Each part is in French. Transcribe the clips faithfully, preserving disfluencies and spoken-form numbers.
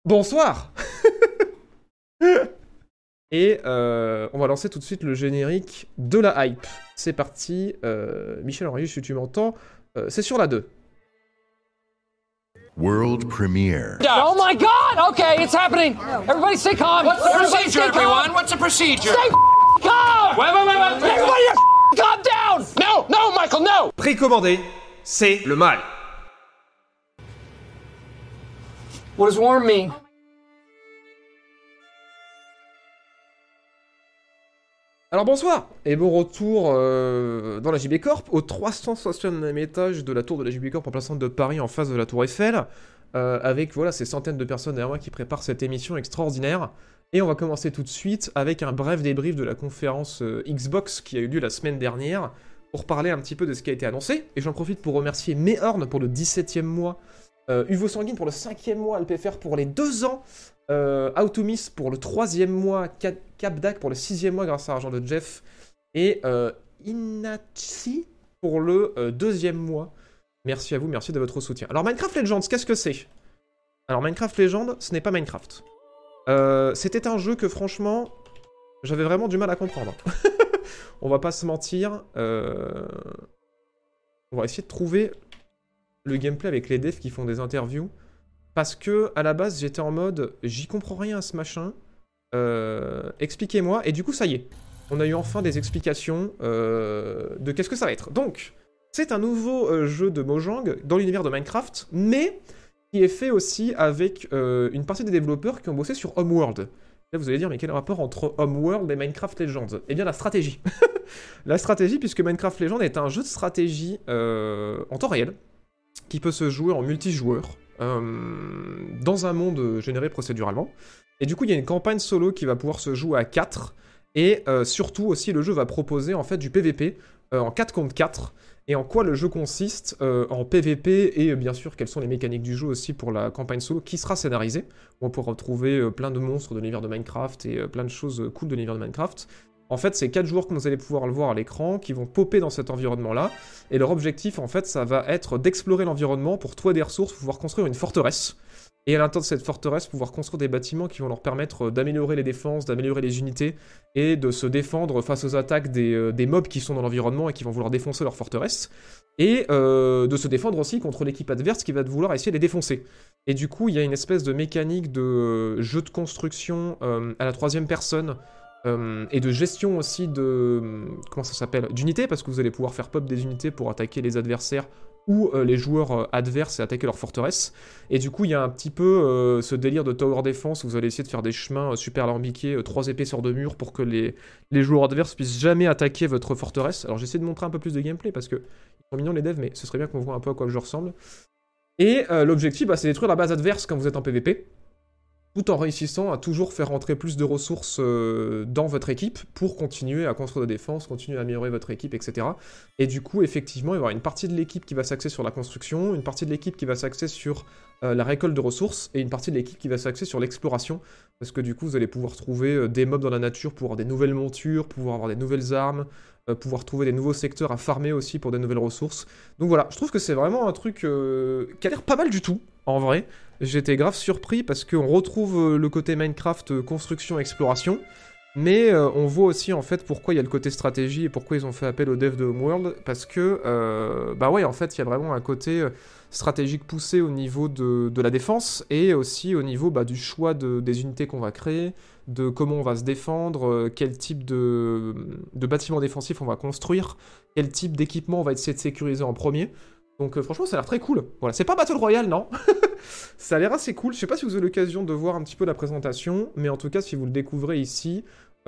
Bonsoir. Et euh, on va lancer tout de suite le générique de la hype. C'est parti. Euh, Michel Henry, si tu m'entends, euh, c'est sur la deux. World premiere. Oh my God! Okay, it's happening. Everybody stay calm. What's the Everybody procedure, stay calm. everyone? What's the procedure? Stay calm. Wait, wait, wait, wait. wait. Everybody just calm down. No, no, Michael, no. Précommandé, c'est le mal. What does warm mean? Alors bonsoir et bon retour euh, dans la J B Corp, au trois cent soixante-neuvième étage de la tour de la J B Corp en plein centre de Paris, en face de la tour Eiffel, euh, avec voilà ces centaines de personnes derrière moi qui préparent cette émission extraordinaire. Et on va commencer tout de suite avec un bref débrief de la conférence euh, Xbox qui a eu lieu la semaine dernière, pour parler un petit peu de ce qui a été annoncé. Et j'en profite pour remercier Mehorn pour le dix-septième mois, euh, Uvo Sanguine pour le cinquième mois, L P F R pour les deux ans, Euh, Automis pour le troisième mois, Capdac pour le sixième mois grâce à l'argent de Jeff, et euh, Inachi pour le euh, deuxième mois. Merci à vous, merci de votre soutien. Alors Minecraft Legends, qu'est-ce que c'est? Alors Minecraft Legends, ce n'est pas Minecraft. Euh, C'était un jeu que franchement, j'avais vraiment du mal à comprendre. On va pas se mentir. Euh... On va essayer de trouver le gameplay avec les devs qui font des interviews. Parce que, à la base, j'étais en mode, j'y comprends rien à ce machin, euh, expliquez-moi, et du coup, ça y est. On a eu enfin des explications euh, de qu'est-ce que ça va être. Donc, c'est un nouveau euh, jeu de Mojang dans l'univers de Minecraft, mais qui est fait aussi avec euh, une partie des développeurs qui ont bossé sur Homeworld. Là, vous allez dire, mais quel rapport entre Homeworld et Minecraft Legends? Eh bien, la stratégie. La stratégie, puisque Minecraft Legends est un jeu de stratégie euh, en temps réel, qui peut se jouer en multijoueur, Euh, dans un monde généré procéduralement. Et du coup, il y a une campagne solo qui va pouvoir se jouer à quatre. Et euh, surtout aussi, le jeu va proposer en fait du P V P euh, en quatre contre quatre. Et en quoi le jeu consiste euh, en P V P, et euh, bien sûr, quelles sont les mécaniques du jeu aussi pour la campagne solo qui sera scénarisée. On pourra retrouver euh, plein de monstres de l'univers de Minecraft et euh, plein de choses euh, cool de l'univers de Minecraft. En fait, c'est quatre joueurs que vous allez pouvoir le voir à l'écran, qui vont popper dans cet environnement-là, et leur objectif, en fait, ça va être d'explorer l'environnement pour trouver des ressources, pouvoir construire une forteresse, et à l'intérieur de cette forteresse, pouvoir construire des bâtiments qui vont leur permettre d'améliorer les défenses, d'améliorer les unités, et de se défendre face aux attaques des, euh, des mobs qui sont dans l'environnement et qui vont vouloir défoncer leur forteresse, et euh, de se défendre aussi contre l'équipe adverse qui va vouloir essayer de les défoncer. Et du coup, il y a une espèce de mécanique de jeu de construction euh, à la troisième personne, Euh, et de gestion aussi de... comment ça s'appelle? D'unités, parce que vous allez pouvoir faire pop des unités pour attaquer les adversaires ou euh, les joueurs euh, adverses et attaquer leur forteresse. Et du coup, il y a un petit peu euh, ce délire de tower defense où vous allez essayer de faire des chemins euh, super alambiqués, euh, trois épées sur deux murs pour que les, les joueurs adverses puissent jamais attaquer votre forteresse. Alors j'essaie de montrer un peu plus de gameplay parce que ils sont mignons les devs, mais ce serait bien qu'on voit un peu à quoi je ressemble. Et euh, l'objectif, bah, c'est détruire la base adverse quand vous êtes en P V P, tout en réussissant à toujours faire rentrer plus de ressources euh, dans votre équipe pour continuer à construire des défenses, continuer à améliorer votre équipe, et cetera. Et du coup, effectivement, il va y avoir une partie de l'équipe qui va s'axer sur la construction, une partie de l'équipe qui va s'axer sur euh, la récolte de ressources, et une partie de l'équipe qui va s'axer sur l'exploration, parce que du coup, vous allez pouvoir trouver euh, des mobs dans la nature pour avoir des nouvelles montures, pouvoir avoir des nouvelles armes, euh, pouvoir trouver des nouveaux secteurs à farmer aussi pour des nouvelles ressources. Donc voilà, je trouve que c'est vraiment un truc euh, qui a l'air pas mal du tout, en vrai. J'étais grave surpris parce qu'on retrouve le côté Minecraft construction exploration, mais euh, on voit aussi en fait pourquoi il y a le côté stratégie et pourquoi ils ont fait appel aux devs de Homeworld, parce que euh, bah ouais, en fait il y a vraiment un côté stratégique poussé au niveau de, de la défense et aussi au niveau bah, du choix de, des unités qu'on va créer, de comment on va se défendre, euh, quel type de, de bâtiment défensif on va construire, quel type d'équipement on va essayer de sécuriser en premier. Donc euh, franchement ça a l'air très cool. Voilà, c'est pas Battle Royale, non. Ça a l'air assez cool. Je sais pas si vous avez l'occasion de voir un petit peu la présentation, mais en tout cas si vous le découvrez ici,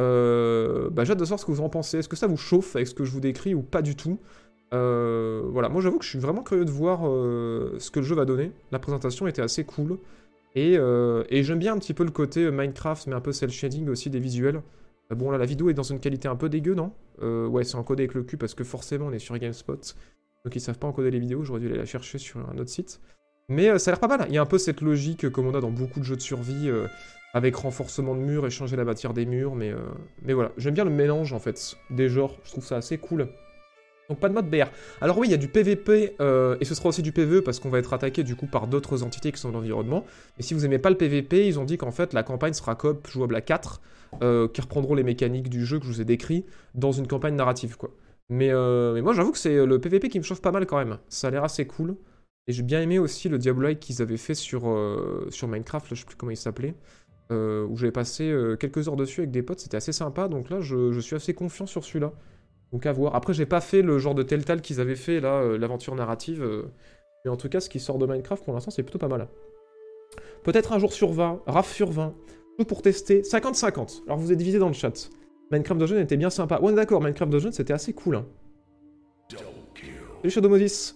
euh, bah, j'ai hâte de savoir ce que vous en pensez. Est-ce que ça vous chauffe avec ce que je vous décris ou pas du tout? euh, Voilà, moi j'avoue que je suis vraiment curieux de voir euh, ce que le jeu va donner. La présentation était assez cool. Et, euh, et j'aime bien un petit peu le côté Minecraft, mais un peu cel shading aussi des visuels. Euh, bon là la vidéo est dans une qualité un peu dégueu, non? euh, Ouais, c'est encodé avec le cul parce que forcément on est sur GameSpot. Donc ils savent pas encoder les vidéos, j'aurais dû aller la chercher sur un autre site. Mais euh, ça a l'air pas mal, il y a un peu cette logique euh, comme on a dans beaucoup de jeux de survie, euh, avec renforcement de murs, échanger la matière des murs, mais, euh, mais voilà. J'aime bien le mélange en fait, des genres, je trouve ça assez cool. Donc pas de mode B R. Alors oui, il y a du P V P, euh, et ce sera aussi du P V E, parce qu'on va être attaqué du coup par d'autres entités qui sont dans l'environnement. Mais si vous aimez pas le P V P, ils ont dit qu'en fait la campagne sera coop jouable à quatre, euh, qui reprendront les mécaniques du jeu que je vous ai décrit dans une campagne narrative, quoi. Mais, euh, mais moi j'avoue que c'est le P V P qui me chauffe pas mal quand même. Ça a l'air assez cool. Et j'ai bien aimé aussi le Diablo-like qu'ils avaient fait sur, euh, sur Minecraft, là, je sais plus comment il s'appelait. Euh, où j'avais passé euh, quelques heures dessus avec des potes, c'était assez sympa. Donc là, je, je suis assez confiant sur celui-là. Donc à voir. Après, j'ai pas fait le genre de Telltale qu'ils avaient fait, là, euh, l'aventure narrative. Euh, mais en tout cas, ce qui sort de Minecraft, pour l'instant, c'est plutôt pas mal. Peut-être un jour sur vingt, Raph sur vingt. Tout pour tester. cinquante cinquante. Alors vous êtes divisé dans le chat. Minecraft Dungeon était bien sympa. Ouais, d'accord, Minecraft Dungeon, c'était assez cool. Hein. Salut Shadow Moses.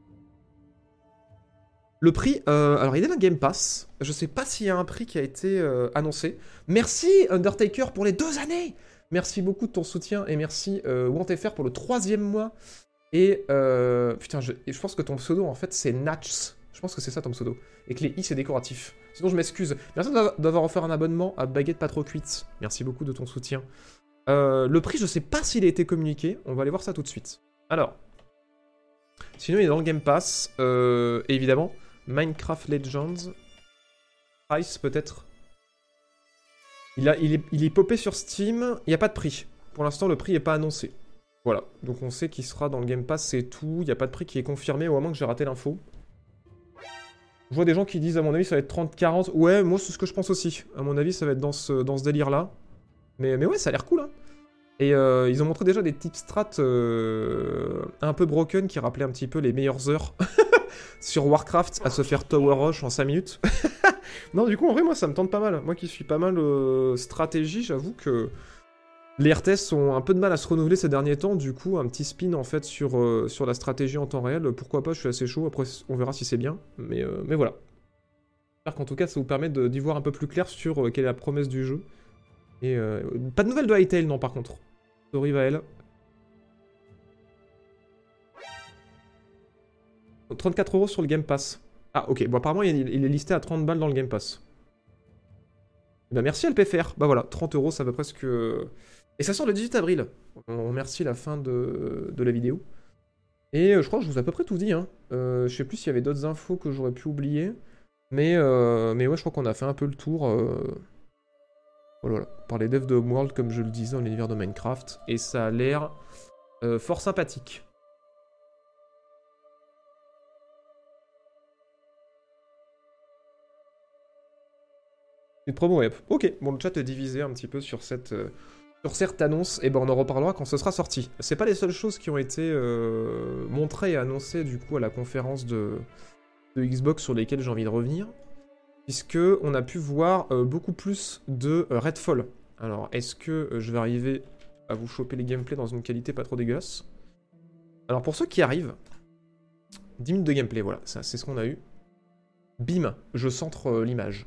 Le prix, euh, alors il est dans le Game Pass. Je sais pas s'il y a un prix qui a été euh, annoncé. Merci Undertaker pour les deux années. Merci beaucoup de ton soutien et merci euh, WantFR pour le troisième mois. Et euh, putain, je, je pense que ton pseudo en fait c'est Natch. Je pense que c'est ça ton pseudo. Et que les i c'est décoratif. Sinon je m'excuse. Merci d'avoir offert un abonnement à Baguette Pas Trop Cuite. Merci beaucoup de ton soutien. Euh, le prix, je sais pas s'il a été communiqué. On va aller voir ça tout de suite. Alors, sinon il est dans le Game Pass. Euh, et évidemment. Minecraft Legends. Price peut-être. Il, a, il, est, il est popé sur Steam. Il n'y a pas de prix. Pour l'instant, le prix n'est pas annoncé. Voilà. Donc on sait qu'il sera dans le Game Pass, c'est tout. Il n'y a pas de prix qui est confirmé, au moins que j'ai raté l'info. Je vois des gens qui disent, à mon avis, ça va être trente quarante. Ouais, moi, c'est ce que je pense aussi. À mon avis, ça va être dans ce, dans ce délire-là. Mais, mais ouais, ça a l'air cool, hein. Et euh, ils ont montré déjà des tips strat euh, un peu broken qui rappelaient un petit peu les meilleures heures sur Warcraft à se faire Tower Rush en cinq minutes. Non, du coup, en vrai, moi, ça me tente pas mal. Moi qui suis pas mal euh, stratégie, j'avoue que les R T S ont un peu de mal à se renouveler ces derniers temps. Du coup, un petit spin, en fait, sur, euh, sur la stratégie en temps réel. Pourquoi pas, je suis assez chaud. Après, on verra si c'est bien. Mais, euh, mais voilà. J'espère qu'en tout cas, ça vous permet d'y voir un peu plus clair sur euh, quelle est la promesse du jeu. Et euh, pas de nouvelles de Hytale, non, par contre. Sorry, Vael. trente-quatre euros sur le Game Pass. Ah, ok. Bon, apparemment, il est listé à trente balles dans le Game Pass. Bah, merci L P F R. Bah voilà, trente euros, ça va presque... Et ça sort le dix-huit avril. On remercie la fin de, de la vidéo. Et euh, je crois que je vous ai à peu près tout dit. Hein. Euh, je sais plus s'il y avait d'autres infos que j'aurais pu oublier. Mais, euh, mais ouais, je crois qu'on a fait un peu le tour. Euh... Voilà, par les devs de Homeworld, comme je le disais, dans l'univers de Minecraft. Et ça a l'air euh, fort sympathique. Une promo web. Ok, bon, le chat est divisé un petit peu sur cette, euh, sur cette annonce. Et ben on en reparlera quand ce sera sorti. C'est pas les seules choses qui ont été euh, montrées et annoncées du coup à la conférence de, de Xbox sur lesquelles j'ai envie de revenir. Puisque on a pu voir euh, beaucoup plus de euh, Redfall. Alors, est-ce que euh, je vais arriver à vous choper les gameplays dans une qualité pas trop dégueulasse? Alors, pour ceux qui arrivent, dix minutes de gameplay, voilà, ça c'est ce qu'on a eu. Bim, je centre euh, l'image.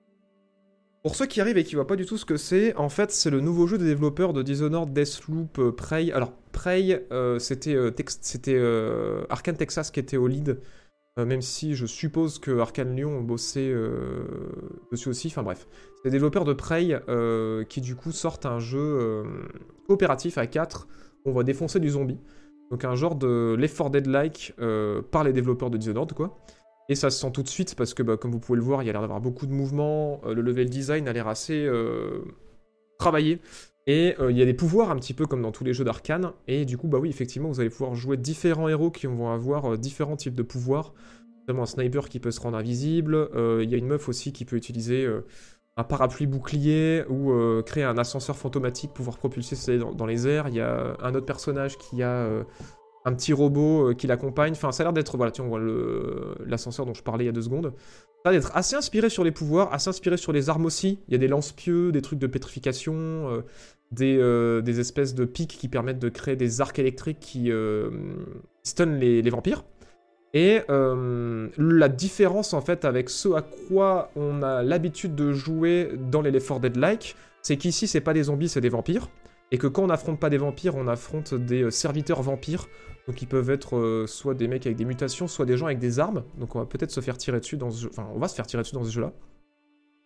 Pour ceux qui arrivent et qui voient pas du tout ce que c'est, en fait, c'est le nouveau jeu des développeurs de Dishonored, Deathloop, euh, Prey. Alors, Prey, euh, c'était euh, euh, Arkane Texas qui était au lead. Euh, même si je suppose que Arkane Lyon bossait euh, dessus aussi, enfin bref. C'est des développeurs de Prey euh, qui du coup sortent un jeu euh, coopératif à quatre où on va défoncer du zombie. Donc un genre de Left four Dead-like euh, par les développeurs de Dishonored, quoi. Et ça se sent tout de suite parce que, bah, comme vous pouvez le voir, il y a l'air d'avoir beaucoup de mouvements, euh, le level design a l'air assez euh, travaillé. Et il euh, y a des pouvoirs un petit peu comme dans tous les jeux d'Arkane. Et du coup, bah oui, effectivement, vous allez pouvoir jouer différents héros qui vont avoir euh, différents types de pouvoirs. Notamment un sniper qui peut se rendre invisible. Il euh, y a une meuf aussi qui peut utiliser euh, un parapluie bouclier ou euh, créer un ascenseur fantomatique, pouvoir propulser dans, dans les airs. Il y a un autre personnage qui a euh, un petit robot euh, qui l'accompagne. Enfin, ça a l'air d'être, voilà, tu vois, l'ascenseur dont je parlais il y a deux secondes. Ça a l'air d'être assez inspiré sur les pouvoirs, assez inspiré sur les armes aussi. Il y a des lance-pieux, des trucs de pétrification... Euh, Des, euh, des espèces de pics qui permettent de créer des arcs électriques qui euh, stunnent les, les vampires. Et euh, la différence en fait avec ce à quoi on a l'habitude de jouer dans les Left four Dead-like, c'est qu'ici c'est pas des zombies, c'est des vampires. Et que quand on n'affronte pas des vampires, on affronte des euh, serviteurs vampires. Donc ils peuvent être euh, soit des mecs avec des mutations, soit des gens avec des armes. Donc on va peut-être se faire tirer dessus dans ce jeu. Enfin, on va se faire tirer dessus dans ce jeu-là.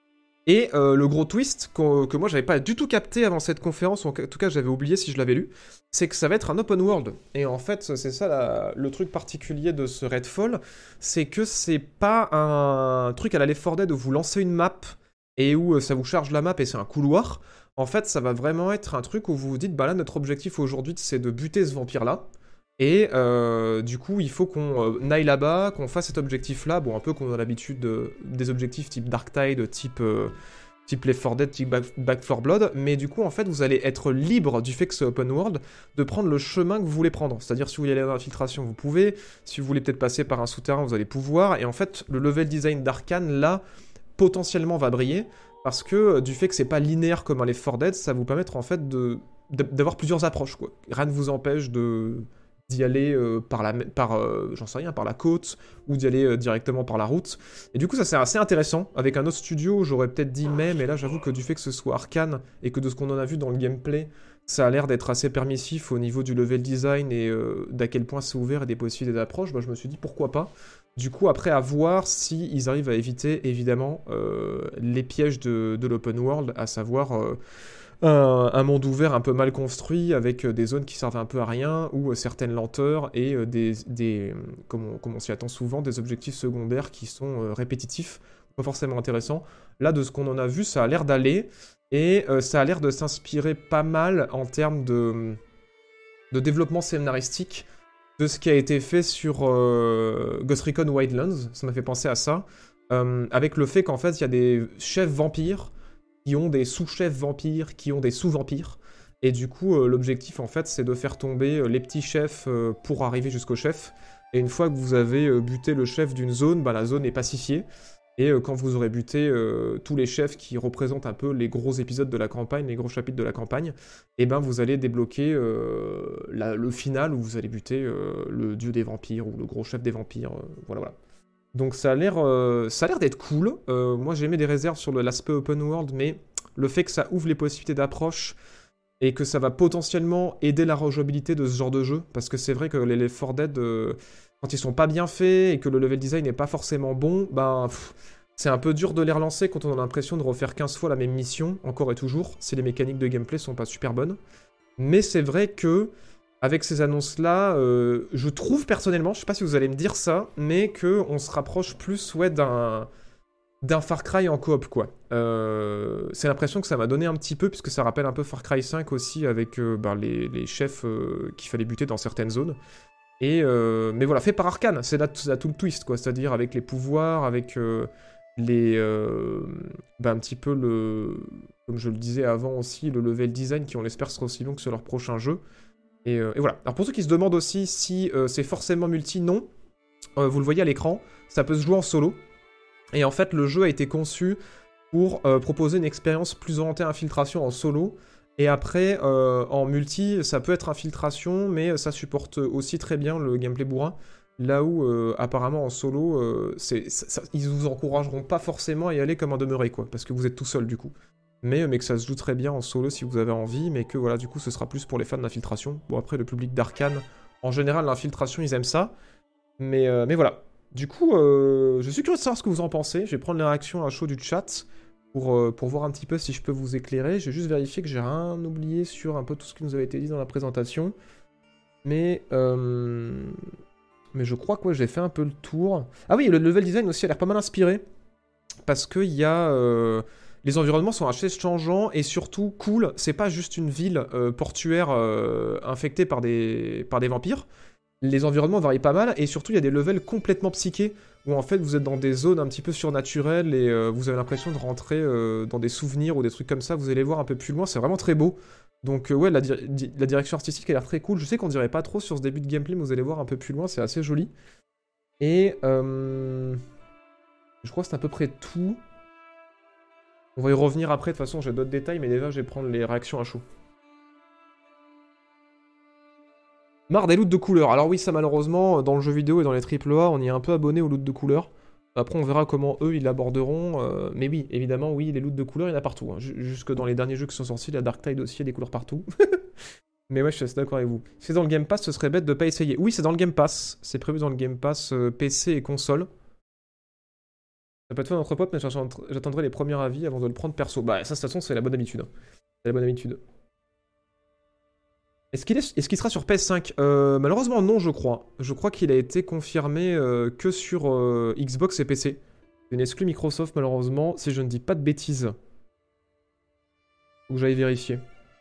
Et euh, le gros twist que, que moi j'avais pas du tout capté avant cette conférence, ou en tout cas j'avais oublié si je l'avais lu, c'est que ça va être un open world. Et en fait, c'est ça la, le truc particulier de ce Redfall, c'est que c'est pas un truc à la Left four Dead où vous lancez une map et où euh, ça vous charge la map et c'est un couloir. En fait, ça va vraiment être un truc où vous vous dites, bah là, notre objectif aujourd'hui, c'est de buter ce vampire-là. Et euh, du coup, il faut qu'on euh, aille là-bas, qu'on fasse cet objectif-là. Bon, un peu qu'on a l'habitude de, des objectifs type Darktide, type, euh, type Left four Dead, type Back, Back four Blood. Mais du coup, en fait, vous allez être libre du fait que c'est open world de prendre le chemin que vous voulez prendre. C'est-à-dire, si vous voulez aller dans l'infiltration, vous pouvez. Si vous voulez peut-être passer par un souterrain, vous allez pouvoir. Et en fait, le level design d'Arkane, là, potentiellement va briller. Parce que euh, du fait que c'est pas linéaire comme un Left four Dead, ça va vous permettre en fait de, de, d'avoir plusieurs approches, quoi. Rien ne vous empêche de d'y aller euh, par la, par, euh, j'en sais rien, par la côte, ou d'y aller euh, directement par la route. Et du coup, ça c'est assez intéressant. Avec un autre studio, j'aurais peut-être dit mais, mais là j'avoue que du fait que ce soit Arcane, et que de ce qu'on en a vu dans le gameplay, ça a l'air d'être assez permissif au niveau du level design, et euh, d'à quel point c'est ouvert et des possibilités d'approche, bah, je me suis dit pourquoi pas. Du coup, après, à voir s'ils si arrivent à éviter, évidemment, euh, les pièges de, de l'open world, à savoir euh, un, un monde ouvert un peu mal construit, avec euh, des zones qui servent un peu à rien, ou euh, certaines lenteurs, et euh, des, des comme on, comme on s'y attend souvent, des objectifs secondaires qui sont euh, répétitifs, pas forcément intéressants. Là, de ce qu'on en a vu, ça a l'air d'aller, et euh, ça a l'air de s'inspirer pas mal en termes de, de développement scénaristique, de ce qui a été fait sur euh, Ghost Recon Wildlands, ça m'a fait penser à ça, euh, avec le fait qu'en fait, il y a des chefs vampires qui ont des sous-chefs vampires, qui ont des sous-vampires, et du coup, euh, l'objectif, en fait, c'est de faire tomber euh, les petits chefs euh, pour arriver jusqu'au chef, et une fois que vous avez euh, buté le chef d'une zone, bah, la zone est pacifiée, et euh, quand vous aurez buté euh, tous les chefs qui représentent un peu les gros épisodes de la campagne, les gros chapitres de la campagne, et ben vous allez débloquer euh, la, le final où vous allez buter euh, le dieu des vampires ou le gros chef des vampires. Euh, voilà, voilà. Donc ça a l'air, euh, ça a l'air d'être cool. Euh, moi j'ai mis des réserves sur le, l'aspect open world, mais le fait que ça ouvre les possibilités d'approche et que ça va potentiellement aider la rejouabilité de ce genre de jeu, parce que c'est vrai que les Left four Dead, euh, quand ils sont pas bien faits et que le level design n'est pas forcément bon, ben pff, c'est un peu dur de les relancer quand on a l'impression de refaire quinze fois la même mission, encore et toujours, si les mécaniques de gameplay sont pas super bonnes. Mais c'est vrai que, avec ces annonces-là, euh, je trouve personnellement, je sais pas si vous allez me dire ça, mais qu'on se rapproche plus ouais, d'un... d'un Far Cry en coop, quoi. Euh, c'est l'impression que ça m'a donné un petit peu, puisque ça rappelle un peu Far Cry cinq aussi, avec euh, ben, les, les chefs euh, qu'il fallait buter dans certaines zones. Et euh, mais voilà, fait par Arcane, c'est là, là tout le twist, quoi. C'est-à-dire avec les pouvoirs, avec euh, les... Euh, ben, un petit peu le... Comme je le disais avant aussi, le level design qui, on l'espère, sera aussi long que sur leur prochain jeu. Et, euh, et voilà. Alors pour ceux qui se demandent aussi si euh, c'est forcément multi, non. Euh, vous le voyez à l'écran, ça peut se jouer en solo. Et en fait, le jeu a été conçu pour euh, proposer une expérience plus orientée à infiltration en solo. Et après, euh, en multi, ça peut être infiltration, mais ça supporte aussi très bien le gameplay bourrin. Là où, euh, apparemment, en solo, euh, c'est, ça, ça, ils vous encourageront pas forcément à y aller comme un demeuré, quoi. Parce que vous êtes tout seul, du coup. Mais, mais que ça se joue très bien en solo si vous avez envie, mais que, voilà, du coup, ce sera plus pour les fans d'infiltration. Bon, après, le public d'Arcane, en général, l'infiltration, ils aiment ça. Mais, euh, mais voilà. Du coup, euh, je suis curieux de savoir ce que vous en pensez. Je vais prendre les réactions à chaud du chat pour, euh, pour voir un petit peu si je peux vous éclairer. Je vais juste vérifier que j'ai rien oublié sur un peu tout ce qui nous avait été dit dans la présentation. Mais, euh, mais je crois que ouais, j'ai fait un peu le tour. Ah oui, le level design aussi a l'air pas mal inspiré. Parce que y a, euh, les environnements sont assez changeants et surtout cool. C'est pas juste une ville euh, portuaire euh, infectée par des, par des vampires. Les environnements varient pas mal, et surtout il y a des levels complètement psychés, où en fait vous êtes dans des zones un petit peu surnaturelles, et euh, vous avez l'impression de rentrer euh, dans des souvenirs ou des trucs comme ça, vous allez voir un peu plus loin, c'est vraiment très beau. Donc euh, ouais, la, di di la direction artistique a l'air très cool, je sais qu'on dirait pas trop sur ce début de gameplay, mais vous allez voir un peu plus loin, c'est assez joli. Et euh... je crois que c'est à peu près tout. On va y revenir après, de toute façon j'ai d'autres détails, mais déjà je vais prendre les réactions à chaud. Marre des loots de couleurs. Alors oui, ça malheureusement, dans le jeu vidéo et dans les triple A, on y est un peu abonné aux loots de couleurs. Après, on verra comment eux, ils l'aborderont. Euh, mais oui, évidemment, oui, les loots de couleurs, il y en a partout. Hein. Jusque dans les derniers jeux qui sont sortis, la Darktide aussi, il y a des couleurs partout. Mais ouais, je suis assez d'accord avec vous. Si c'est dans le Game Pass, ce serait bête de pas essayer. Oui, c'est dans le Game Pass. C'est prévu dans le Game Pass euh, P C et console. J'ai pas de fun entre potes, mais j'attendrai les premiers avis avant de le prendre perso. Bah, ça, de toute façon, c'est la bonne habitude. C'est la bonne habitude. Est-ce qu'il est, est qu'il sera sur P S cinq? euh, Malheureusement, non, je crois. Je crois qu'il a été confirmé euh, que sur euh, Xbox et P C. C'est une exclue Microsoft, malheureusement, si je ne dis pas de bêtises. Faut que j'aille vérifier.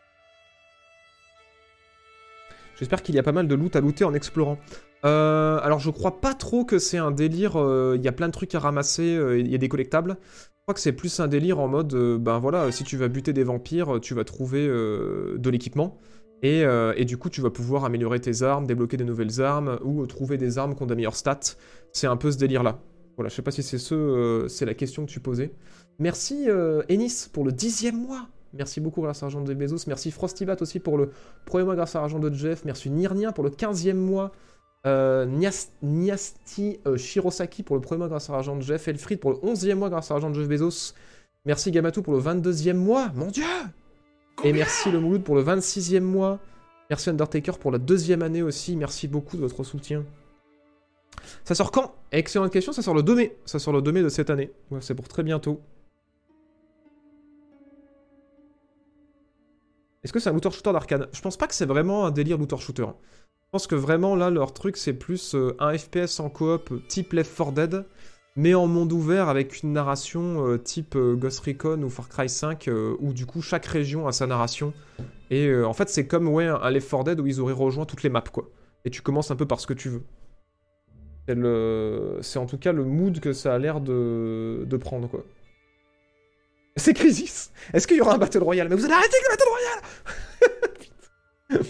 J'espère qu'il y a pas mal de loot à looter en explorant. Euh, alors, je crois pas trop que c'est un délire. Il euh, y a plein de trucs à ramasser, il euh, y a des collectables. Je crois que c'est plus un délire en mode, euh, ben voilà, si tu vas buter des vampires, tu vas trouver euh, de l'équipement. Et, euh, et du coup, tu vas pouvoir améliorer tes armes, débloquer des nouvelles armes, ou trouver des armes qui ont des meilleures stats. C'est un peu ce délire-là. Voilà, je sais pas si c'est ce, euh, c'est la question que tu posais. Merci euh, Ennis pour le dixième mois. Merci beaucoup grâce à l'argent de Bezos. Merci Frostybat aussi pour le premier mois grâce à l'argent de Jeff. Merci Nirnia pour le quinzième mois. Euh, Nias, Niasti euh, Shirosaki pour le premier mois grâce à l'argent de Jeff. Elfried pour le onzième mois grâce à l'argent de Jeff Bezos. Merci Gamatu pour le vingt-deuxième mois. Mon dieu! Et merci le Mouloud pour le vingt-sixième mois. Merci Undertaker pour la deuxième année aussi. Merci beaucoup de votre soutien. Ça sort quand? Excellente question, ça sort le deux mai. Ça sort le deux mai de cette année. Ouais, c'est pour très bientôt. Est-ce que c'est un looter-shooter d'Arkane? Je pense pas que c'est vraiment un délire looter-shooter. Je pense que vraiment là, leur truc, c'est plus euh, un F P S en coop type Left four Dead, mais en monde ouvert avec une narration euh, type euh, Ghost Recon ou Far Cry cinq, euh, où du coup chaque région a sa narration. Et euh, en fait, c'est comme ouais, un Left four Dead où ils auraient rejoint toutes les maps, quoi. Et tu commences un peu par ce que tu veux. C'est, le... c'est en tout cas le mood que ça a l'air de, de prendre, quoi. C'est Crisis. Est-ce qu'il y aura un Battle Royale? Mais vous allez arrêter avec le Battle Royale.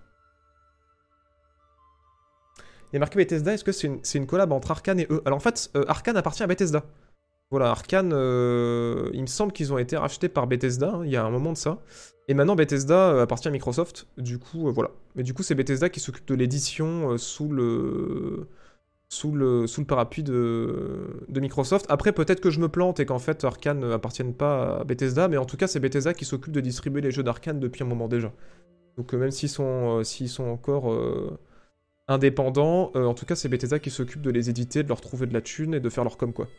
Il y a marqué Bethesda, est-ce que c'est une, c'est une collab entre Arcane et eux? Alors en fait, euh, Arcane appartient à Bethesda. Voilà, Arcane, euh, il me semble qu'ils ont été rachetés par Bethesda, hein, il y a un moment de ça. Et maintenant Bethesda euh, appartient à Microsoft, du coup, euh, voilà. Mais du coup, c'est Bethesda qui s'occupe de l'édition euh, sous le... Sous le, sous le parapluie de, de Microsoft. Après, peut-être que je me plante et qu'en fait, Arcane n'appartienne pas à Bethesda, mais en tout cas, c'est Bethesda qui s'occupe de distribuer les jeux d'Arcane depuis un moment déjà. Donc euh, même s'ils sont, euh, s'ils sont encore euh, indépendants, euh, en tout cas, c'est Bethesda qui s'occupe de les éditer, de leur trouver de la thune et de faire leur com, quoi.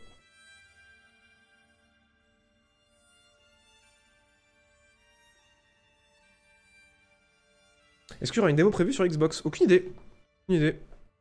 Est-ce qu'il y aura une démo prévue sur Xbox? Aucune idée. Aucune idée.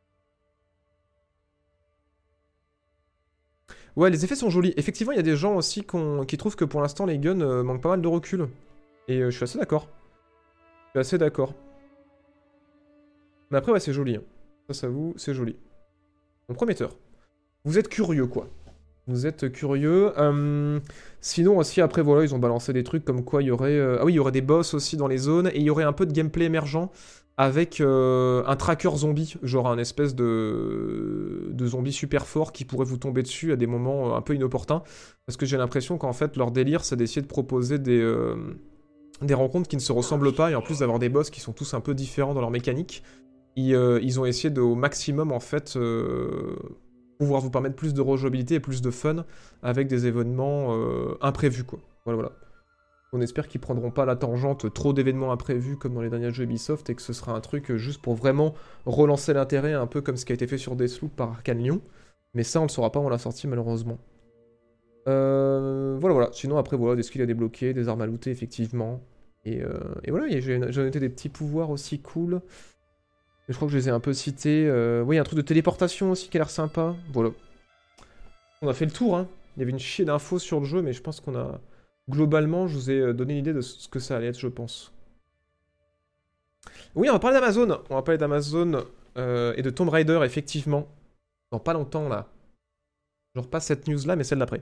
Ouais, les effets sont jolis. Effectivement, il y a des gens aussi qui trouvent que pour l'instant, les guns euh, manquent pas mal de recul. Et euh, je suis assez d'accord. Je suis assez d'accord. Mais après, ouais, c'est joli. Hein. Ça, ça vous, c'est joli. Bon, prometteur. Vous êtes curieux, quoi. Vous êtes curieux. Euh, sinon, aussi, après, voilà, ils ont balancé des trucs comme quoi il y aurait... Euh... Ah oui, il y aurait des boss aussi dans les zones. Et il y aurait un peu de gameplay émergent avec euh, un tracker zombie. Genre un espèce de... de zombie super fort qui pourrait vous tomber dessus à des moments un peu inopportuns. Parce que j'ai l'impression qu'en fait, leur délire, c'est d'essayer de proposer des... Euh... des rencontres qui ne se ressemblent pas. Et en plus d'avoir des boss qui sont tous un peu différents dans leur mécanique. Ils, euh, ils ont essayé de, au maximum, en fait... Euh... pouvoir vous permettre plus de rejouabilité et plus de fun avec des événements euh, imprévus, quoi. Voilà, voilà. On espère qu'ils prendront pas la tangente trop d'événements imprévus comme dans les derniers jeux Ubisoft et que ce sera un truc juste pour vraiment relancer l'intérêt, un peu comme ce qui a été fait sur Deathloop par Arkane Lyon. Mais ça, on le saura pas avant la sortie, malheureusement. Euh, voilà, voilà. Sinon, après, voilà, des skills à débloquer, des armes à looter, effectivement. Et, euh, et voilà, j'ai noté des petits pouvoirs aussi cool. Je crois que je les ai un peu cités. Euh, oui, il y a un truc de téléportation aussi qui a l'air sympa. Voilà. On a fait le tour, hein. Il y avait une chier d'infos sur le jeu, mais je pense qu'on a... Globalement, je vous ai donné une idée de ce que ça allait être, je pense. Oui, on va parler d'Amazon. On va parler d'Amazon euh, et de Tomb Raider, effectivement. Dans pas longtemps, là. Genre pas cette news-là, mais celle d'après.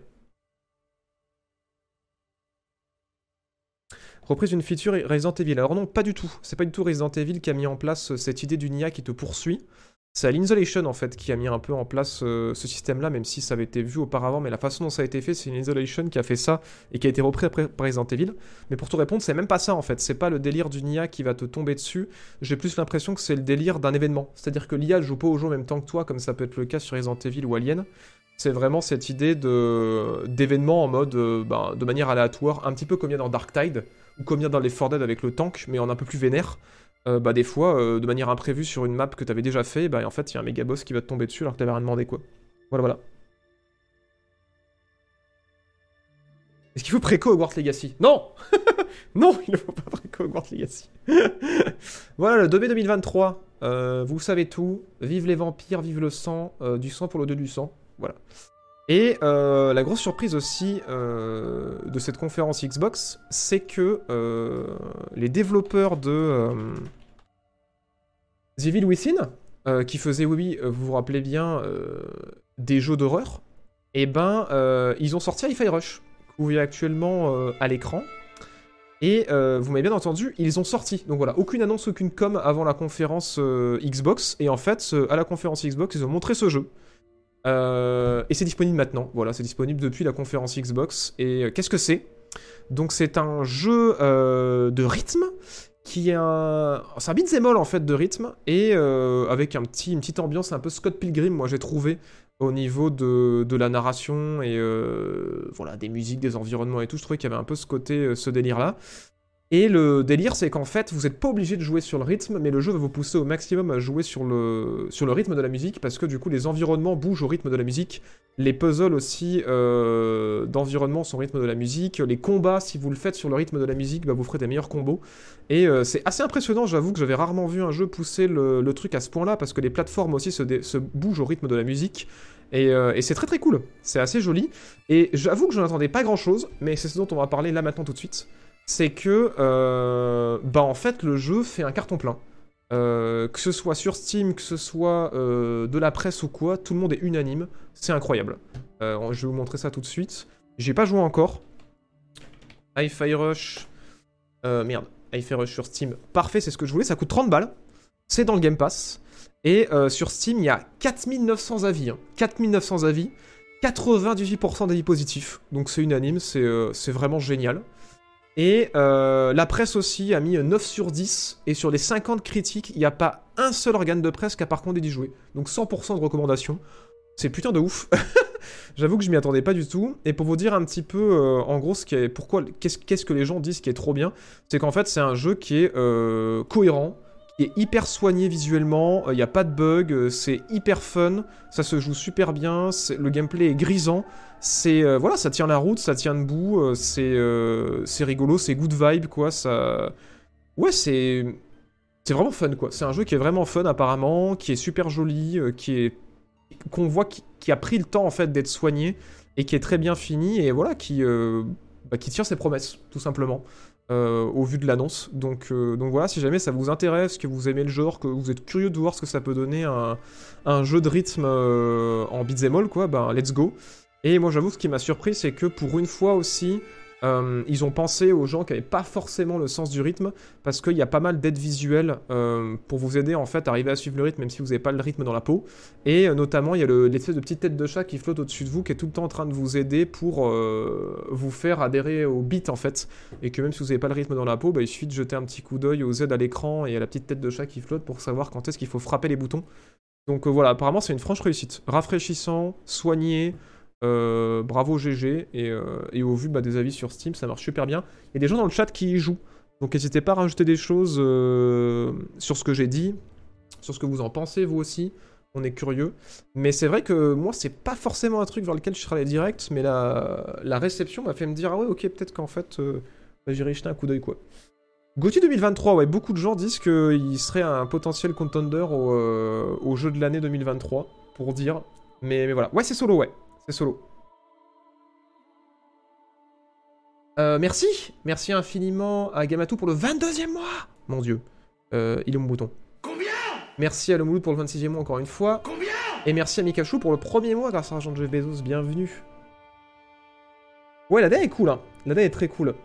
Reprise d'une feature Resident Evil. Alors non, pas du tout. C'est pas du tout Resident Evil qui a mis en place cette idée d'une I A qui te poursuit. C'est l'Insolation en fait qui a mis un peu en place euh, ce système-là, même si ça avait été vu auparavant, mais la façon dont ça a été fait, c'est l'Insolation qui a fait ça et qui a été repris après par Resident Evil. Mais pour te répondre, c'est même pas ça en fait. C'est pas le délire d'une I A qui va te tomber dessus. J'ai plus l'impression que c'est le délire d'un événement. C'est-à-dire que l'I A joue pas au jeu en même temps que toi, comme ça peut être le cas sur Resident Evil ou Alien. C'est vraiment cette idée de d'événements en mode euh, ben, de manière aléatoire, un petit peu comme il y a dans Dark Tide, ou comme il y a dans les Left four Dead avec le tank, mais en un peu plus vénère. Euh, bah des fois, euh, de manière imprévue sur une map que t'avais déjà fait, bah en fait il y a un méga boss qui va te tomber dessus alors que t'avais rien demandé, quoi. Voilà, voilà. Est-ce qu'il faut préco Hogwarts Legacy? Non. Non, il ne faut pas préco Hogwarts Legacy. Voilà, le deux mai deux mille vingt-trois. Euh, vous savez tout. Vive les vampires, vive le sang. Euh, du sang pour le dieu du sang. Voilà. Et euh, la grosse surprise aussi euh, de cette conférence Xbox, c'est que euh, les développeurs de euh, The Evil Within, euh, qui faisaient, oui, oui, vous vous rappelez bien, euh, des jeux d'horreur, et ben, euh, ils ont sorti Hi-Fi Rush, que vous voyez actuellement euh, à l'écran. Et euh, vous m'avez bien entendu, ils ont sorti. Donc voilà, aucune annonce, aucune com avant la conférence euh, Xbox. Et en fait, euh, à la conférence Xbox, ils ont montré ce jeu. Euh, et c'est disponible maintenant. Voilà, c'est disponible depuis la conférence Xbox. Et euh, qu'est-ce que c'est? Donc c'est un jeu euh, de rythme qui est un... C'est un beat'em all en fait de rythme. Et euh, avec un petit, une petite ambiance un peu Scott Pilgrim, moi j'ai trouvé, au niveau de, de la narration et euh, voilà, des musiques, des environnements et tout. Je trouvais qu'il y avait un peu ce côté, euh, ce délire-là. Et le délire, c'est qu'en fait, vous n'êtes pas obligé de jouer sur le rythme, mais le jeu va vous pousser au maximum à jouer sur le, sur le rythme de la musique, parce que du coup, les environnements bougent au rythme de la musique, les puzzles aussi euh, d'environnement sont au rythme de la musique, les combats, si vous le faites sur le rythme de la musique, bah, vous ferez des meilleurs combos. Et euh, c'est assez impressionnant, j'avoue que j'avais rarement vu un jeu pousser le, le truc à ce point-là, parce que les plateformes aussi se, dé, se bougent au rythme de la musique. Et, euh, et c'est très très cool, c'est assez joli. Et j'avoue que je n'attendais pas grand-chose, mais c'est ce dont on va parler là maintenant tout de suite. C'est que, euh, bah en fait, le jeu fait un carton plein. Euh, que ce soit sur Steam, que ce soit euh, de la presse ou quoi, tout le monde est unanime. C'est incroyable. Euh, je vais vous montrer ça tout de suite. J'ai pas joué encore. Hi-Fi Rush. Euh, merde. Hi-Fi Rush sur Steam. Parfait, c'est ce que je voulais. Ça coûte trente balles. C'est dans le Game Pass. Et euh, sur Steam, il y a quatre mille neuf cents avis. Hein. quatre mille neuf cents avis. quatre-vingt-dix-huit pour cent d'avis positifs. Donc c'est unanime. C'est euh, c'est vraiment génial. Et euh, la presse aussi a mis neuf sur dix, et sur les cinquante critiques, il n'y a pas un seul organe de presse qui a par contre dit jouer. Donc cent pour cent de recommandations. C'est putain de ouf. J'avoue que je m'y attendais pas du tout. Et pour vous dire un petit peu, euh, en gros, ce qui est, pourquoi, qu'est-ce, qu'est-ce que les gens disent qui est trop bien, c'est qu'en fait, c'est un jeu qui est euh, cohérent, qui est hyper soigné visuellement, il n'y a pas de bug, c'est hyper fun, ça se joue super bien, le gameplay est grisant. C'est euh, voilà, ça tient la route, ça tient debout, euh, c'est euh, c'est rigolo, c'est good vibe quoi, ça ouais, c'est c'est vraiment fun quoi. C'est un jeu qui est vraiment fun apparemment, qui est super joli, euh, qui est qu'on voit qui, qui a pris le temps en fait d'être soigné et qui est très bien fini et voilà, qui euh, bah, qui tient ses promesses tout simplement. Euh, au vu de l'annonce, donc, euh, donc voilà, si jamais ça vous intéresse, que vous aimez le genre, que vous êtes curieux de voir ce que ça peut donner un, un jeu de rythme euh, en beat'em all, quoi, ben let's go. Et moi j'avoue, ce qui m'a surpris, c'est que pour une fois aussi, euh, ils ont pensé aux gens qui n'avaient pas forcément le sens du rythme, parce qu'il y a pas mal d'aides visuelles euh, pour vous aider en fait à arriver à suivre le rythme, même si vous n'avez pas le rythme dans la peau. Et euh, notamment, il y a le, l'espèce de petite tête de chat qui flotte au-dessus de vous, qui est tout le temps en train de vous aider pour euh, vous faire adhérer au beat en fait. Et que même si vous n'avez pas le rythme dans la peau, bah, il suffit de jeter un petit coup d'œil aux aides à l'écran et à la petite tête de chat qui flotte pour savoir quand est-ce qu'il faut frapper les boutons. Donc euh, voilà, apparemment c'est une franche réussite. Rafraîchissant, soigné. Euh, bravo G G, et, euh, et au vu bah, des avis sur Steam, ça marche super bien. Il y a des gens dans le chat qui y jouent, donc n'hésitez pas à rajouter des choses euh, sur ce que j'ai dit, sur ce que vous en pensez vous aussi, on est curieux. Mais c'est vrai que moi c'est pas forcément un truc vers lequel je serais allé direct, mais la, la réception m'a fait me dire ah ouais ok, peut-être qu'en fait euh, bah, j'irai jeter un coup d'œil quoi. GOTY deux mille vingt-trois, ouais, beaucoup de gens disent qu'il serait un potentiel contender au, euh, au jeu de l'année deux mille vingt-trois, pour dire, mais, mais voilà. Ouais, c'est solo, ouais. C'est solo. Euh, merci. Merci infiniment à Gamatou pour le vingt-deuxième mois. Mon dieu. Euh, il est mon bouton. Combien? Merci à Lomouloud pour le vingt-sixième mois encore une fois. Combien? Et merci à Mikachou pour le premier mois grâce à l'argent de Jeff Bezos. Bienvenue. Ouais, la D A est cool, hein. La D A est très cool.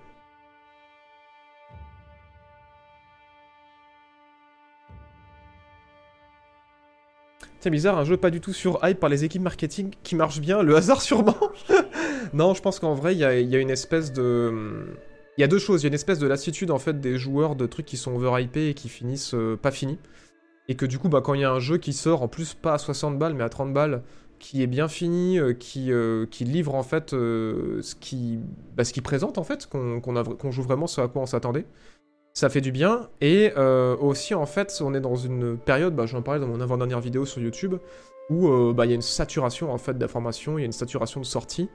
C'est bizarre, un jeu pas du tout sur hype par les équipes marketing qui marche bien, le hasard sûrement. Non, je pense qu'en vrai, il y, y a une espèce de... Il y a deux choses, il y a une espèce de lassitude en fait des joueurs de trucs qui sont overhypés et qui finissent euh, pas finis. Et que du coup, bah, quand il y a un jeu qui sort, en plus pas à soixante balles mais à trente balles, qui est bien fini, euh, qui, euh, qui livre en fait euh, ce qui bah, ce qui présente en fait, qu'on qu'on a, qu'on joue vraiment ce à quoi on s'attendait. Ça fait du bien, et euh, aussi en fait on est dans une période, bah, j'en parlais dans mon avant-dernière vidéo sur YouTube, où euh, bah, y a une saturation en fait d'informations, il y a une saturation de sorties,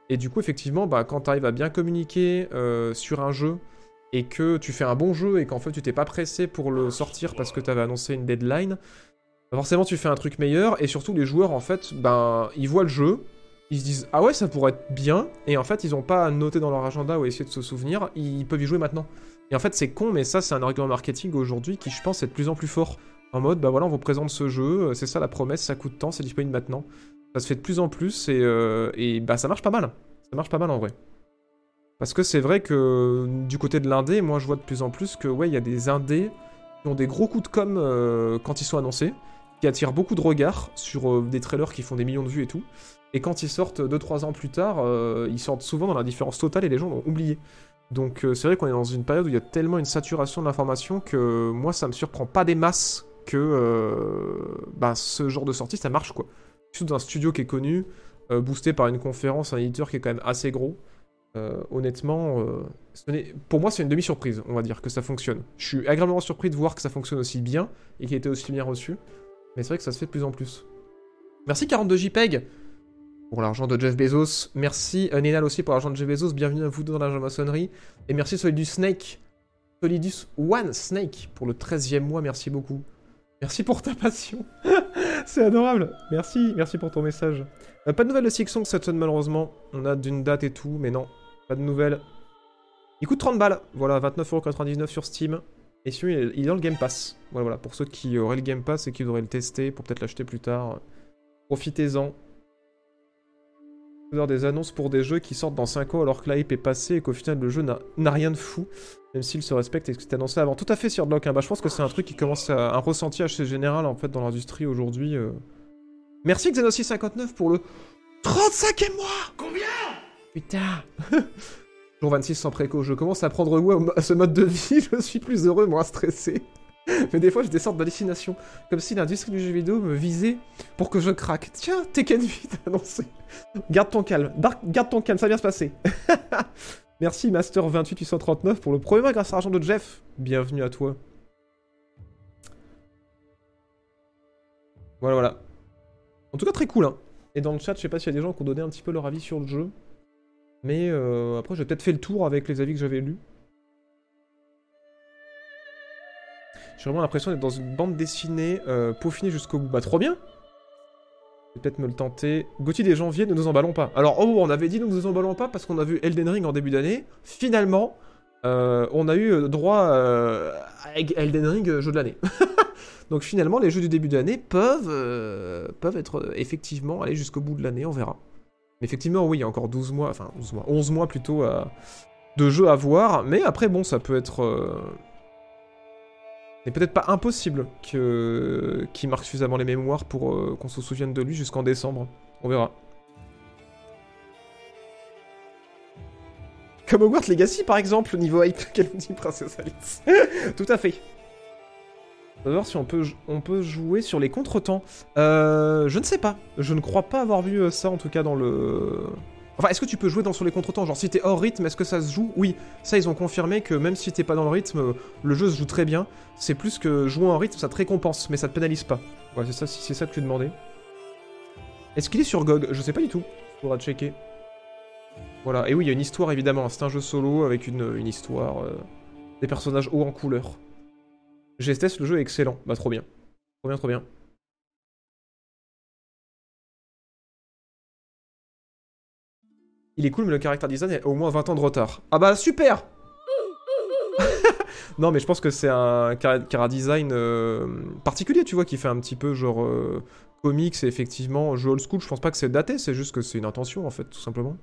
Et du coup, effectivement, bah, quand tu arrives à bien communiquer euh, sur un jeu, et que tu fais un bon jeu, et qu'en fait tu t'es pas pressé pour le sortir parce que tu avais annoncé une deadline, bah forcément tu fais un truc meilleur, et surtout les joueurs, en fait, ben, ils voient le jeu, ils se disent « Ah ouais, ça pourrait être bien », et en fait, ils ont pas à noter dans leur agenda ou essayer de se souvenir, ils peuvent y jouer maintenant. Et en fait, c'est con, mais ça, c'est un argument marketing aujourd'hui qui, je pense, est de plus en plus fort. En mode, bah voilà, on vous présente ce jeu, c'est ça la promesse, ça coûte tant, c'est disponible maintenant. Ça se fait de plus en plus, et, euh, et bah ça marche pas mal. Ça marche pas mal en vrai. Parce que c'est vrai que du côté de l'indé, moi je vois de plus en plus que ouais, il y a des indés qui ont des gros coups de com euh, quand ils sont annoncés, qui attirent beaucoup de regards sur euh, des trailers qui font des millions de vues et tout. Et quand ils sortent deux trois ans plus tard, euh, ils sortent souvent dans la différence totale et les gens l'ont oublié. Donc euh, c'est vrai qu'on est dans une période où il y a tellement une saturation de l'information que moi ça me surprend pas des masses que euh, bah, ce genre de sortie ça marche quoi. Surtout dans un studio qui est connu, euh, boosté par une conférence, un éditeur qui est quand même assez gros. Euh, honnêtement, euh, ce pour moi c'est une demi-surprise, on va dire, que ça fonctionne. Je suis agréablement surpris de voir que ça fonctionne aussi bien et qu'il a été aussi bien reçu. Mais c'est vrai que ça se fait de plus en plus. Merci quarante-deux JPEG pour l'argent de Jeff Bezos. Merci euh, Nénal aussi pour l'argent de Jeff Bezos. Bienvenue à vous deux dans la maçonnerie. Et merci Solidus Snake. Solidus One Snake pour le treizième mois. Merci beaucoup. Merci pour ta passion. C'est adorable. Merci, merci pour ton message. Euh, pas de nouvelles de Sixsong cette semaine malheureusement. On a d'une date et tout, mais non. Pas de nouvelles. Il coûte trente balles. Voilà, vingt-neuf euros quatre-vingt-dix-neuf sur Steam. Et celui il est dans le Game Pass. Voilà, voilà, pour ceux qui auraient le Game Pass et qui voudraient le tester pour peut-être l'acheter plus tard. Profitez-en. Des annonces pour des jeux qui sortent dans cinq ans alors que la hype est passée et qu'au final le jeu n'a rien de fou, même s'il se respecte et que c'était annoncé avant. Tout à fait, Sirdlock, hein. Bah, je pense que c'est un truc qui commence à un ressenti assez général en fait dans l'industrie aujourd'hui. Euh... Merci Xenosix cinquante-neuf pour le trente-cinquième mois. Combien? Putain. Jour vingt-six sans préco, je commence à prendre goût à ce mode de vie, je suis plus heureux, moins stressé. Mais des fois j'ai des sortes d'hallucinations, comme si l'industrie du jeu vidéo me visait pour que je craque. Tiens, Tekken huit annoncé. Garde ton calme, Dark, garde ton calme, ça va bien se passer. Merci Master vingt-huit huit cent trente-neuf pour le premier mois grâce à l'argent de Jeff. Bienvenue à toi. Voilà, voilà. En tout cas très cool, hein. Et dans le chat, je sais pas s'il y a des gens qui ont donné un petit peu leur avis sur le jeu. Mais euh, après j'ai peut-être fait le tour avec les avis que j'avais lus. J'ai vraiment l'impression d'être dans une bande dessinée euh, peaufinée jusqu'au bout. Bah trop bien. Je vais peut-être me le tenter. Gauthier des janvier, ne nous emballons pas. Alors, oh, on avait dit ne nous emballons pas parce qu'on a vu Elden Ring en début d'année. Finalement, euh, on a eu droit euh, à Elden Ring jeu de l'année. Donc finalement, les jeux du début d'année peuvent, euh, peuvent être euh, effectivement aller jusqu'au bout de l'année, on verra. Mais effectivement, oui, il y a encore douze mois, enfin douze mois, onze mois plutôt euh, de jeux à voir. Mais après, bon, ça peut être... Euh, c'est peut-être pas impossible que... qu'il marque suffisamment les mémoires pour euh, qu'on se souvienne de lui jusqu'en décembre. On verra. Comme Hogwarts Legacy par exemple, niveau hype, qu'elle nous dit Princesse Alice. Tout à fait. On va voir si on peut, on peut jouer sur les contretemps. Euh, je ne sais pas. Je ne crois pas avoir vu ça en tout cas dans le... Enfin, est-ce que tu peux jouer dans sur les contretemps? Genre, si t'es hors rythme, est-ce que ça se joue? Oui, ça, ils ont confirmé que même si t'es pas dans le rythme, le jeu se joue très bien. C'est plus que jouer en rythme, ça te récompense, mais ça te pénalise pas. Ouais, c'est ça, c'est ça que tu demandais. Est-ce qu'il est sur G O G? Je sais pas du tout. Faudra checker. Voilà, et oui, il y a une histoire, évidemment. C'est un jeu solo avec une, une histoire. Euh, des personnages hauts en couleur. G S T S, le jeu est excellent. Bah, trop bien. Trop bien, trop bien. Il est cool, mais le character design a au moins vingt ans de retard. Ah bah super. Non, mais je pense que c'est un character design euh, particulier, tu vois, qui fait un petit peu genre euh, comics et effectivement jeu old school. Je pense pas que c'est daté, c'est juste que c'est une intention en fait, tout simplement.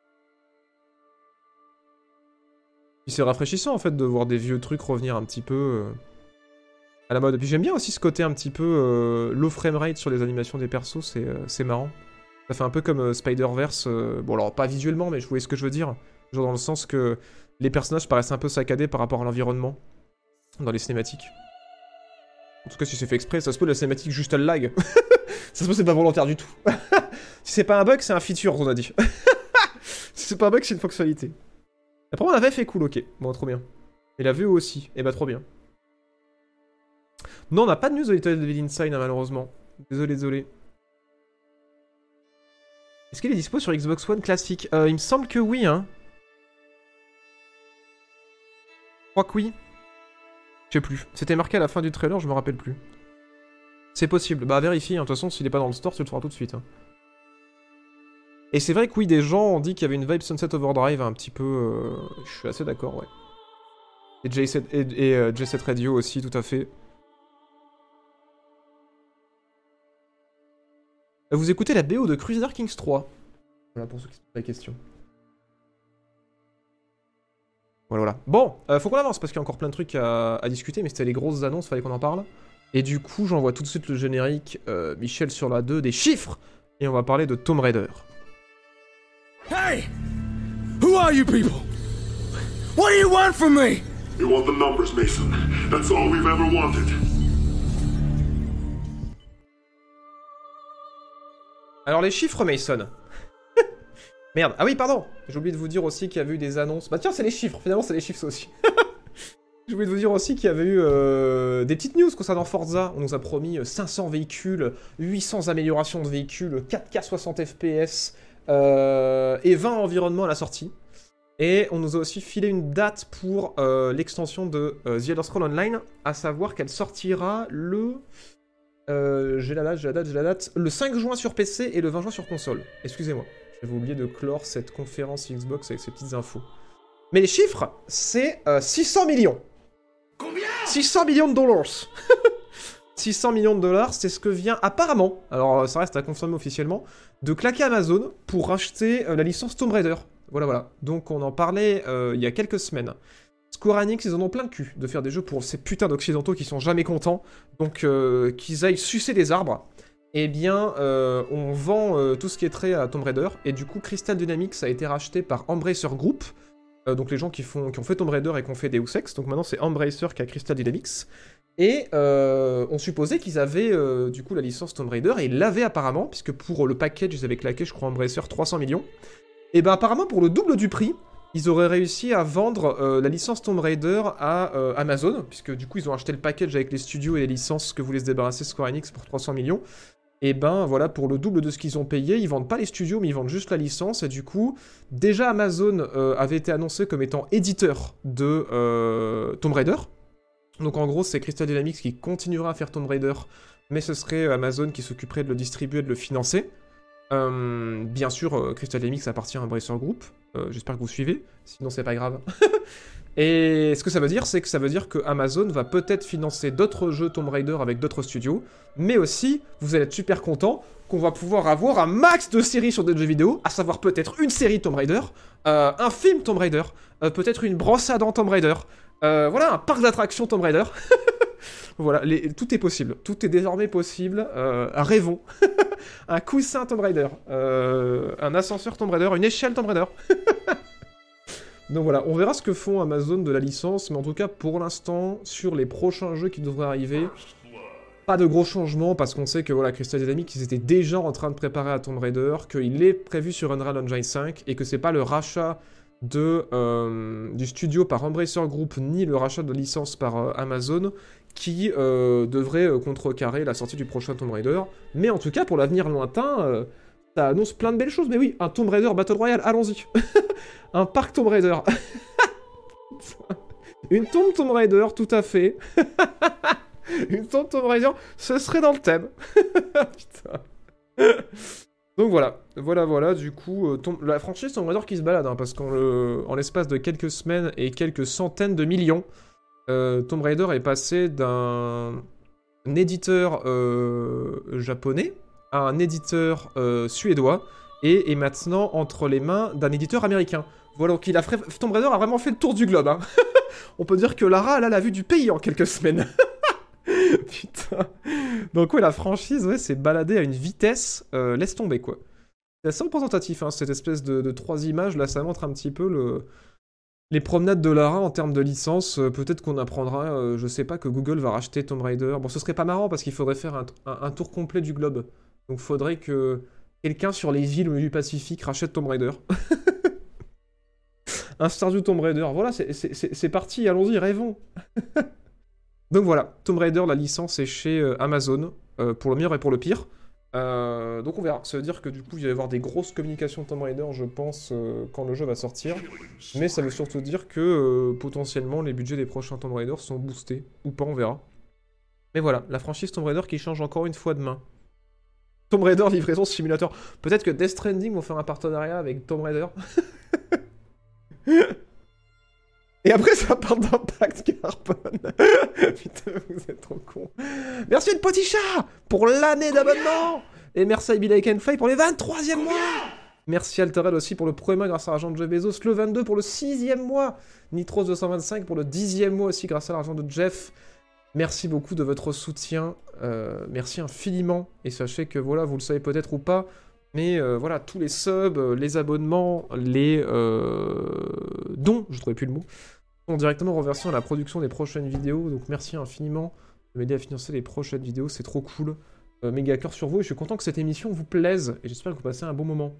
Puis c'est rafraîchissant en fait de voir des vieux trucs revenir un petit peu euh, à la mode. Et puis j'aime bien aussi ce côté un petit peu euh, low framerate sur les animations des persos, c'est euh, marrant. Ça fait un peu comme euh, Spider-Verse, euh, bon alors pas visuellement, mais je voyais ce que je veux dire. Genre dans le sens que les personnages paraissent un peu saccadés par rapport à l'environnement dans les cinématiques. En tout cas, si c'est fait exprès, ça se peut la cinématique juste elle lag. Ça se peut c'est pas volontaire du tout. Si c'est pas un bug, c'est un feature, on a dit. Si c'est pas un bug, c'est une fonctionnalité. Après, la V F est cool, ok. Bon, trop bien. Et la V O aussi, et bah trop bien. Non, on n'a pas de news de Little Devil Inside, hein, malheureusement. Désolé, désolé. Est-ce qu'il est dispo sur Xbox One classique? euh, Il me semble que oui, hein. Je crois que oui. Je sais plus. C'était marqué à la fin du trailer, je me rappelle plus. C'est possible. Bah vérifie, hein. De toute façon, s'il est pas dans le store, tu le feras tout de suite. Hein. Et c'est vrai que oui, des gens ont dit qu'il y avait une vibe Sunset Overdrive un petit peu... Euh... Je suis assez d'accord, ouais. Et J sept, et, et euh, J sept Radio aussi, tout à fait. Vous écoutez la B O de Crusader Kings trois. Voilà pour ceux qui se posent la question. Voilà, voilà. Bon, euh, faut qu'on avance parce qu'il y a encore plein de trucs à, à discuter, mais c'était les grosses annonces, fallait qu'on en parle. Et du coup, j'envoie tout de suite le générique, euh, Michel sur la deux, des chiffres, et on va parler de Tomb Raider. Hey! Who are you people? What do you want from me? You want the numbers, Mason. That's all we've ever wanted. Alors les chiffres, Mason. Merde. Ah oui, pardon. J'ai oublié de vous dire aussi qu'il y avait eu des annonces. Bah tiens, c'est les chiffres. Finalement, c'est les chiffres, ça aussi. J'ai oublié de vous dire aussi qu'il y avait eu euh, des petites news concernant Forza. On nous a promis cinq cents véhicules, huit cents améliorations de véhicules, quatre K soixante F P S euh, et vingt environnements à la sortie. Et on nous a aussi filé une date pour euh, l'extension de euh, The Elder Scrolls Online, à savoir qu'elle sortira le... Euh, j'ai la date, j'ai la date, j'ai la date... Le cinq juin sur P C et le vingt juin sur console. Excusez-moi, j'avais oublié de clore cette conférence Xbox avec ces petites infos. Mais les chiffres, c'est euh, six cents millions. Combien? six cents millions de dollars. six cents millions de dollars, c'est ce que vient apparemment, alors ça reste à confirmer officiellement, de claquer Amazon pour racheter euh, la licence Tomb Raider. Voilà, voilà. Donc on en parlait euh, il y a quelques semaines. Square Enix, ils en ont plein le cul de faire des jeux pour ces putains d'occidentaux qui sont jamais contents, donc euh, qu'ils aillent sucer des arbres. Eh bien, euh, on vend euh, tout ce qui est trait à Tomb Raider, et du coup, Crystal Dynamics a été racheté par Embracer Group, euh, donc les gens qui, font, qui ont fait Tomb Raider et qui ont fait Deus Ex, donc maintenant c'est Embracer qui a Crystal Dynamics, et euh, on supposait qu'ils avaient euh, du coup la licence Tomb Raider, et ils l'avaient apparemment, puisque pour le package, ils avaient claqué, je crois, Embracer trois cents millions. Et ben apparemment, pour le double du prix, ils auraient réussi à vendre euh, la licence Tomb Raider à euh, Amazon, puisque du coup ils ont acheté le package avec les studios et les licences que voulait se débarrasser Square Enix pour trois cents millions. Et ben voilà, pour le double de ce qu'ils ont payé, ils vendent pas les studios mais ils vendent juste la licence, et du coup, déjà Amazon euh, avait été annoncé comme étant éditeur de euh, Tomb Raider. Donc en gros, c'est Crystal Dynamics qui continuera à faire Tomb Raider, mais ce serait Amazon qui s'occuperait de le distribuer et de le financer. Euh, bien sûr, euh, Crystal Dynamics appartient à Embracer Group, euh, j'espère que vous suivez, sinon c'est pas grave. Et ce que ça veut dire, c'est que ça veut dire que Amazon va peut-être financer d'autres jeux Tomb Raider avec d'autres studios, mais aussi, vous allez être super content qu'on va pouvoir avoir un max de séries sur des jeux vidéo, à savoir peut-être une série Tomb Raider, euh, un film Tomb Raider, euh, peut-être une brosse à dents Tomb Raider, euh, voilà, un parc d'attractions Tomb Raider. Voilà, les, tout est possible, tout est désormais possible, euh, rêvons. Un coussin Tomb Raider, euh, un ascenseur Tomb Raider, une échelle Tomb Raider. Donc voilà, on verra ce que font Amazon de la licence, mais en tout cas, pour l'instant, sur les prochains jeux qui devraient arriver, pas de gros changements, parce qu'on sait que voilà, Crystal Dynamics, ils étaient déjà en train de préparer à Tomb Raider, qu'il est prévu sur Unreal Engine cinq, et que c'est pas le rachat de, euh, du studio par Embracer Group, ni le rachat de licence par euh, Amazon, qui euh, devrait euh, contrecarrer la sortie du prochain Tomb Raider. Mais en tout cas, pour l'avenir lointain, euh, ça annonce plein de belles choses. Mais oui, un Tomb Raider Battle Royale, allons-y. Un parc Tomb Raider. Une tombe Tomb Raider, tout à fait. Une tombe Tomb Raider, ce serait dans le thème. Putain. Donc voilà, voilà, voilà, du coup, euh, tombe... la franchise Tomb Raider qui se balade, hein, parce qu'en le... en l'espace de quelques semaines et quelques centaines de millions, euh, Tomb Raider est passé d'un éditeur euh, japonais à un éditeur euh, suédois, et est maintenant entre les mains d'un éditeur américain. Voilà, donc il a fait... Tomb Raider a vraiment fait le tour du globe, hein. On peut dire que Lara, elle a la vue du pays en quelques semaines. Putain. Donc ouais, la franchise, ouais, s'est baladée à une vitesse, euh, laisse tomber, quoi. C'est assez représentatif, hein, cette espèce de, de trois images, là, ça montre un petit peu le... les promenades de Lara en termes de licence. Euh, peut-être qu'on apprendra, euh, je sais pas, que Google va racheter Tomb Raider. Bon, ce serait pas marrant, parce qu'il faudrait faire un, un, un tour complet du globe. Donc faudrait que quelqu'un sur les îles au milieu du Pacifique rachète Tomb Raider. Un Stardew Tomb Raider, voilà, c'est parti, allons-y, rêvons. Donc voilà, Tomb Raider, la licence est chez euh, Amazon, euh, pour le meilleur et pour le pire. Euh, donc on verra. Ça veut dire que du coup, il va y avoir des grosses communications Tomb Raider, je pense, euh, quand le jeu va sortir. Mais ça veut surtout dire que euh, potentiellement les budgets des prochains Tomb Raider sont boostés. Ou pas, on verra. Mais voilà, la franchise Tomb Raider qui change encore une fois de main. Tomb Raider livraison simulator. Peut-être que Death Stranding vont faire un partenariat avec Tomb Raider. Et après ça part d'Impact Carbone. Putain, vous êtes trop cons. Merci le petit chat pour l'année d'abonnement. Et merci à Be Like and Fly pour les vingt-troisième mois. Merci Altered aussi pour le premier mois grâce à l'argent de Jeff Bezos. Le vingt-deux pour le sixième mois. Nitros deux cent vingt-cinq pour le dixième mois aussi grâce à l'argent de Jeff. Merci beaucoup de votre soutien, euh, merci infiniment, et sachez que voilà, vous le savez peut-être ou pas, mais euh, voilà, tous les subs, les abonnements, les euh, dons, je ne trouvais plus le mot, sont directement reversés dans la production des prochaines vidéos, donc merci infiniment de m'aider à financer les prochaines vidéos, c'est trop cool. Euh, méga cœur sur vous, et je suis content que cette émission vous plaise, et j'espère que vous passez un bon moment.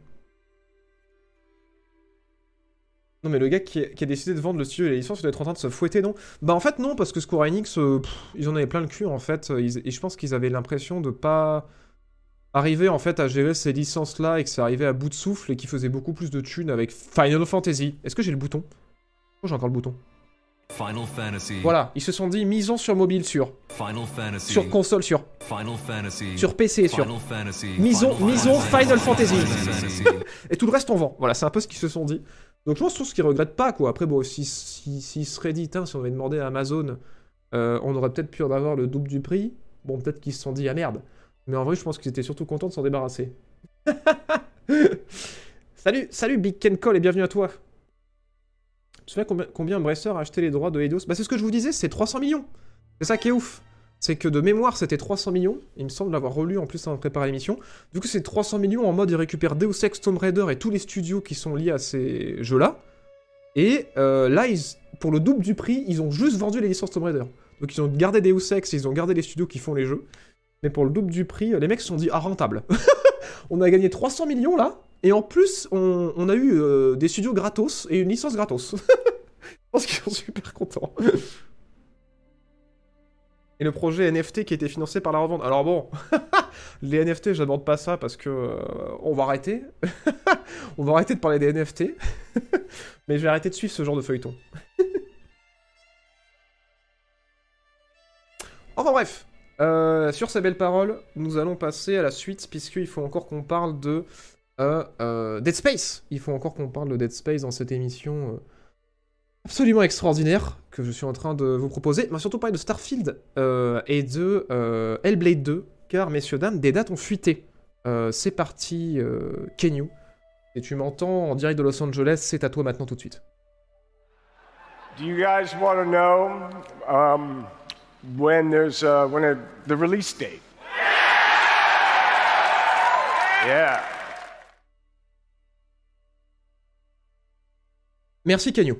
Non mais le gars qui a, qui a décidé de vendre le studio et la licence, il doit être en train de se fouetter, non? Bah en fait non, parce que Square Enix, euh, pff, ils en avaient plein le cul en fait, ils, et je pense qu'ils avaient l'impression de pas arriver en fait à gérer ces licences-là et que ça arrivait à bout de souffle et qu'ils faisaient beaucoup plus de thunes avec Final Fantasy. Est-ce que j'ai le bouton? Oh, j'ai encore le bouton. Final Fantasy. Voilà, ils se sont dit misons sur mobile sur, Final Fantasy. sur console sur, Final Fantasy. sur P C sur, Final Fantasy. misons, Final misons Final Fantasy. Fantasy. Et tout le reste on vend. Voilà, c'est un peu ce qu'ils se sont dit. Donc je pense tous qu'ils regrettent pas quoi. Après bon, si si si serait dit, si on avait demandé à Amazon, euh, on aurait peut-être pu en avoir le double du prix. Bon, peut-être qu'ils se sont dit ah merde. Mais en vrai, je pense qu'ils étaient surtout contents de s'en débarrasser. Salut, salut Big Ken Cole et bienvenue à toi. Tu te souviens combien, combien Embracer a acheté les droits de Eidos? Bah c'est ce que je vous disais, c'est trois cents millions. C'est ça qui est ouf. C'est que de mémoire, c'était trois cents millions. Il me semble l'avoir relu en plus avant de préparer l'émission. Du coup, c'est trois cents millions en mode ils récupèrent Deus Ex, Tomb Raider et tous les studios qui sont liés à ces jeux-là. Et euh, là, ils, pour le double du prix, ils ont juste vendu les licences Tomb Raider. Donc ils ont gardé Deus Ex, ils ont gardé les studios qui font les jeux. Mais pour le double du prix, les mecs se sont dit ah rentable. On a gagné trois cents millions là. Et en plus, on, on a eu euh, des studios gratos et une licence gratos. Je pense qu'ils sont super contents. Et le projet N F T qui a été financé par la revente. Alors bon, les N F T, j'aborde pas ça parce que euh, on va arrêter. On va arrêter de parler des N F T. Mais je vais arrêter de suivre ce genre de feuilleton. Enfin bref, euh, sur ces belles paroles, nous allons passer à la suite puisqu'il faut encore qu'on parle de euh, euh, Dead Space. Il faut encore qu'on parle de Dead Space dans cette émission... Euh, absolument extraordinaire que je suis en train de vous proposer, mais surtout parler de Starfield euh, et de euh, Hellblade deux, car messieurs dames, des dates ont fuité. Euh, c'est parti, euh, Kenyu. Et tu m'entends en direct de Los Angeles, c'est à toi maintenant tout de suite. Do you guys want to know um, when there's uh, when a, the release date? Yeah. Merci Kenyu.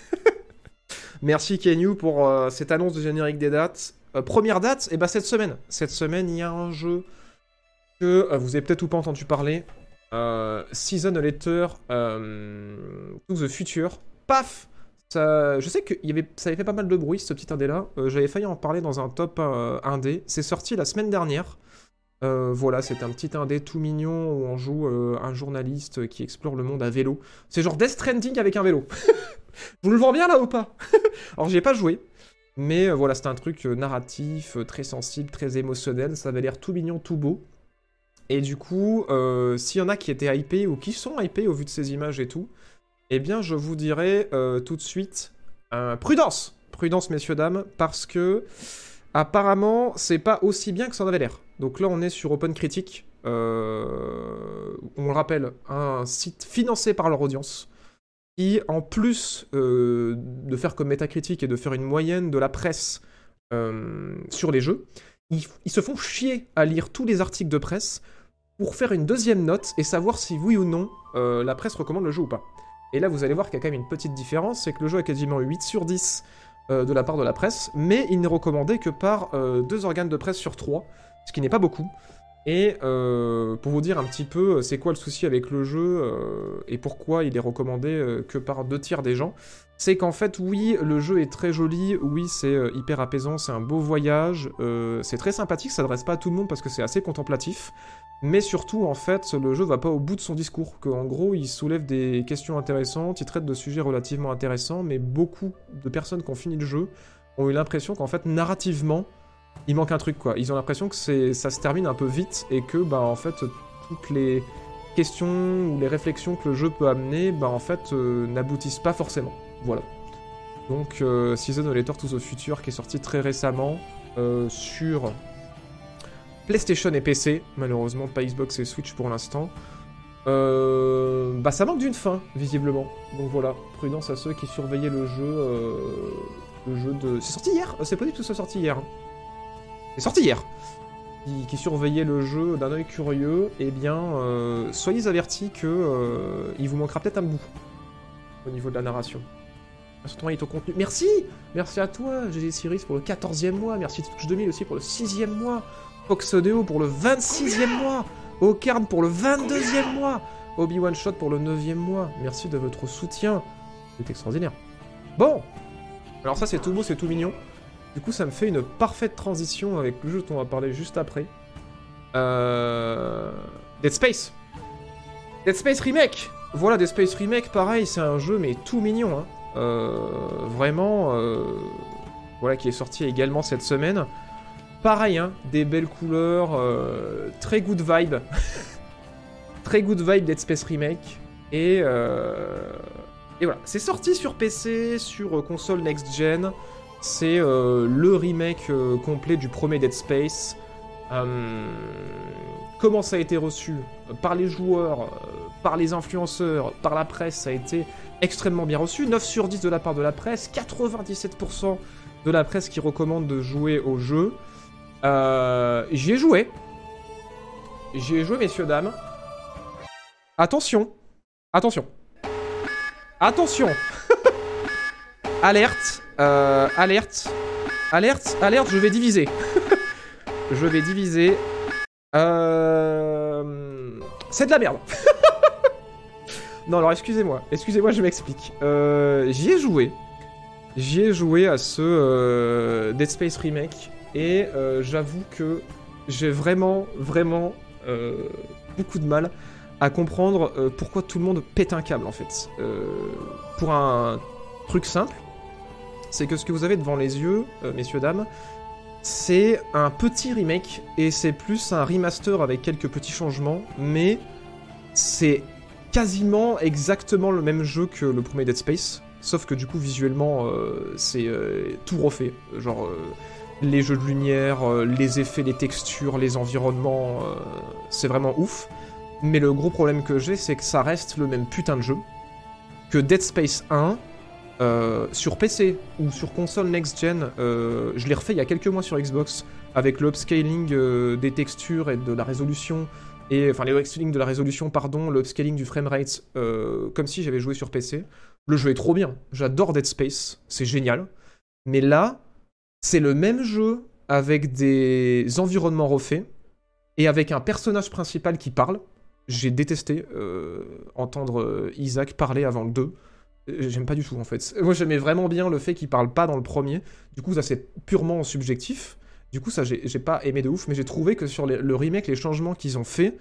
Merci Kenyu pour euh, cette annonce de générique des dates. Euh, première date, et bah cette semaine. Cette semaine, il y a un jeu que euh, vous avez peut-être ou pas entendu parler. Euh, Season a Letter euh, to the Future. Paf ça, je sais que y avait, ça avait fait pas mal de bruit ce petit indé-là. Euh, J'avais failli en parler dans un top euh, indé. C'est sorti la semaine dernière. Euh, voilà, c'est un petit indé tout mignon où on joue euh, un journaliste qui explore le monde à vélo. C'est genre Death Stranding avec un vélo. Je vous le vends bien là ou pas? Alors j'y ai pas joué, mais euh, voilà, c'est un truc euh, narratif, euh, très sensible, très émotionnel, ça avait l'air tout mignon, tout beau. Et du coup, euh, s'il y en a qui étaient hypés ou qui sont hypés au vu de ces images et tout, eh bien je vous dirais euh, tout de suite, euh, prudence! Prudence messieurs dames, parce que apparemment c'est pas aussi bien que ça en avait l'air. Donc là on est sur Open Critique, euh, on le rappelle, un site financé par leur audience, qui, en plus euh, de faire comme Metacritic et de faire une moyenne de la presse euh, sur les jeux, ils, ils se font chier à lire tous les articles de presse pour faire une deuxième note et savoir si oui ou non euh, la presse recommande le jeu ou pas. Et là, vous allez voir qu'il y a quand même une petite différence, c'est que le jeu a quasiment huit sur dix euh, de la part de la presse, mais il n'est recommandé que par euh, deux organes de presse sur trois, ce qui n'est pas beaucoup. Et euh, pour vous dire un petit peu c'est quoi le souci avec le jeu euh, et pourquoi il est recommandé euh, que par deux tiers des gens, c'est qu'en fait oui, le jeu est très joli, oui c'est euh, hyper apaisant, c'est un beau voyage, euh, c'est très sympathique, ça s'adresse pas à tout le monde parce que c'est assez contemplatif, mais surtout, en fait, le jeu va pas au bout de son discours, qu'en gros, il soulève des questions intéressantes, il traite de sujets relativement intéressants, mais beaucoup de personnes qui ont fini le jeu ont eu l'impression qu'en fait, narrativement, il manque un truc, quoi. Ils ont l'impression que c'est, ça se termine un peu vite, et que, bah, en fait, toutes les questions ou les réflexions que le jeu peut amener, bah, en fait, euh, n'aboutissent pas forcément. Voilà. Donc, euh, Season of Later to the Future, qui est sorti très récemment, euh, sur PlayStation et P C, malheureusement pas Xbox et Switch pour l'instant. Euh, bah ça manque d'une fin, visiblement. Donc voilà, prudence à ceux qui surveillaient le jeu. Euh, le jeu de... C'est sorti hier. C'est pas dit que ce soit sorti hier. C'est sorti hier. Qui, qui surveillaient le jeu d'un œil curieux, eh bien, euh, soyez avertis que euh, il vous manquera peut-être un bout au niveau de la narration. Surtout, il est au contenu. Merci. Merci à toi, G G Cyrus, pour le quatorzième mois. Merci Touch deux mille aussi pour le sixième mois. Foxodeo pour le vingt-sixième mois, Ocarn pour le vingt-deuxième mois, Obi-Wan Shot pour le neuvième mois. Merci de votre soutien, c'est extraordinaire. Bon, alors ça c'est tout beau, c'est tout mignon. Du coup ça me fait une parfaite transition avec le jeu dont on va parler juste après. Euh... Dead Space. Dead Space Remake. Voilà, Dead Space Remake, pareil, c'est un jeu mais tout mignon. Hein. Euh... Vraiment, euh... voilà, qui est sorti également cette semaine. Pareil, hein, des belles couleurs, euh, très good vibe. Très good vibe Dead Space Remake. Et, euh, et voilà, c'est sorti sur P C, sur console next-gen. C'est euh, le remake euh, complet du premier Dead Space. Euh, comment ça a été reçu par les joueurs, euh, par les influenceurs, par la presse, ça a été extrêmement bien reçu. neuf sur dix de la part de la presse, quatre-vingt-dix-sept pour cent de la presse qui recommande de jouer au jeu. Euh, j'y ai joué. J'y ai joué, messieurs, dames. Attention. Attention. Attention. Alerte. Euh, alerte. Alerte. Alerte, je vais diviser. Je vais diviser. Euh... C'est de la merde. Non, alors excusez-moi. Excusez-moi, je m'explique. Euh, j'y ai joué. J'y ai joué à ce euh, Dead Space Remake. Et euh, j'avoue que j'ai vraiment, vraiment euh, beaucoup de mal à comprendre euh, pourquoi tout le monde pète un câble, en fait. Euh, pour un truc simple, c'est que ce que vous avez devant les yeux, euh, messieurs, dames, c'est un petit remake, et c'est plus un remaster avec quelques petits changements, mais c'est quasiment exactement le même jeu que le premier Dead Space, sauf que du coup, visuellement, euh, c'est euh, tout refait. Genre... Euh, les jeux de lumière, euh, les effets, les textures, les environnements, euh, c'est vraiment ouf. Mais le gros problème que j'ai, c'est que ça reste le même putain de jeu que Dead Space un euh, sur P C ou sur console next-gen. Euh, je l'ai refait il y a quelques mois sur Xbox avec le upscaling euh, des textures et de la résolution, et enfin les upscaling de la résolution, pardon, le upscaling du framerate, euh, comme si j'avais joué sur P C. Le jeu est trop bien. J'adore Dead Space, c'est génial. Mais là, c'est le même jeu avec des environnements refaits et avec un personnage principal qui parle. J'ai détesté euh, entendre euh, Isaac parler avant le deux. J'aime pas du tout, en fait. Moi, j'aimais vraiment bien le fait qu'il parle pas dans le premier. Du coup, ça, c'est purement subjectif. Du coup, ça, j'ai, j'ai pas aimé de ouf, mais j'ai trouvé que sur les, le remake, les changements qu'ils ont fait,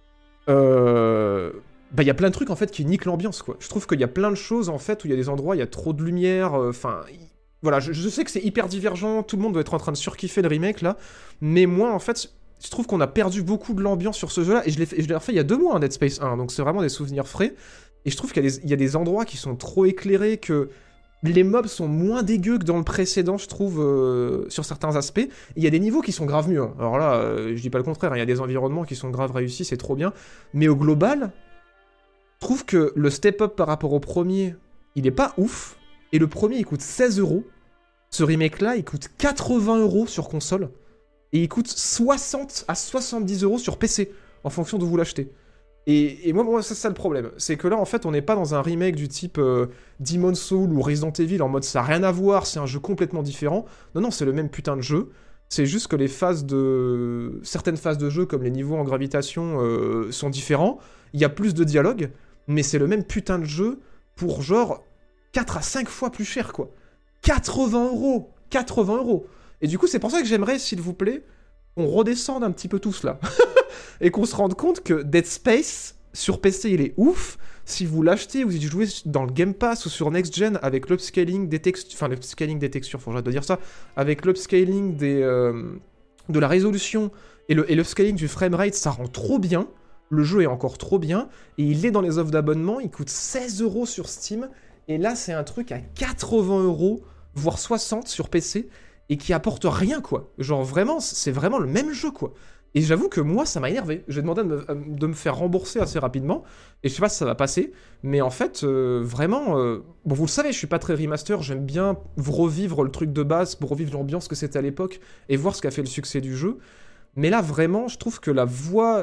euh, bah, il y a plein de trucs, en fait, qui niquent l'ambiance, quoi. Je trouve qu'il y a plein de choses, en fait, où il y a des endroits, il y a trop de lumière, enfin... Euh, Voilà, je, je sais que c'est hyper divergent, tout le monde doit être en train de surkiffer le remake, là, mais moi, en fait, je trouve qu'on a perdu beaucoup de l'ambiance sur ce jeu-là, et je l'ai, fait, je l'ai refait il y a deux mois, hein, Dead Space un, donc c'est vraiment des souvenirs frais, et je trouve qu'il y a des, il y a des endroits qui sont trop éclairés, que les mobs sont moins dégueux que dans le précédent, je trouve, euh, sur certains aspects, et il y a des niveaux qui sont grave mieux, hein. Alors là, euh, je dis pas le contraire, il y a des environnements qui sont grave réussis, c'est trop bien, mais au global, je trouve que le step-up par rapport au premier, il est pas ouf, et le premier, il coûte seize euros. Ce remake-là, il coûte quatre-vingts euros sur console, et il coûte soixante à soixante-dix euros sur P C, en fonction d'où vous l'achetez. Et, et moi, moi c'est ça le problème. C'est que là, en fait, on n'est pas dans un remake du type euh, Demon's Souls ou Resident Evil, en mode ça n'a rien à voir, c'est un jeu complètement différent. Non, non, c'est le même putain de jeu. C'est juste que les phases de... Certaines phases de jeu, comme les niveaux en gravitation, euh, sont différents. Il y a plus de dialogue, mais c'est le même putain de jeu pour genre quatre à cinq fois plus cher, quoi. quatre-vingts euros quatre-vingts euros. Et du coup, c'est pour ça que j'aimerais, s'il vous plaît, qu'on redescende un petit peu tous là. Et qu'on se rende compte que Dead Space, sur P C, il est ouf. Si vous l'achetez ou si vous jouez dans le Game Pass ou sur Next Gen avec l'upscaling des textures, enfin l'upscaling des textures, faut que j'arrête de dire ça, avec l'upscaling des, euh, de la résolution et le et l'upscaling du framerate, ça rend trop bien. Le jeu est encore trop bien et il est dans les offres d'abonnement. Il coûte seize euros sur Steam et là c'est un truc à quatre-vingts euros, voire soixante sur P C et qui apporte rien quoi. Genre vraiment, c'est vraiment le même jeu quoi. Et j'avoue que moi, ça m'a énervé. J'ai demandé de me, de me faire rembourser assez rapidement. Et je sais pas si ça va passer. Mais en fait, euh, vraiment... Euh, bon, vous le savez, je suis pas très remaster. J'aime bien revivre le truc de base pour revivre l'ambiance que c'était à l'époque et voir ce qu'a fait le succès du jeu. Mais là, vraiment, je trouve que la voix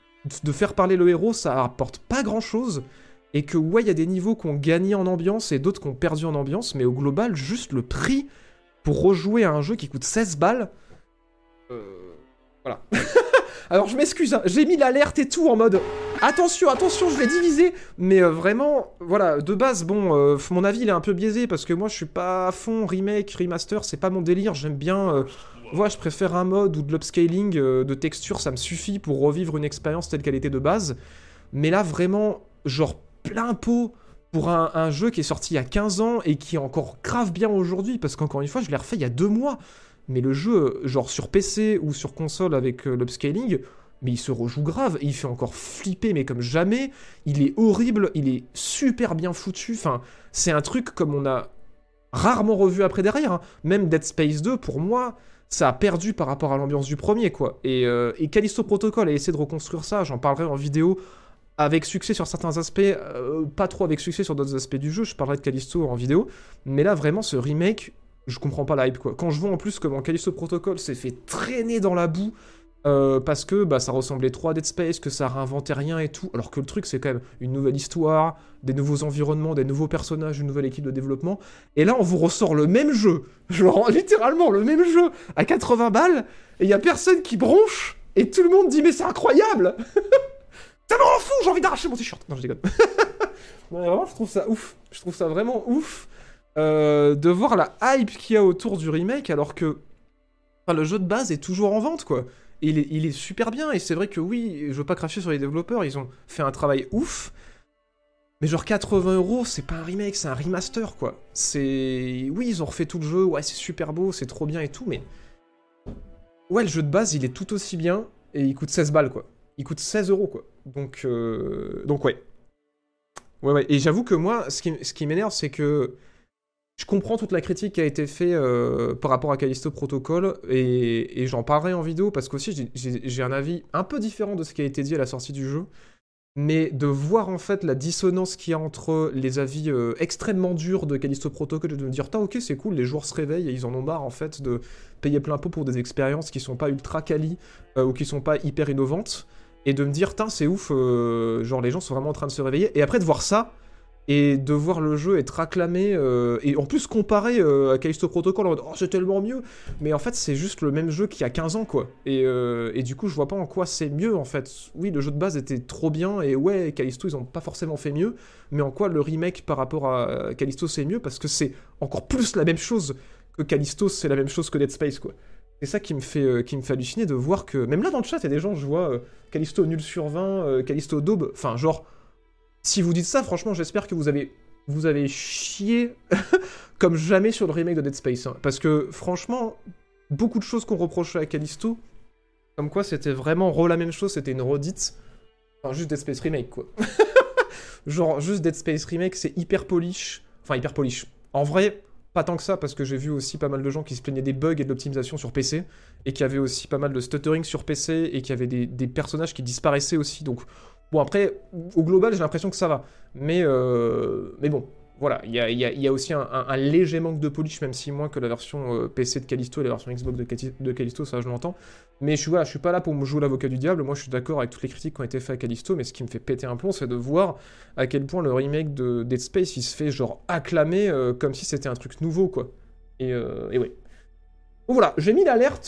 de faire parler le héros, ça apporte pas grand-chose. Et que, ouais, il y a des niveaux qui ont gagné en ambiance et d'autres qui ont perdu en ambiance. Mais au global, juste le prix pour rejouer à un jeu qui coûte seize balles... Euh... Voilà. Alors je m'excuse, hein, j'ai mis l'alerte et tout en mode attention, attention, je vais diviser. Mais euh, vraiment, voilà, de base, bon, euh, mon avis il est un peu biaisé parce que moi je suis pas à fond remake, remaster, c'est pas mon délire. J'aime bien, euh, voilà, je préfère un mode ou de l'upscaling euh, de texture, ça me suffit pour revivre une expérience telle qu'elle était de base. Mais là vraiment, genre plein pot pour un, un jeu qui est sorti il y a quinze ans et qui est encore grave bien aujourd'hui parce qu'encore une fois, je l'ai refait il y a deux mois. Mais le jeu, genre sur P C ou sur console avec euh, l'upscaling, mais il se rejoue grave, et il fait encore flipper, mais comme jamais. Il est horrible, il est super bien foutu. Enfin, c'est un truc comme on a rarement revu après derrière. Hein. Même Dead Space deux, pour moi, ça a perdu par rapport à l'ambiance du premier, quoi. Et, euh, et Callisto Protocol a essayé de reconstruire ça, j'en parlerai en vidéo, avec succès sur certains aspects, euh, pas trop avec succès sur d'autres aspects du jeu, je parlerai de Callisto en vidéo. Mais là, vraiment, ce remake... Je comprends pas la hype, quoi. Quand je vois en plus comment Callisto Protocol s'est fait traîner dans la boue euh, parce que bah, ça ressemblait trop à Dead Space, que ça réinventait rien et tout, alors que le truc c'est quand même une nouvelle histoire, des nouveaux environnements, des nouveaux personnages, une nouvelle équipe de développement, et là on vous ressort le même jeu, genre littéralement le même jeu, à quatre-vingts balles, et y a personne qui bronche, et tout le monde dit mais c'est incroyable. Ça me rend fou, j'ai envie d'arracher mon t-shirt. Non, je déconne. Non, vraiment, je trouve ça ouf, je trouve ça vraiment ouf. Euh, de voir la hype qu'il y a autour du remake alors que enfin, le jeu de base est toujours en vente quoi. Et il est, il est super bien et c'est vrai que oui, je veux pas cracher sur les développeurs, ils ont fait un travail ouf. Mais genre quatre-vingts euros, c'est pas un remake, c'est un remaster quoi. C'est oui, ils ont refait tout le jeu, ouais c'est super beau, c'est trop bien et tout, mais ouais le jeu de base il est tout aussi bien et il coûte seize balles quoi. Il coûte seize euros quoi. Donc euh... donc ouais. Ouais ouais. Et j'avoue que moi, ce qui, ce qui m'énerve c'est que je comprends toute la critique qui a été faite euh, par rapport à Callisto Protocol, et, et j'en parlerai en vidéo, parce qu'aussi j'ai, j'ai, j'ai un avis un peu différent de ce qui a été dit à la sortie du jeu, mais de voir en fait la dissonance qu'il y a entre les avis euh, extrêmement durs de Callisto Protocol, et de me dire, ok c'est cool, les joueurs se réveillent, et ils en ont marre en fait de payer plein pot pour des expériences qui sont pas ultra quali, euh, ou qui sont pas hyper innovantes, et de me dire, tain c'est ouf, euh, genre les gens sont vraiment en train de se réveiller, et après de voir ça, et de voir le jeu être acclamé, euh, et en plus comparé euh, à Callisto Protocol en mode « Oh, c'est tellement mieux !» Mais en fait, c'est juste le même jeu qu'il y a quinze ans, quoi. Et, euh, et du coup, je vois pas en quoi c'est mieux, en fait. Oui, le jeu de base était trop bien, et ouais, Callisto, ils ont pas forcément fait mieux, mais en quoi le remake par rapport à Callisto, c'est mieux, parce que c'est encore plus la même chose que Callisto, c'est la même chose que Dead Space, quoi. C'est ça qui me fait, euh, qui me fait halluciner de voir que... Même là, dans le chat, il y a des gens, je vois, euh, Callisto nul sur vingt, euh, Callisto daube, enfin, genre... Si vous dites ça, franchement, j'espère que vous avez, vous avez chié comme jamais sur le remake de Dead Space. Hein. Parce que, franchement, beaucoup de choses qu'on reprochait à Callisto, comme quoi c'était vraiment re la même chose, c'était une redite. Enfin, juste Dead Space Remake, quoi. Genre, juste Dead Space Remake, c'est hyper polish. Enfin, hyper polish. En vrai, pas tant que ça, parce que j'ai vu aussi pas mal de gens qui se plaignaient des bugs et de l'optimisation sur P C, et qui avaient aussi pas mal de stuttering sur P C, et qui avaient des, des personnages qui disparaissaient aussi, donc... Bon, après, au global, j'ai l'impression que ça va. Mais, euh, mais bon, voilà. Il y a, y a, y a aussi un, un, un léger manque de polish, même si moins que la version euh, P C de Callisto et la version Xbox de, de Callisto, ça je l'entends. Mais je suis, voilà, je suis pas là pour me jouer l'avocat du diable. Moi, je suis d'accord avec toutes les critiques qui ont été faites à Callisto, mais ce qui me fait péter un plomb, c'est de voir à quel point le remake de Dead Space, il se fait genre acclamer euh, comme si c'était un truc nouveau, quoi. Et, euh, et ouais. Bon, voilà, j'ai mis l'alerte...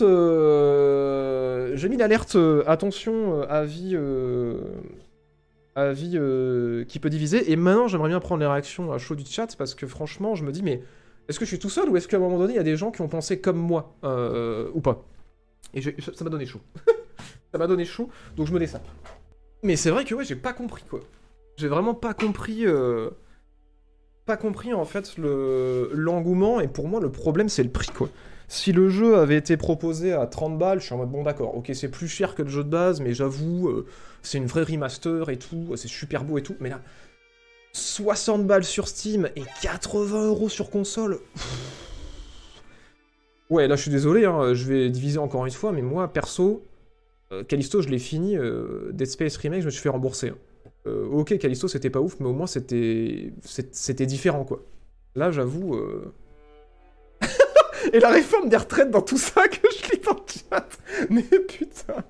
Euh, j'ai mis l'alerte, euh, attention, euh, avis... Euh, avis euh, qui peut diviser, et maintenant j'aimerais bien prendre les réactions à chaud du chat, parce que franchement je me dis, mais est-ce que je suis tout seul, ou est-ce qu'à un moment donné il y a des gens qui ont pensé comme moi, euh, ou pas? Et j'ai- ça m'a donné chaud. Ça m'a donné chaud, donc je me dessape. Mais c'est vrai que ouais, j'ai pas compris quoi. J'ai vraiment pas compris... Euh... Pas compris en fait le l'engouement, et pour moi le problème c'est le prix quoi. Si le jeu avait été proposé à trente balles, je suis en mode bon d'accord, ok c'est plus cher que le jeu de base, mais j'avoue, euh, c'est une vraie remaster et tout, c'est super beau et tout, mais là, soixante balles sur Steam et quatre-vingts euros sur console. Pff. Ouais là je suis désolé, hein, je vais diviser encore une fois, mais moi perso, euh, Callisto je l'ai fini, euh, Dead Space Remake je me suis fait rembourser. Hein. Euh, ok, Callisto c'était pas ouf, mais au moins c'était c'était différent quoi. Là j'avoue. Euh... Et la réforme des retraites dans tout ça que je lis dans le chat. Mais putain.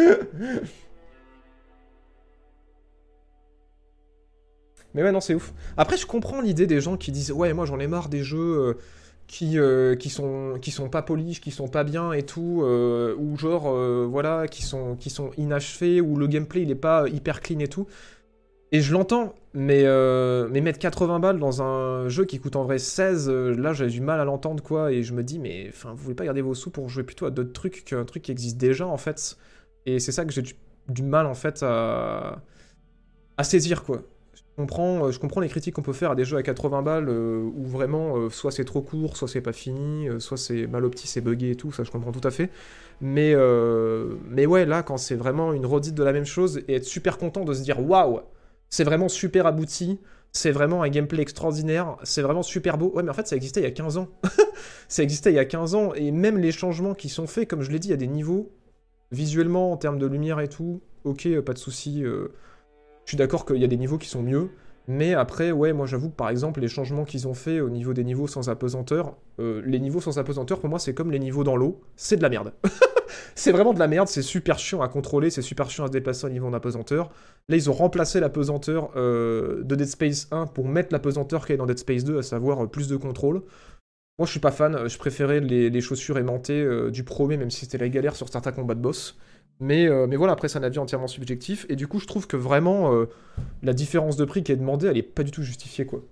Mais ouais, non, c'est ouf. Après, je comprends l'idée des gens qui disent ouais, moi j'en ai marre des jeux euh, qui, euh, qui, sont, qui sont pas polis, qui sont pas bien et tout, euh, ou genre, euh, voilà, qui sont, qui sont inachevés, ou le gameplay il est pas hyper clean et tout. Et je l'entends, mais, euh, mais mettre quatre-vingts balles dans un jeu qui coûte en vrai seize, euh, là j'ai du mal à l'entendre quoi, et je me dis, mais enfin, vous voulez pas garder vos sous pour jouer plutôt à d'autres trucs qu'un truc qui existe déjà en fait. Et c'est ça que j'ai du, du mal en fait à, à saisir quoi. Je comprends, je comprends les critiques qu'on peut faire à des jeux à quatre-vingts balles euh, où vraiment euh, soit c'est trop court, soit c'est pas fini, euh, soit c'est mal opti, c'est buggé et tout, ça je comprends tout à fait. Mais, euh, mais ouais, là quand c'est vraiment une redite de la même chose et être super content de se dire waouh! C'est vraiment super abouti, c'est vraiment un gameplay extraordinaire, c'est vraiment super beau. Ouais, mais en fait, ça existait il y a quinze ans. Ça existait il y a quinze ans, et même les changements qui sont faits, comme je l'ai dit, il y a des niveaux, visuellement, en termes de lumière et tout, ok, euh, pas de souci. Euh, je suis d'accord qu'il y a des niveaux qui sont mieux, mais après, ouais, moi j'avoue que par exemple, les changements qu'ils ont faits au niveau des niveaux sans apesanteur, euh, les niveaux sans apesanteur, pour moi, c'est comme les niveaux dans l'eau, c'est de la merde. C'est vraiment de la merde, c'est super chiant à contrôler, c'est super chiant à se déplacer au niveau d'apesanteur. Là, ils ont remplacé l'apesanteur euh, de Dead Space un pour mettre l'apesanteur qu'il y a dans Dead Space deux, à savoir euh, plus de contrôle. Moi, je suis pas fan, je préférais les, les chaussures aimantées euh, du premier, même si c'était la galère sur certains combats de boss. Mais, euh, mais voilà, après, c'est un avis entièrement subjectif, et du coup, je trouve que vraiment, euh, la différence de prix qui est demandée, elle est pas du tout justifiée, quoi.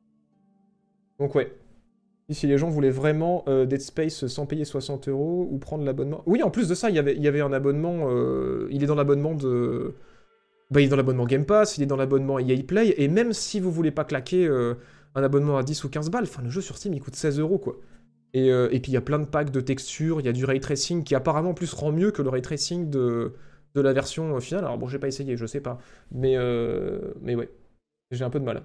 Donc ouais. Si les gens voulaient vraiment euh, Dead Space sans payer soixante euros ou prendre l'abonnement. Oui, en plus de ça, il y avait, il y avait un abonnement. Euh, il est dans l'abonnement de. Bah, il est dans l'abonnement Game Pass, il est dans l'abonnement E A Play, et même si vous voulez pas claquer euh, un abonnement à dix ou quinze balles, enfin, le jeu sur Steam il coûte seize euros quoi. Et, euh, et puis il y a plein de packs de textures, il y a du ray tracing qui apparemment plus rend mieux que le ray tracing de, de la version finale. Alors bon, j'ai pas essayé, je sais pas. Mais, euh, mais ouais, j'ai un peu de mal.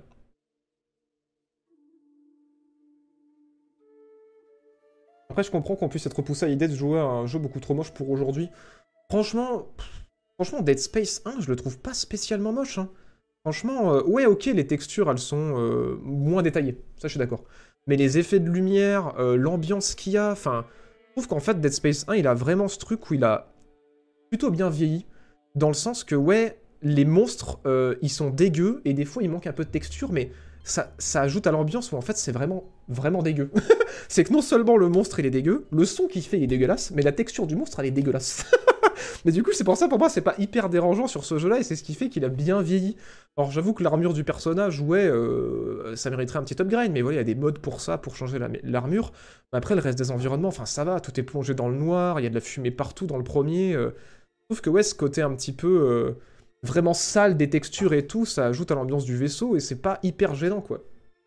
Après, je comprends qu'on puisse être poussé à l'idée de jouer à un jeu beaucoup trop moche pour aujourd'hui. Franchement, pff, franchement, Dead Space un, je le trouve pas spécialement moche. Hein. Franchement, euh, ouais, ok, les textures, elles sont euh, moins détaillées. Ça, je suis d'accord. Mais les effets de lumière, euh, l'ambiance qu'il y a, enfin... Je trouve qu'en fait, Dead Space un, il a vraiment ce truc où il a plutôt bien vieilli. Dans le sens que, ouais, les monstres, euh, ils sont dégueux, et des fois, il manque un peu de texture, mais... Ça, ça ajoute à l'ambiance où en fait c'est vraiment, vraiment dégueu. C'est que non seulement le monstre il est dégueu, le son qu'il fait il est dégueulasse, mais la texture du monstre elle est dégueulasse. Mais du coup c'est pour ça pour moi c'est pas hyper dérangeant sur ce jeu là et c'est ce qui fait qu'il a bien vieilli. Alors j'avoue que l'armure du personnage, ouais, euh, ça mériterait un petit upgrade, mais voilà, il y a des modes pour ça, pour changer l'armure. Après le reste des environnements, enfin ça va, tout est plongé dans le noir, il y a de la fumée partout dans le premier. Euh... Je trouve que ouais, ce côté un petit peu... Euh... vraiment sale des textures et tout, ça ajoute à l'ambiance du vaisseau et c'est pas hyper gênant quoi.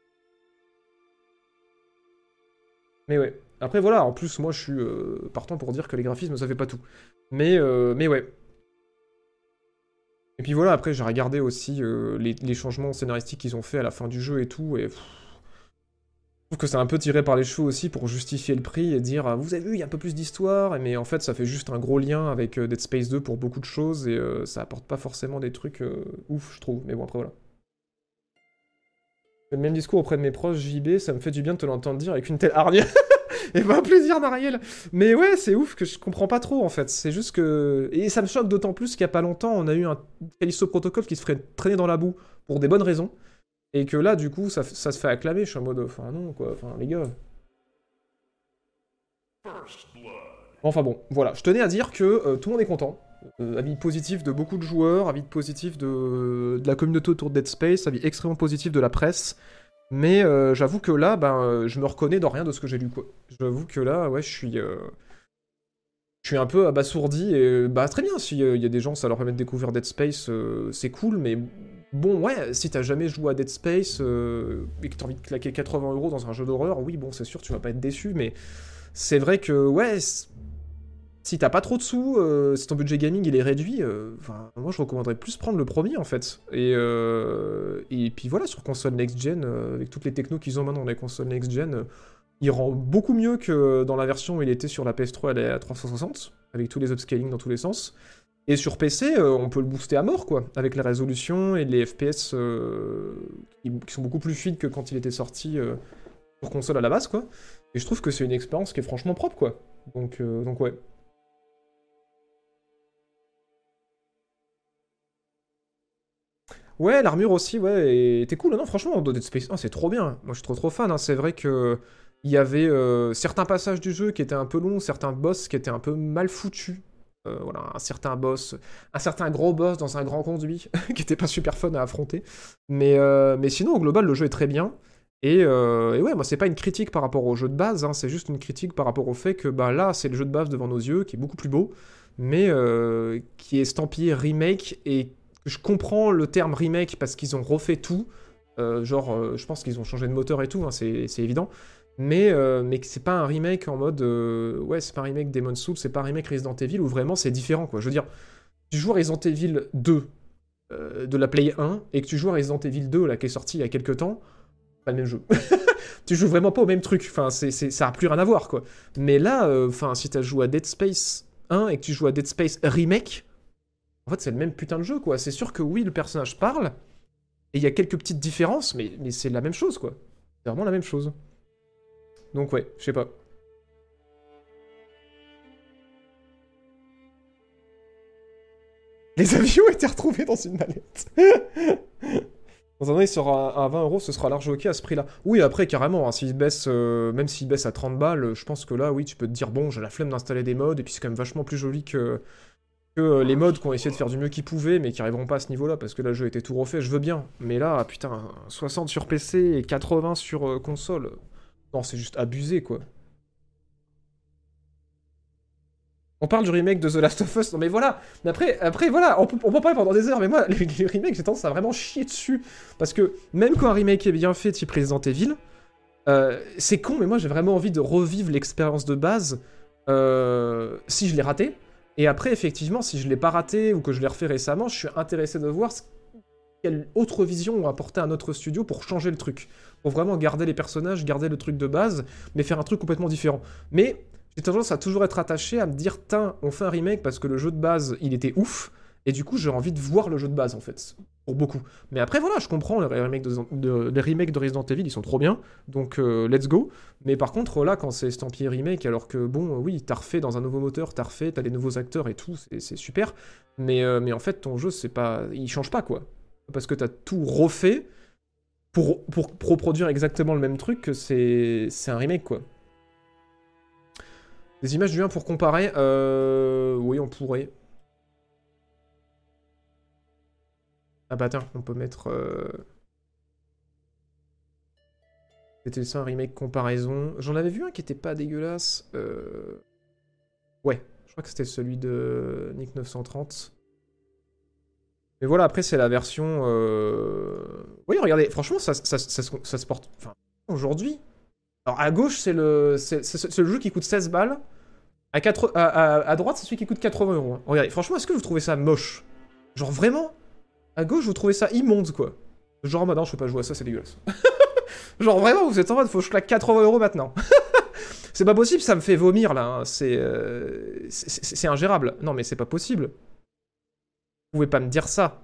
Mais ouais. Après voilà, en plus moi je suis euh, partant pour dire que les graphismes ça fait pas tout. Mais, euh, mais ouais. Et puis voilà, après j'ai regardé aussi euh, les, les changements scénaristiques qu'ils ont fait à la fin du jeu et tout, et... Pff, je trouve que c'est un peu tiré par les cheveux aussi pour justifier le prix et dire vous avez vu, il y a un peu plus d'histoire, mais en fait ça fait juste un gros lien avec Dead Space deux pour beaucoup de choses et euh, ça apporte pas forcément des trucs euh, ouf, je trouve. Mais bon, après voilà. Le même discours auprès de mes proches, J B, ça me fait du bien de te l'entendre dire avec une telle hargne. Et ben, plaisir, Nariel. Mais ouais, c'est ouf que je comprends pas trop en fait. C'est juste que. Et ça me choque d'autant plus qu'il y a pas longtemps, on a eu un Callisto Protocol qui se ferait traîner dans la boue pour des bonnes raisons. Et que là, du coup, ça, ça se fait acclamer. Je suis en mode, enfin non, quoi, enfin les gars. Enfin bon, voilà. Je tenais à dire que euh, tout le monde est content. Euh, avis positif de beaucoup de joueurs, avis positif de, de la communauté autour de Dead Space, avis extrêmement positif de la presse. Mais euh, j'avoue que là, ben, euh, je me reconnais dans rien de ce que j'ai lu, quoi. J'avoue que là, ouais, je suis... Euh... je suis un peu abasourdi, et bah très bien, s'il y a des gens, ça leur permet de découvrir Dead Space, euh, c'est cool, mais bon, ouais, si t'as jamais joué à Dead Space, euh, et que t'as envie de claquer quatre-vingts euros dans un jeu d'horreur, oui, bon, c'est sûr, tu vas pas être déçu, mais c'est vrai que, ouais, si t'as pas trop de sous, euh, si ton budget gaming il est réduit, euh, moi je recommanderais plus prendre le premier en fait. Et, euh, et puis voilà, sur console next-gen, euh, avec toutes les technos qu'ils ont maintenant dans les consoles next-gen, euh, il rend beaucoup mieux que dans la version où il était sur la P S trois et la trois cent soixante, avec tous les upscaling dans tous les sens. Et sur P C, euh, on peut le booster à mort, quoi, avec les résolutions et les F P S euh, qui, qui sont beaucoup plus fluides que quand il était sorti euh, sur console à la base, quoi. Et je trouve que c'est une expérience qui est franchement propre, quoi. Donc, euh, donc ouais. Ouais, l'armure aussi, ouais, était cool. Non, franchement, Dead Space un, c'est trop bien. Moi, je suis trop trop fan. Hein. C'est vrai que il y avait euh, certains passages du jeu qui étaient un peu longs, certains boss qui étaient un peu mal foutus. Euh, voilà, un certain boss, un certain gros boss dans un grand conduit, qui était pas super fun à affronter. Mais, euh, mais sinon, au global, le jeu est très bien. Et, euh, et ouais, moi, c'est pas une critique par rapport au jeu de base, hein, c'est juste une critique par rapport au fait que bah, là, c'est le jeu de base devant nos yeux, qui est beaucoup plus beau, mais euh, qui est estampillé remake, et je comprends le terme remake parce qu'ils ont refait tout. Euh, genre, euh, je pense qu'ils ont changé de moteur et tout, hein, c'est évident. Mais, euh, mais c'est pas un remake en mode... Euh, ouais, c'est pas un remake Demon's Souls, c'est pas un remake Resident Evil, où vraiment c'est différent, quoi. Je veux dire, tu joues à Resident Evil deux euh, de la Play un, et que tu joues à Resident Evil deux, là, qui est sorti il y a quelques temps, pas le même jeu. Tu joues vraiment pas au même truc, enfin, c'est, c'est, ça a plus rien à voir, quoi. Mais là, enfin, euh, si t'as joué à Dead Space un, et que tu joues à Dead Space Remake... En fait, c'est le même putain de jeu, quoi. C'est sûr que oui, le personnage parle, et il y a quelques petites différences, mais, mais c'est la même chose, quoi. C'est vraiment la même chose. Donc ouais, je sais pas. Les avions ont été retrouvés dans une mallette. Dans un an, il sera à vingt euros, ce sera large ok à ce prix-là. Oui, après, carrément, hein, s'il baisse, euh, même s'il baisse à trente balles, je pense que là, oui, tu peux te dire, bon, j'ai la flemme d'installer des mods, et puis c'est quand même vachement plus joli que... que les mods qui ont essayé de faire du mieux qu'ils pouvaient, mais qui arriveront pas à ce niveau-là, parce que là, le jeu était tout refait, je veux bien. Mais là, putain, soixante sur P C et quatre-vingts sur euh, console. Non, c'est juste abusé, quoi. On parle du remake de The Last of Us, non mais voilà. Mais après, après voilà, on peut, on peut parler pendant des heures, mais moi, les, les remakes, j'ai tendance à vraiment chier dessus. Parce que même quand un remake est bien fait, type Resident Evil, euh, c'est con, mais moi, j'ai vraiment envie de revivre l'expérience de base euh, si je l'ai raté. Et après, effectivement, si je l'ai pas raté ou que je l'ai refait récemment, je suis intéressé de voir ce... quelle autre vision ont apporté à notre studio pour changer le truc. Pour vraiment garder les personnages, garder le truc de base, mais faire un truc complètement différent. Mais j'ai tendance à toujours être attaché à me dire, tiens, on fait un remake parce que le jeu de base, il était ouf, et du coup, j'ai envie de voir le jeu de base, en fait. Pour beaucoup. Mais après, voilà, je comprends, les remakes de, de, les remakes de Resident Evil, ils sont trop bien, donc euh, let's go. Mais par contre, là, quand c'est estampillé remake, alors que, bon, oui, t'as refait dans un nouveau moteur, t'as refait, t'as des nouveaux acteurs et tout, c'est super, mais, euh, mais en fait, ton jeu, c'est pas... il change pas, quoi. Parce que t'as tout refait pour, pour, pour reproduire exactement le même truc, que c'est un remake, quoi. Des images du un pour comparer, euh... oui, on pourrait... Ah bah tiens, on peut mettre... Euh... C'était ça, un remake comparaison. J'en avais vu un qui était pas dégueulasse. Euh... Ouais, je crois que c'était celui de Nick neuf cent trente. Mais voilà, après c'est la version... Euh... Oui, regardez, franchement, ça, ça, ça, ça, ça se porte... Enfin, aujourd'hui... Alors à gauche, c'est le, c'est le jeu qui coûte seize balles. À, quatre... à, à, à droite, c'est celui qui coûte quatre-vingts euros. Hein. Regardez, franchement, est-ce que vous trouvez ça moche? Genre vraiment? À gauche, vous trouvez ça immonde, quoi. Genre en mode, non, je peux pas jouer à ça, c'est dégueulasse. Genre vraiment, vous êtes en mode, faut que je claque quatre-vingts euros maintenant. C'est pas possible, ça me fait vomir, là. Hein. C'est euh, c'est ingérable. Non, mais c'est pas possible. Vous pouvez pas me dire ça.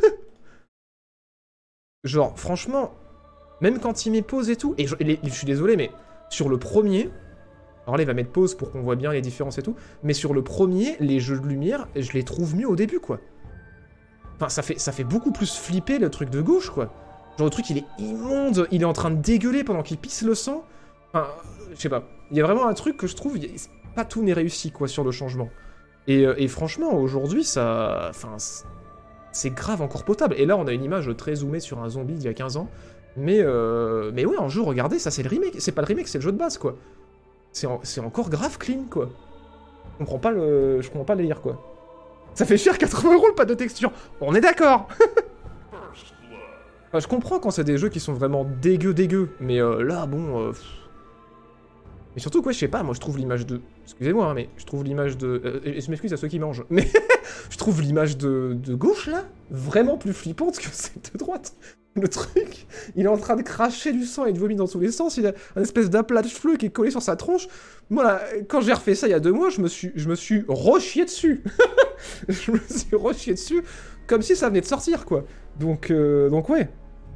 Genre, franchement, même quand il met pause et tout, et je, et je suis désolé, mais sur le premier... Alors là, il va mettre pause pour qu'on voit bien les différences et tout, mais sur le premier, les jeux de lumière, je les trouve mieux au début, quoi. Enfin, ça fait, ça fait beaucoup plus flipper le truc de gauche, quoi. Genre, le truc, il est immonde, il est en train de dégueuler pendant qu'il pisse le sang. Enfin, je sais pas. Il y a vraiment un truc que je trouve, a, pas tout n'est réussi, quoi, sur le changement. Et, et franchement, aujourd'hui, ça... Enfin, c'est grave encore potable. Et là, on a une image très zoomée sur un zombie d'il y a quinze ans. Mais, euh, mais ouais, en jeu, regardez, ça, c'est le remake. C'est pas le remake, c'est le jeu de base, quoi. C'est en, encore grave clean, quoi. Je comprends pas le, je comprends pas le délire, quoi. Ça fait cher quatre-vingts euros le pack de texture. On est d'accord. Enfin, je comprends quand c'est des jeux qui sont vraiment dégueux, dégueux. Mais euh, là, bon... Euh... Mais surtout, quoi, je sais pas, moi je trouve l'image de... Excusez-moi, hein, mais je trouve l'image de... Euh, et je m'excuse à ceux qui mangent, mais je trouve l'image de... de gauche, là, vraiment plus flippante que celle de droite. Le truc, il est en train de cracher du sang et de vomir dans tous les sens, il a un espèce d'aplat de cheveux qui est collé sur sa tronche. Moi, là, quand j'ai refait ça il y a deux mois, je me suis, je me suis rechié dessus. Je me suis rechié dessus, comme si ça venait de sortir, quoi. Donc, euh, donc ouais.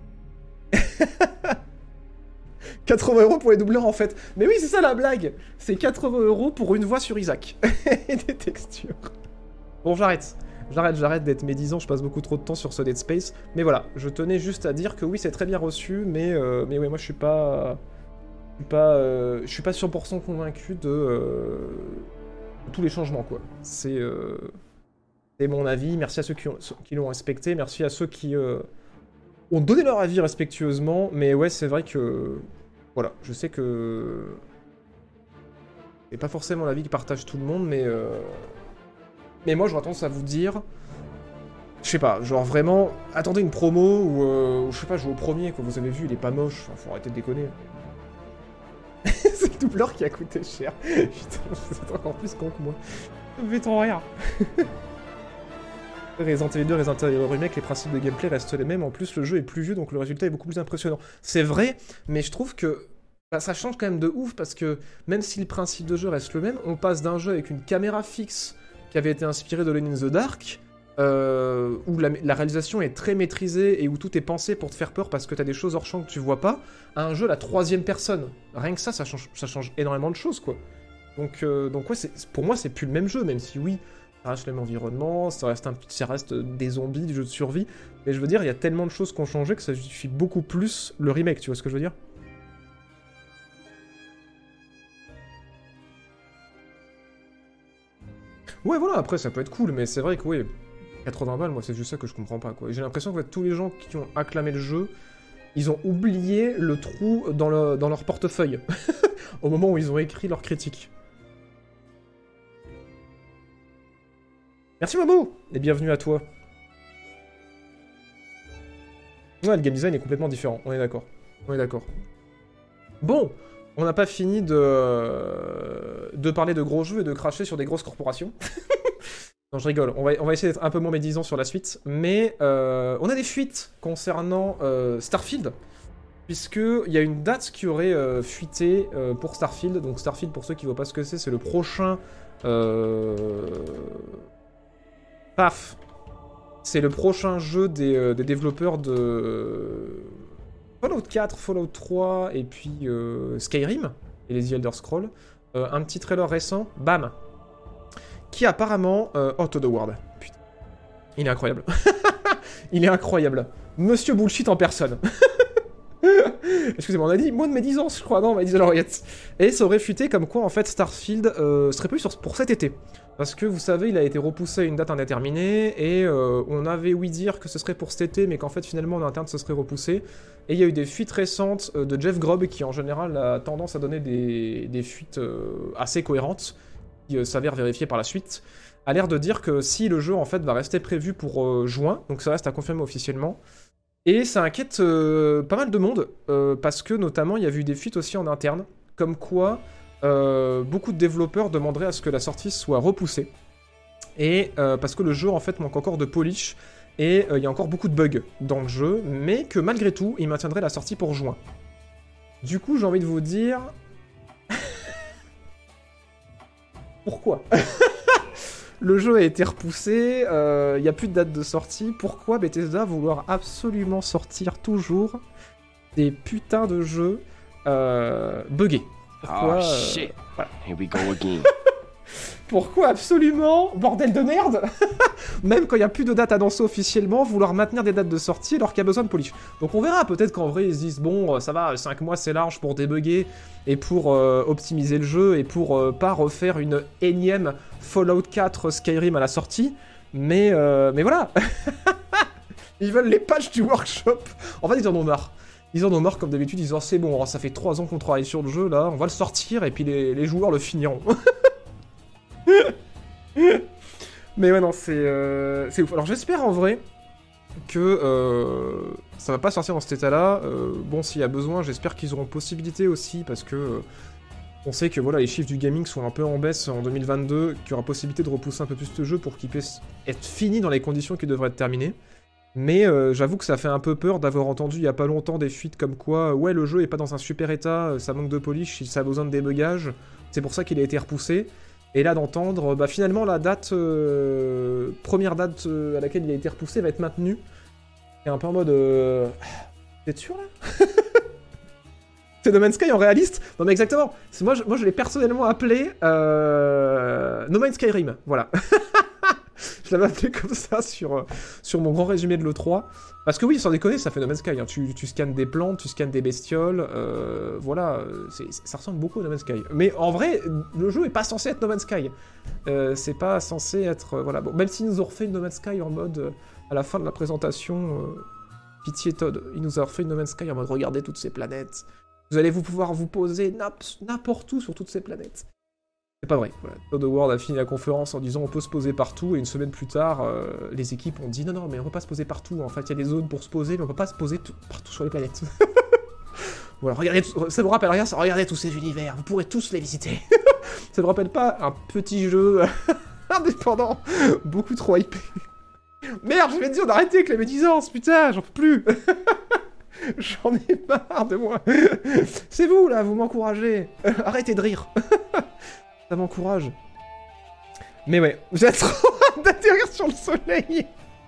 quatre-vingts euros pour les doubleurs, en fait. Mais oui, c'est ça la blague. C'est quatre-vingts euros pour une voix sur Isaac. Et des textures. Bon, j'arrête. J'arrête, j'arrête d'être médisant, je passe beaucoup trop de temps sur ce Dead Space. Mais voilà, je tenais juste à dire que oui, c'est très bien reçu, mais, euh, mais ouais, moi je suis pas... Je suis pas, euh, je suis pas cent pour cent convaincu de, euh, de tous les changements, quoi. C'est euh, c'est mon avis, merci à ceux qui, ont, qui l'ont respecté, merci à ceux qui euh, ont donné leur avis respectueusement, mais ouais, c'est vrai que... Voilà, je sais que... C'est pas forcément l'avis que partage tout le monde, mais... Euh, Mais moi, j'aurais tendance à vous dire... Je sais pas, genre vraiment... Attendez une promo où, euh, où je sais pas, je joue au premier, quoi. Vous avez vu, il est pas moche. Enfin, faut arrêter de déconner. C'est le doubleur qui a coûté cher. Putain, vous êtes encore plus con que moi. Vous faites en rien. Resident Evil deux, Resident Evil Remake, les principes de gameplay restent les mêmes. En plus, le jeu est plus vieux, donc le résultat est beaucoup plus impressionnant. C'est vrai, mais je trouve que... Bah, ça change quand même de ouf, parce que même si le principe de jeu reste le même, on passe d'un jeu avec une caméra fixe qui avait été inspiré de Alone in the Dark, euh, où la, la réalisation est très maîtrisée et où tout est pensé pour te faire peur parce que t'as des choses hors champ que tu vois pas, à un jeu à la troisième personne. Rien que ça, ça change, ça change énormément de choses, quoi. Donc, euh, donc ouais, c'est, pour moi, c'est plus le même jeu, même si oui, ça reste le même environnement, ça reste, un, ça reste des zombies, du jeu de survie, mais je veux dire, il y a tellement de choses qui ont changé que ça justifie beaucoup plus le remake, tu vois ce que je veux dire ? Ouais, voilà, après, ça peut être cool, mais c'est vrai que, oui, quatre-vingts balles, moi, c'est juste ça que je comprends pas, quoi. Et j'ai l'impression que en fait, tous les gens qui ont acclamé le jeu, ils ont oublié le trou dans, le, dans leur portefeuille, au moment où ils ont écrit leur critique. Merci, Momo, et bienvenue à toi. Ouais, le game design est complètement différent, on est d'accord. On est d'accord. Bon, on n'a pas fini de... de parler de gros jeux et de cracher sur des grosses corporations. Non, je rigole. On va, on va essayer d'être un peu moins médisant sur la suite. Mais euh, on a des fuites concernant euh, Starfield. Puisqu'il y a une date qui aurait euh, fuité euh, pour Starfield. Donc Starfield, pour ceux qui ne voient pas ce que c'est, c'est le prochain... Euh... Paf. C'est le prochain jeu des, euh, des développeurs de... Fallout quatre, Fallout trois, et puis euh, Skyrim, et les The Elder Scrolls. Euh, un petit trailer récent, bam, qui apparemment... Euh, oh, Todd Howard, putain. Il est incroyable. Il est incroyable. Monsieur Bullshit en personne. Excusez-moi, on a dit moins de médisance, je crois, non, on m'a dit de l'oreillette. Et ça aurait fuité comme quoi, en fait, Starfield euh, serait prévu sur, pour cet été. Parce que, vous savez, il a été repoussé à une date indéterminée, et euh, on avait ouï dire que ce serait pour cet été, mais qu'en fait, finalement, en interne, ce serait repoussé. Et il y a eu des fuites récentes euh, de Jeff Grubb, qui, en général, a tendance à donner des, des fuites euh, assez cohérentes, qui euh, s'avèrent vérifiées par la suite, a l'air de dire que si le jeu, en fait, va rester prévu pour euh, juin, donc ça reste à confirmer officiellement. Et ça inquiète euh, pas mal de monde, euh, parce que, notamment, il y a eu des fuites aussi en interne, comme quoi... Euh, beaucoup de développeurs demanderaient à ce que la sortie soit repoussée. Et euh, parce que le jeu en fait manque encore de polish et il euh, y a encore beaucoup de bugs dans le jeu, mais que malgré tout, il maintiendrait la sortie pour juin. Du coup, j'ai envie de vous dire... Pourquoi? Le jeu a été repoussé, il euh, n'y a plus de date de sortie. Pourquoi Bethesda vouloir absolument sortir toujours des putains de jeux euh, buggés? Pourquoi, oh shit, euh, voilà. Here we go again. Pourquoi absolument, bordel de merde, même quand il n'y a plus de date annoncée officiellement, vouloir maintenir des dates de sortie alors qu'il y a besoin de polish. Donc on verra, peut-être qu'en vrai ils se disent bon ça va, cinq mois c'est large pour débugger et pour euh, optimiser le jeu et pour euh, pas refaire une énième Fallout quatre Skyrim à la sortie, mais, euh, mais voilà. Ils veulent les patchs du workshop. En fait ils en ont marre. Ils en ont marre comme d'habitude, ils disent oh, c'est bon, ça fait trois ans qu'on travaille sur le jeu là, on va le sortir et puis les, les joueurs le finiront. Mais ouais, non, c'est euh, c'est ouf. Alors j'espère en vrai que euh, ça va pas sortir dans cet état-là. Euh, bon, s'il y a besoin, j'espère qu'ils auront possibilité aussi, parce que euh, on sait que voilà, les chiffres du gaming sont un peu en baisse en deux mille vingt-deux, qu'il y aura possibilité de repousser un peu plus ce jeu pour qu'il puisse être fini dans les conditions qui devraient être terminées. Mais euh, j'avoue que ça fait un peu peur d'avoir entendu il y a pas longtemps des fuites comme quoi, ouais, le jeu est pas dans un super état, ça manque de polish, ça a besoin de débugage, c'est pour ça qu'il a été repoussé. Et là d'entendre, bah finalement la date, euh, première date euh, à laquelle il a été repoussé va être maintenue. Et un peu en mode, euh... t'es sûr là? C'est No Man's Sky en réaliste? Non mais exactement, moi je, moi je l'ai personnellement appelé euh... No Man's Skyrim, voilà. Je l'avais appelé comme ça sur, sur mon grand résumé de l'E trois. Parce que oui, sans déconner, ça fait No Man's Sky. Hein. Tu, tu scannes des plantes, tu scannes des bestioles. Euh, voilà, c'est, ça ressemble beaucoup à No Man's Sky. Mais en vrai, le jeu est pas censé être No Man's Sky. Euh, c'est pas censé être... Euh, voilà, bon, même s'ils nous ont refait une No Man's Sky en mode... Euh, à la fin de la présentation, euh, pitié Todd, il nous a refait une No Man's Sky en mode regardez toutes ces planètes. Vous allez vous pouvoir vous poser n'importe où sur toutes ces planètes. C'est pas vrai. Voilà. Todd Howard a fini la conférence en disant on peut se poser partout, et une semaine plus tard, euh, les équipes ont dit non, non, mais on peut pas se poser partout. En fait, il y a des zones pour se poser, mais on peut pas se poser tout, partout sur les planètes. Voilà, regardez, ça vous rappelle rien, ça, regardez tous ces univers, vous pourrez tous les visiter. Ça vous rappelle pas un petit jeu indépendant, beaucoup trop hypé. Merde, je vais te dire d'arrêter avec les médisances, putain, j'en peux plus. J'en ai marre de moi. C'est vous, là, vous m'encouragez. Arrêtez de rire. Ça m'encourage. Mais ouais, j'ai trop hâte d'atterrir sur le soleil.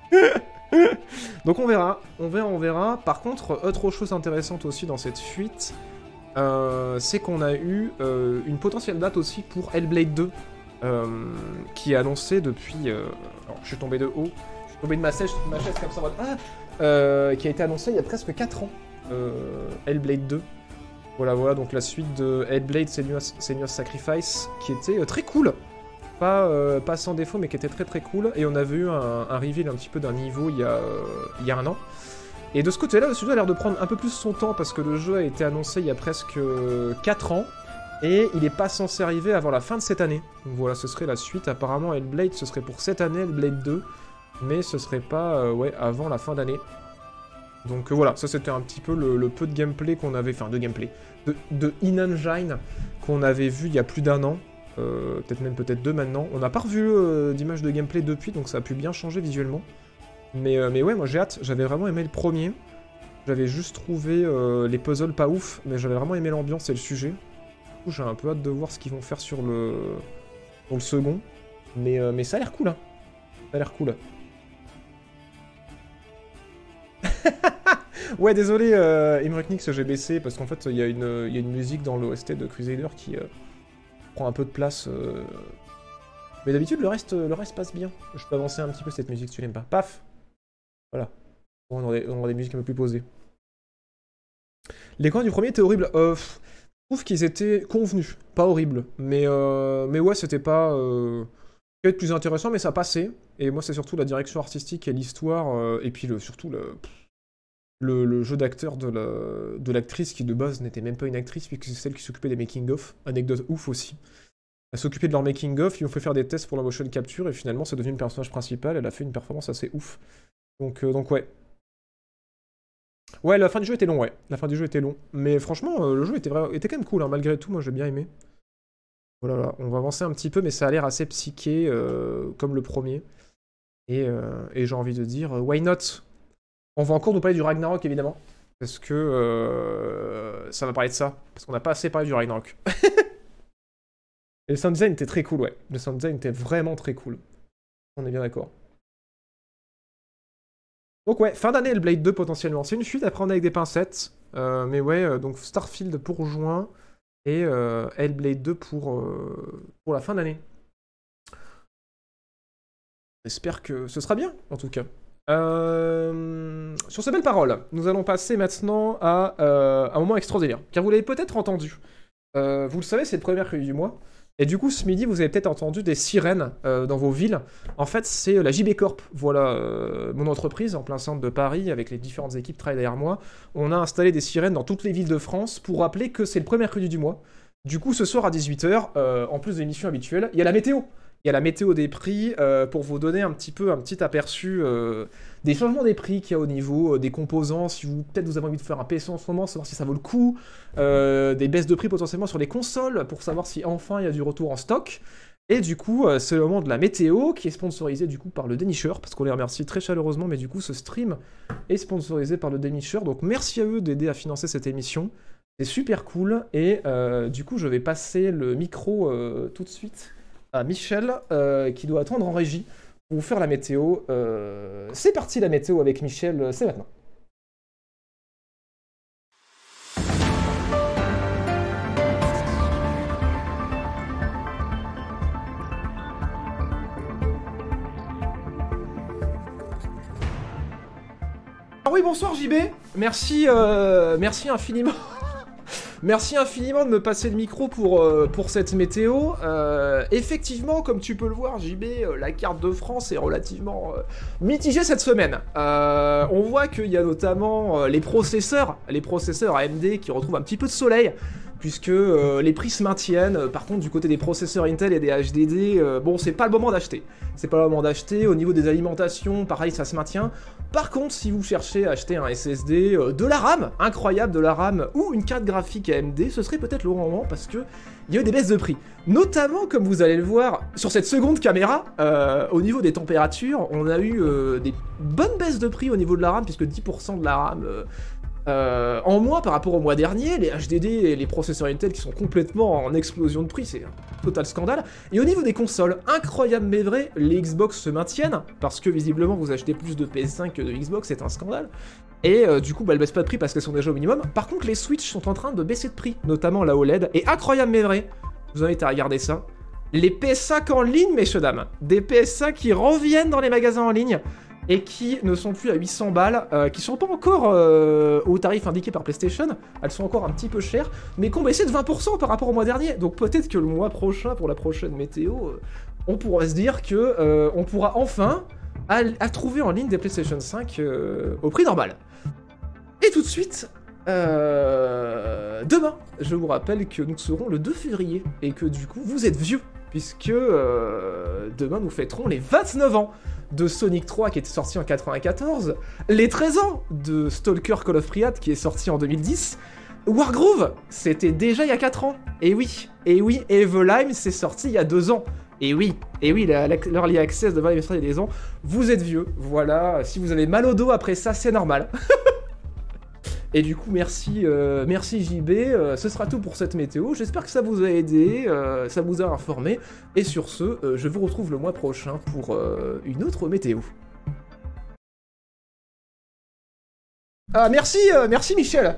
Donc on verra, on verra, on verra. Par contre, autre chose intéressante aussi dans cette fuite, euh, c'est qu'on a eu euh, une potentielle date aussi pour Hellblade deux, euh, qui est annoncée depuis... Euh... Alors, je suis tombé de haut, je suis tombé de ma chaise, ma chaise comme ça, ah euh, qui a été annoncée il y a presque quatre ans, euh, Hellblade deux. Voilà, voilà, donc la suite de Hellblade Senua's, Senua's Sacrifice, qui était euh, très cool. Pas, euh, pas sans défaut, mais qui était très très cool. Et on avait eu un, un reveal un petit peu d'un niveau il y, a, euh, il y a un an. Et de ce côté-là, le studio a l'air de prendre un peu plus son temps, parce que le jeu a été annoncé il y a presque quatre ans. Et il n'est pas censé arriver avant la fin de cette année. Donc voilà, ce serait la suite. Apparemment, Hellblade, ce serait pour cette année, Hellblade deux. Mais ce serait pas euh, ouais, avant la fin d'année. Donc euh, voilà, ça c'était un petit peu le, le peu de gameplay qu'on avait, enfin de gameplay, de, de in-engine qu'on avait vu il y a plus d'un an, euh, peut-être même peut-être deux maintenant. On n'a pas revu euh, d'image de gameplay depuis, donc ça a pu bien changer visuellement. Mais, euh, mais ouais, moi j'ai hâte, j'avais vraiment aimé le premier. J'avais juste trouvé euh, les puzzles pas ouf, mais j'avais vraiment aimé l'ambiance et le sujet. Du coup j'ai un peu hâte de voir ce qu'ils vont faire sur le, sur le second. Mais, euh, mais ça a l'air cool, hein. Ça a l'air cool. Ouais, désolé, euh, Imreknix, j'ai baissé parce qu'en fait, il y, y a une musique dans l'O S T de Crusader qui euh, prend un peu de place. Euh... Mais d'habitude, le reste, le reste passe bien. Je peux avancer un petit peu cette musique si tu l'aimes pas. Paf! Voilà. On aura des, on aura des musiques un peu plus posées. Les coins du premier étaient horribles. Euh, je trouve qu'ils étaient convenus. Pas horribles. Mais, euh, mais ouais, c'était pas... Euh... peut-être plus intéressant, mais ça passait. Et moi, c'est surtout la direction artistique et l'histoire, euh, et puis le, surtout le, le, le jeu d'acteur de, la, de l'actrice qui, de base, n'était même pas une actrice, puisque c'est celle qui s'occupait des making-of. Anecdote ouf aussi. Elle s'occupait de leur making-of, ils ont fait faire des tests pour la motion capture, et finalement, c'est devenu le personnage principal, elle a fait une performance assez ouf. Donc, euh, donc ouais. Ouais, la fin du jeu était long, ouais. La fin du jeu était long. Mais franchement, euh, le jeu était, vraiment, était quand même cool, hein, malgré tout, moi j'ai bien aimé. Voilà, là, on va avancer un petit peu, mais ça a l'air assez psyché, euh, comme le premier. Et, euh, et j'ai envie de dire, euh, why not? On va encore nous parler du Ragnarok, évidemment. Parce que euh, ça va parler de ça. Parce qu'on n'a pas assez parlé du Ragnarok. Et le sound design était très cool, ouais. Le sound design était vraiment très cool. On est bien d'accord. Donc ouais, fin d'année, le Blade deux, potentiellement. C'est une chute à prendre avec des pincettes. Euh, mais ouais, euh, donc Starfield pour juin. Et euh, Hellblade deux pour, euh, pour la fin d'année. J'espère que ce sera bien, en tout cas. Euh... Sur ces belles paroles, nous allons passer maintenant à euh, un moment extraordinaire. Car vous l'avez peut-être entendu. Euh, vous le savez, c'est le premier mercredi du mois. Et du coup, ce midi, vous avez peut-être entendu des sirènes euh, dans vos villes. En fait, c'est la J B Corp. Voilà, euh, mon entreprise, en plein centre de Paris, avec les différentes équipes qui travaillent derrière moi. On a installé des sirènes dans toutes les villes de France pour rappeler que c'est le premier mercredi du mois. Du coup, ce soir à dix-huit heures, euh, en plus de l'émission habituelle, il y a la météo. il y a la météo des prix euh, pour vous donner un petit peu un petit aperçu euh, des changements des prix qu'il y a au niveau euh, des composants, si vous peut-être vous avez envie de faire un P C en ce moment, savoir si ça vaut le coup, euh, des baisses de prix potentiellement sur les consoles pour savoir si enfin il y a du retour en stock. Et du coup, euh, c'est le moment de la météo qui est sponsorisée du coup par le dénicheur, parce qu'on les remercie très chaleureusement, mais du coup ce stream est sponsorisé par le dénicheur, donc merci à eux d'aider à financer cette émission. C'est super cool, et euh, du coup je vais passer le micro euh, tout de suite à Michel, euh, qui doit attendre en régie pour vous faire la météo. Euh, c'est parti la météo avec Michel, c'est maintenant. Ah oui, bonsoir J B, merci, euh, merci infiniment. Merci infiniment de me passer le micro pour, euh, pour cette météo. Euh, effectivement, comme tu peux le voir, J B, euh, la carte de France est relativement euh, mitigée cette semaine. Euh, on voit qu'il y a notamment euh, les processeurs, les processeurs A M D qui retrouvent un petit peu de soleil, puisque euh, les prix se maintiennent. Par contre, du côté des processeurs Intel et des H D D, euh, bon, c'est pas le moment d'acheter. C'est pas le moment d'acheter. Au niveau des alimentations, pareil, ça se maintient. Par contre, si vous cherchez à acheter un S S D, euh, de la RAM, incroyable, de la RAM, ou une carte graphique A M D, ce serait peut-être le bon moment, parce que il y a eu des baisses de prix. Notamment, comme vous allez le voir, sur cette seconde caméra, euh, au niveau des températures, on a eu euh, des bonnes baisses de prix au niveau de la RAM, puisque dix pour cent de la RAM... Euh, Euh, en moins par rapport au mois dernier, les H D D et les processeurs Intel qui sont complètement en explosion de prix, c'est un total scandale. Et au niveau des consoles, incroyable mais vrai, les Xbox se maintiennent, parce que visiblement vous achetez plus de P S cinq que de Xbox, c'est un scandale. Et euh, du coup, bah, elles baissent pas de prix parce qu'elles sont déjà au minimum. Par contre, les Switch sont en train de baisser de prix, notamment la O L E D. Et incroyable mais vrai, je vous invite à regarder ça. Les P S cinq en ligne, messieurs dames, des P S cinq qui reviennent dans les magasins en ligne, et qui ne sont plus à huit cents balles, euh, qui sont pas encore euh, au tarif indiqué par PlayStation, elles sont encore un petit peu chères, mais qui ont baissé de vingt pour cent par rapport au mois dernier. Donc peut-être que le mois prochain, pour la prochaine météo, euh, on pourra se dire que euh, on pourra enfin à, à trouver en ligne des PlayStation cinq euh, au prix normal. Et tout de suite, euh, demain, je vous rappelle que nous serons le deux février, et que du coup, vous êtes vieux, puisque euh, demain nous fêterons les vingt-neuf ans de Sonic trois qui était sorti en quatre-vingt-quatorze, les treize ans de Stalker Call of Priad qui est sorti en deux mille dix, Wargroove, c'était déjà il y a quatre ans, et oui, et oui, et Evelheim c'est sorti il y a deux ans, et oui, et oui, l'Early Access de Valve il y a des ans, vous êtes vieux, voilà, si vous avez mal au dos après ça, c'est normal. Et du coup, merci, euh, merci J B, euh, ce sera tout pour cette météo, j'espère que ça vous a aidé, euh, ça vous a informé, et sur ce, euh, je vous retrouve le mois prochain pour euh, une autre météo. Ah, merci, euh, merci Michel.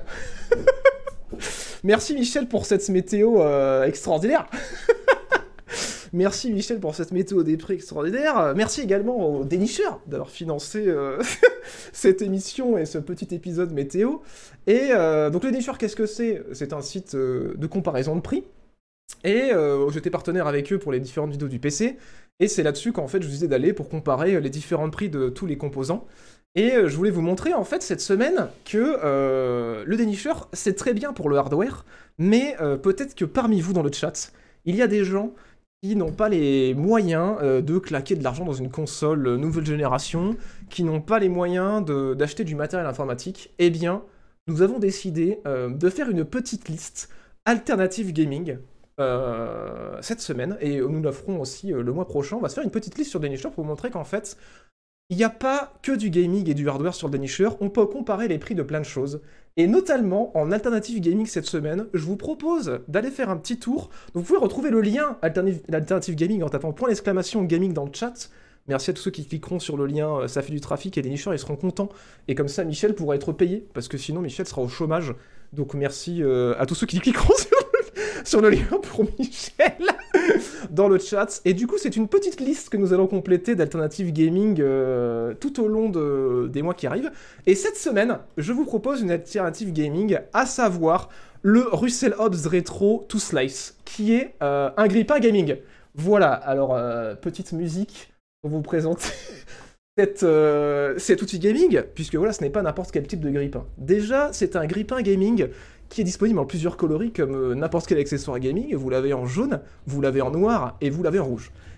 Merci Michel pour cette météo euh, extraordinaire. Merci Michel pour cette météo des prix extraordinaire. Merci également aux dénicheurs d'avoir financé euh, cette émission et ce petit épisode météo. Et euh, donc le dénicheur, qu'est-ce que c'est? C'est un site euh, de comparaison de prix. Et euh, j'étais partenaire avec eux pour les différentes vidéos du P C. Et c'est là-dessus qu'en fait je vous disais d'aller pour comparer les différents prix de tous les composants. Et euh, je voulais vous montrer en fait cette semaine que euh, le dénicheur c'est très bien pour le hardware. Mais euh, peut-être que parmi vous dans le chat, il y a des gens qui n'ont pas les moyens euh, de claquer de l'argent dans une console euh, nouvelle génération, qui n'ont pas les moyens de, d'acheter du matériel informatique, eh bien, nous avons décidé euh, de faire une petite liste alternative gaming euh, cette semaine, et nous la ferons aussi euh, le mois prochain. On va se faire une petite liste sur Dénicheur pour vous montrer qu'en fait, il n'y a pas que du gaming et du hardware sur le Dénicheur, on peut comparer les prix de plein de choses. Et notamment, en alternative gaming cette semaine, je vous propose d'aller faire un petit tour. Donc vous pouvez retrouver le lien alternative gaming en tapant point d'exclamation gaming dans le chat. Merci à tous ceux qui cliqueront sur le lien, ça fait du trafic et les nicheurs ils seront contents. Et comme ça, Michel pourra être payé, parce que sinon Michel sera au chômage. Donc merci euh, à tous ceux qui cliqueront sur le, sur le lien pour Michel dans le chat. Et du coup, c'est une petite liste que nous allons compléter d'alternatives gaming euh, tout au long de, des mois qui arrivent. Et cette semaine, je vous propose une alternative gaming, à savoir le Russell Hobbs Retro two Slice, qui est euh, un grille-pain gaming. Voilà, alors euh, petite musique pour vous présenter cette, euh, cet outil gaming, puisque voilà, ce n'est pas n'importe quel type de grille-pain. Déjà, c'est un grille-pain gaming qui est disponible en plusieurs coloris comme euh, n'importe quel accessoire gaming. Vous l'avez en jaune, vous l'avez en noir et vous l'avez en rouge.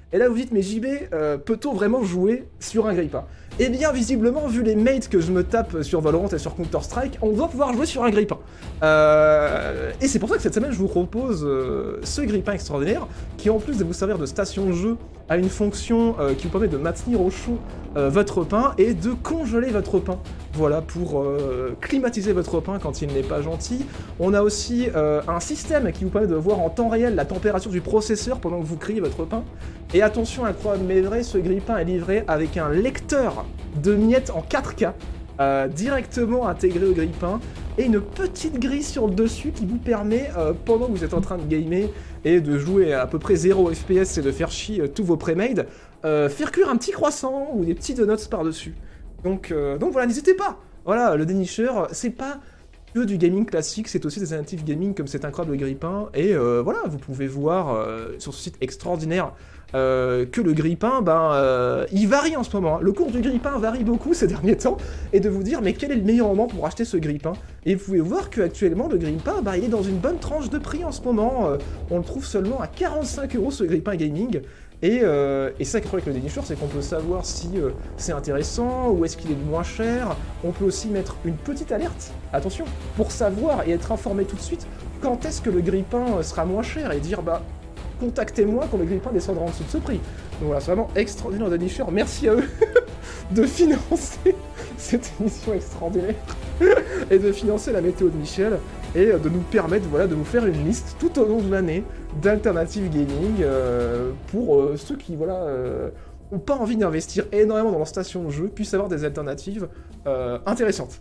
Et là vous dites mais J B, euh, peut-on vraiment jouer sur un grippin? Eh bien visiblement vu les mates que je me tape sur Valorant et sur Counter-Strike, on doit pouvoir jouer sur un grippin. Euh, et c'est pour ça que cette semaine je vous propose euh, ce grippin extraordinaire qui en plus de vous servir de station de jeu a une fonction euh, qui vous permet de maintenir au chaud euh, votre pain et de congeler votre pain. Voilà, pour euh, climatiser votre pain quand il n'est pas gentil. On a aussi euh, un système qui vous permet de voir en temps réel la température du processeur pendant que vous criez votre pain. Et attention, incroyable mais vrai, ce grille-pain est livré avec un lecteur de miettes en quatre K euh, directement intégré au grille-pain et une petite grille sur le dessus qui vous permet, euh, pendant que vous êtes en train de gamer et de jouer à peu près zéro F P S et de faire chier euh, tous vos pré-made, euh, faire cuire un petit croissant ou des petits donuts par-dessus. Donc, euh, donc voilà, n'hésitez pas. Voilà, le dénicheur, c'est pas que du gaming classique, c'est aussi des alternatives gaming comme cet incroyable grille-pain. Et euh, voilà, vous pouvez voir euh, sur ce site extraordinaire euh, que le grille-pain, ben, euh, il varie en ce moment. Hein. Le cours du grille-pain varie beaucoup ces derniers temps. Et de vous dire, mais quel est le meilleur moment pour acheter ce grille-pain? Et vous pouvez voir qu'actuellement, le grille-pain, ben, il est dans une bonne tranche de prix en ce moment. Euh, on le trouve seulement à quarante-cinq euros ce grille-pain gaming. Et, euh, et ça qui est avec le dénicheur, c'est qu'on peut savoir si euh, c'est intéressant, ou est-ce qu'il est le moins cher. On peut aussi mettre une petite alerte, attention, pour savoir et être informé tout de suite quand est-ce que le grille-pain sera moins cher, et dire bah contactez-moi quand le grille-pain descendra en dessous de ce prix. Donc voilà, c'est vraiment extraordinaire le dénicheur, merci à eux de financer cette émission extraordinaire et de financer la météo de Michel et de nous permettre voilà, de vous faire une liste tout au long de l'année d'alternatives gaming euh, pour euh, ceux qui voilà euh, ont pas envie d'investir énormément dans leur station de jeu, puissent avoir des alternatives euh, intéressantes.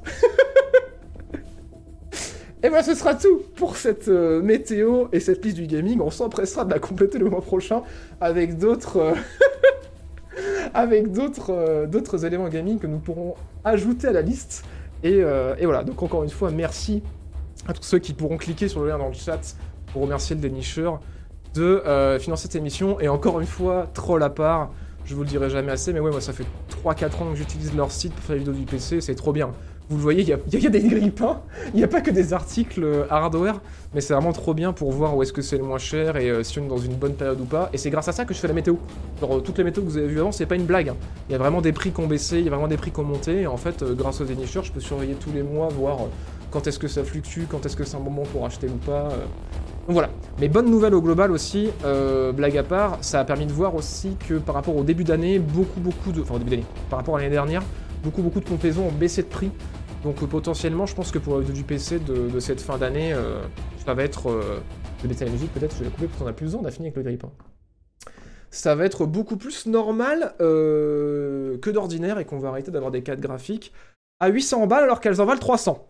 Et voilà, ce sera tout pour cette euh, météo et cette liste du gaming. On s'empressera de la compléter le mois prochain avec d'autres euh, avec d'autres euh, d'autres éléments gaming que nous pourrons ajouter à la liste. Et, euh, et voilà, donc encore une fois, merci à tous ceux qui pourront cliquer sur le lien dans le chat pour remercier le dénicheur de euh, financer cette émission. Et encore une fois, troll à part, je vous le dirai jamais assez, mais ouais, moi ça fait trois quatre ans que j'utilise leur site pour faire les vidéos du P C, c'est trop bien. Vous le voyez, il y a, y a des grille-pains, il n'y a pas que des articles euh, hardware, mais c'est vraiment trop bien pour voir où est-ce que c'est le moins cher et euh, si on est dans une bonne période ou pas. Et c'est grâce à ça que je fais la météo. Genre, toutes les météos que vous avez vues avant, c'est pas une blague. Hein. Il y a vraiment des prix qui ont baissé, il y a vraiment des prix qui ont monté. Et en fait, euh, grâce aux dénicheurs, je peux surveiller tous les mois, voir euh, quand est-ce que ça fluctue, quand est-ce que c'est un bon moment pour acheter ou pas. Euh. Donc voilà. Mais bonne nouvelle au global aussi, euh, blague à part, ça a permis de voir aussi que par rapport au début d'année, beaucoup, beaucoup de... Enfin, au début d'année, par rapport à l'année dernière, beaucoup, beaucoup de complaisants ont baissé de prix. Donc euh, potentiellement, je pense que pour la vidéo du P C de, de cette fin d'année, euh, ça va être... Euh, je vais baisser la musique peut-être, je vais la couper parce qu'on a plus besoin, on a fini avec le grille-pain. Ça va être beaucoup plus normal euh, que d'ordinaire et qu'on va arrêter d'avoir des cartes graphiques à huit cents balles alors qu'elles en valent trois cents.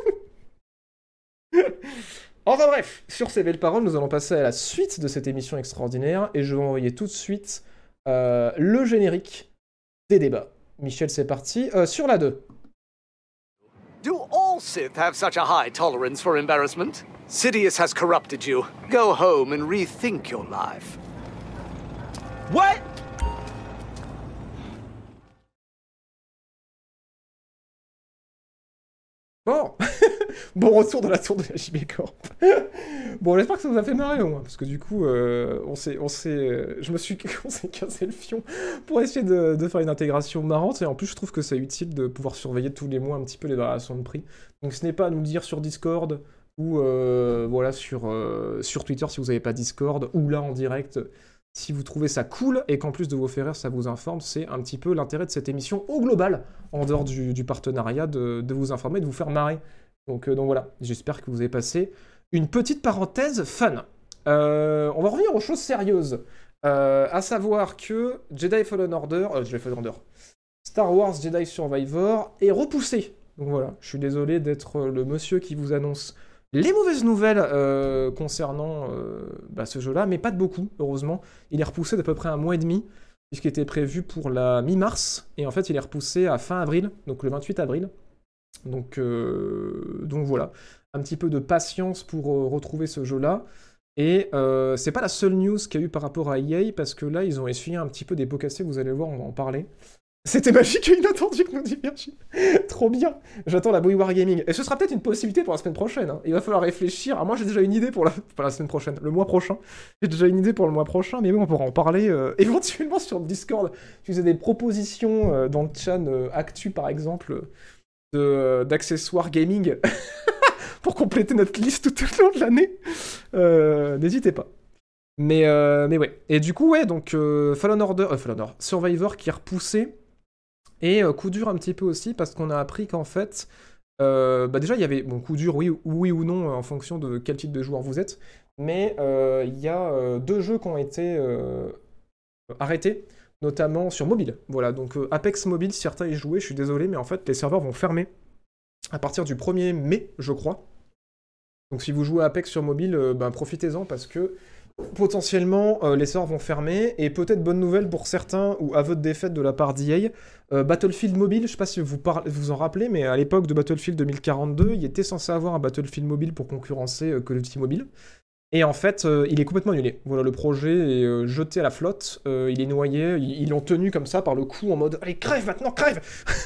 Enfin bref, sur ces belles paroles, nous allons passer à la suite de cette émission extraordinaire et je vais envoyer tout de suite euh, le générique des débats. Michel, c'est parti. Euh, sur la deux. Do all Sith have such a high tolerance for embarrassment? Sidious has corrupted you. Go home and rethink your life. What? Bon, bon retour de la tour de la J B Corp. Bon, j'espère que ça vous a fait marrer au moins, parce que du coup, euh, on s'est, on s'est, euh, je me suis, on s'est cassé le fion pour essayer de, de faire une intégration marrante, et en plus, je trouve que c'est utile de pouvoir surveiller tous les mois un petit peu les variations de prix. Donc, ce n'est pas à nous le dire sur Discord ou euh, voilà sur euh, sur Twitter si vous n'avez pas Discord, ou là en direct. Si vous trouvez ça cool et qu'en plus de vous faire rire, ça vous informe, c'est un petit peu l'intérêt de cette émission au global, en dehors du, du partenariat, de, de vous informer, de vous faire marrer. Donc, euh, donc voilà, j'espère que vous avez passé une petite parenthèse fun. Euh, on va revenir aux choses sérieuses, euh, à savoir que Jedi Fallen Order, euh, Jedi Fallen Order, Star Wars Jedi Survivor est repoussé. Donc voilà, je suis désolé d'être le monsieur qui vous annonce les mauvaises nouvelles euh, concernant euh, bah, ce jeu-là, mais pas de beaucoup, heureusement. Il est repoussé d'à peu près un mois et demi, puisqu'il était prévu pour la mi-mars, et en fait il est repoussé à fin avril, donc le vingt-huit avril. Donc, euh, donc voilà, un petit peu de patience pour euh, retrouver ce jeu-là. Et euh, c'est pas la seule news qu'il y a eu par rapport à E A, parce que là ils ont essuyé un petit peu des pots cassés, vous allez voir, on va en parler. C'était magique et inattendu que nous dit Virgile. Trop bien. J'attends la Boy Wargaming. Et ce sera peut-être une possibilité pour la semaine prochaine. Hein. Il va falloir réfléchir. Alors moi, j'ai déjà une idée pour la... pour la semaine prochaine. Le mois prochain. J'ai déjà une idée pour le mois prochain. Mais oui, on pourra en parler euh, éventuellement sur le Discord. Si vous avez des propositions euh, dans le chat euh, Actu, par exemple, de, euh, d'accessoires gaming pour compléter notre liste tout au long de l'année, euh, n'hésitez pas. Mais, euh, mais ouais. Et du coup, ouais, donc euh, Fallen Order... Euh, Fallen Order. Survivor qui est repoussé. Et euh, coup dur un petit peu aussi, parce qu'on a appris qu'en fait, euh, bah déjà il y avait, bon coup dur oui, oui ou non, en fonction de quel type de joueur vous êtes, mais euh, il y a euh, deux jeux qui ont été euh, arrêtés, notamment sur mobile. Voilà, donc euh, Apex Mobile, certains y jouaient, je suis désolé, mais en fait les serveurs vont fermer à partir du premier mai, je crois. Donc si vous jouez à Apex sur mobile, euh, ben, profitez-en, parce que potentiellement, euh, les serveurs vont fermer, et peut-être bonne nouvelle pour certains, ou aveu de défaite de la part d'E A, euh, Battlefield Mobile, je sais pas si vous par... vous en rappelez, mais à l'époque de Battlefield deux mille quarante-deux, il était censé avoir un Battlefield Mobile pour concurrencer euh, Call of Duty Mobile, et en fait, euh, il est complètement annulé. Voilà, le projet est euh, jeté à la flotte, euh, il est noyé, ils, ils l'ont tenu comme ça par le cou, en mode « Allez, crève maintenant, crève !»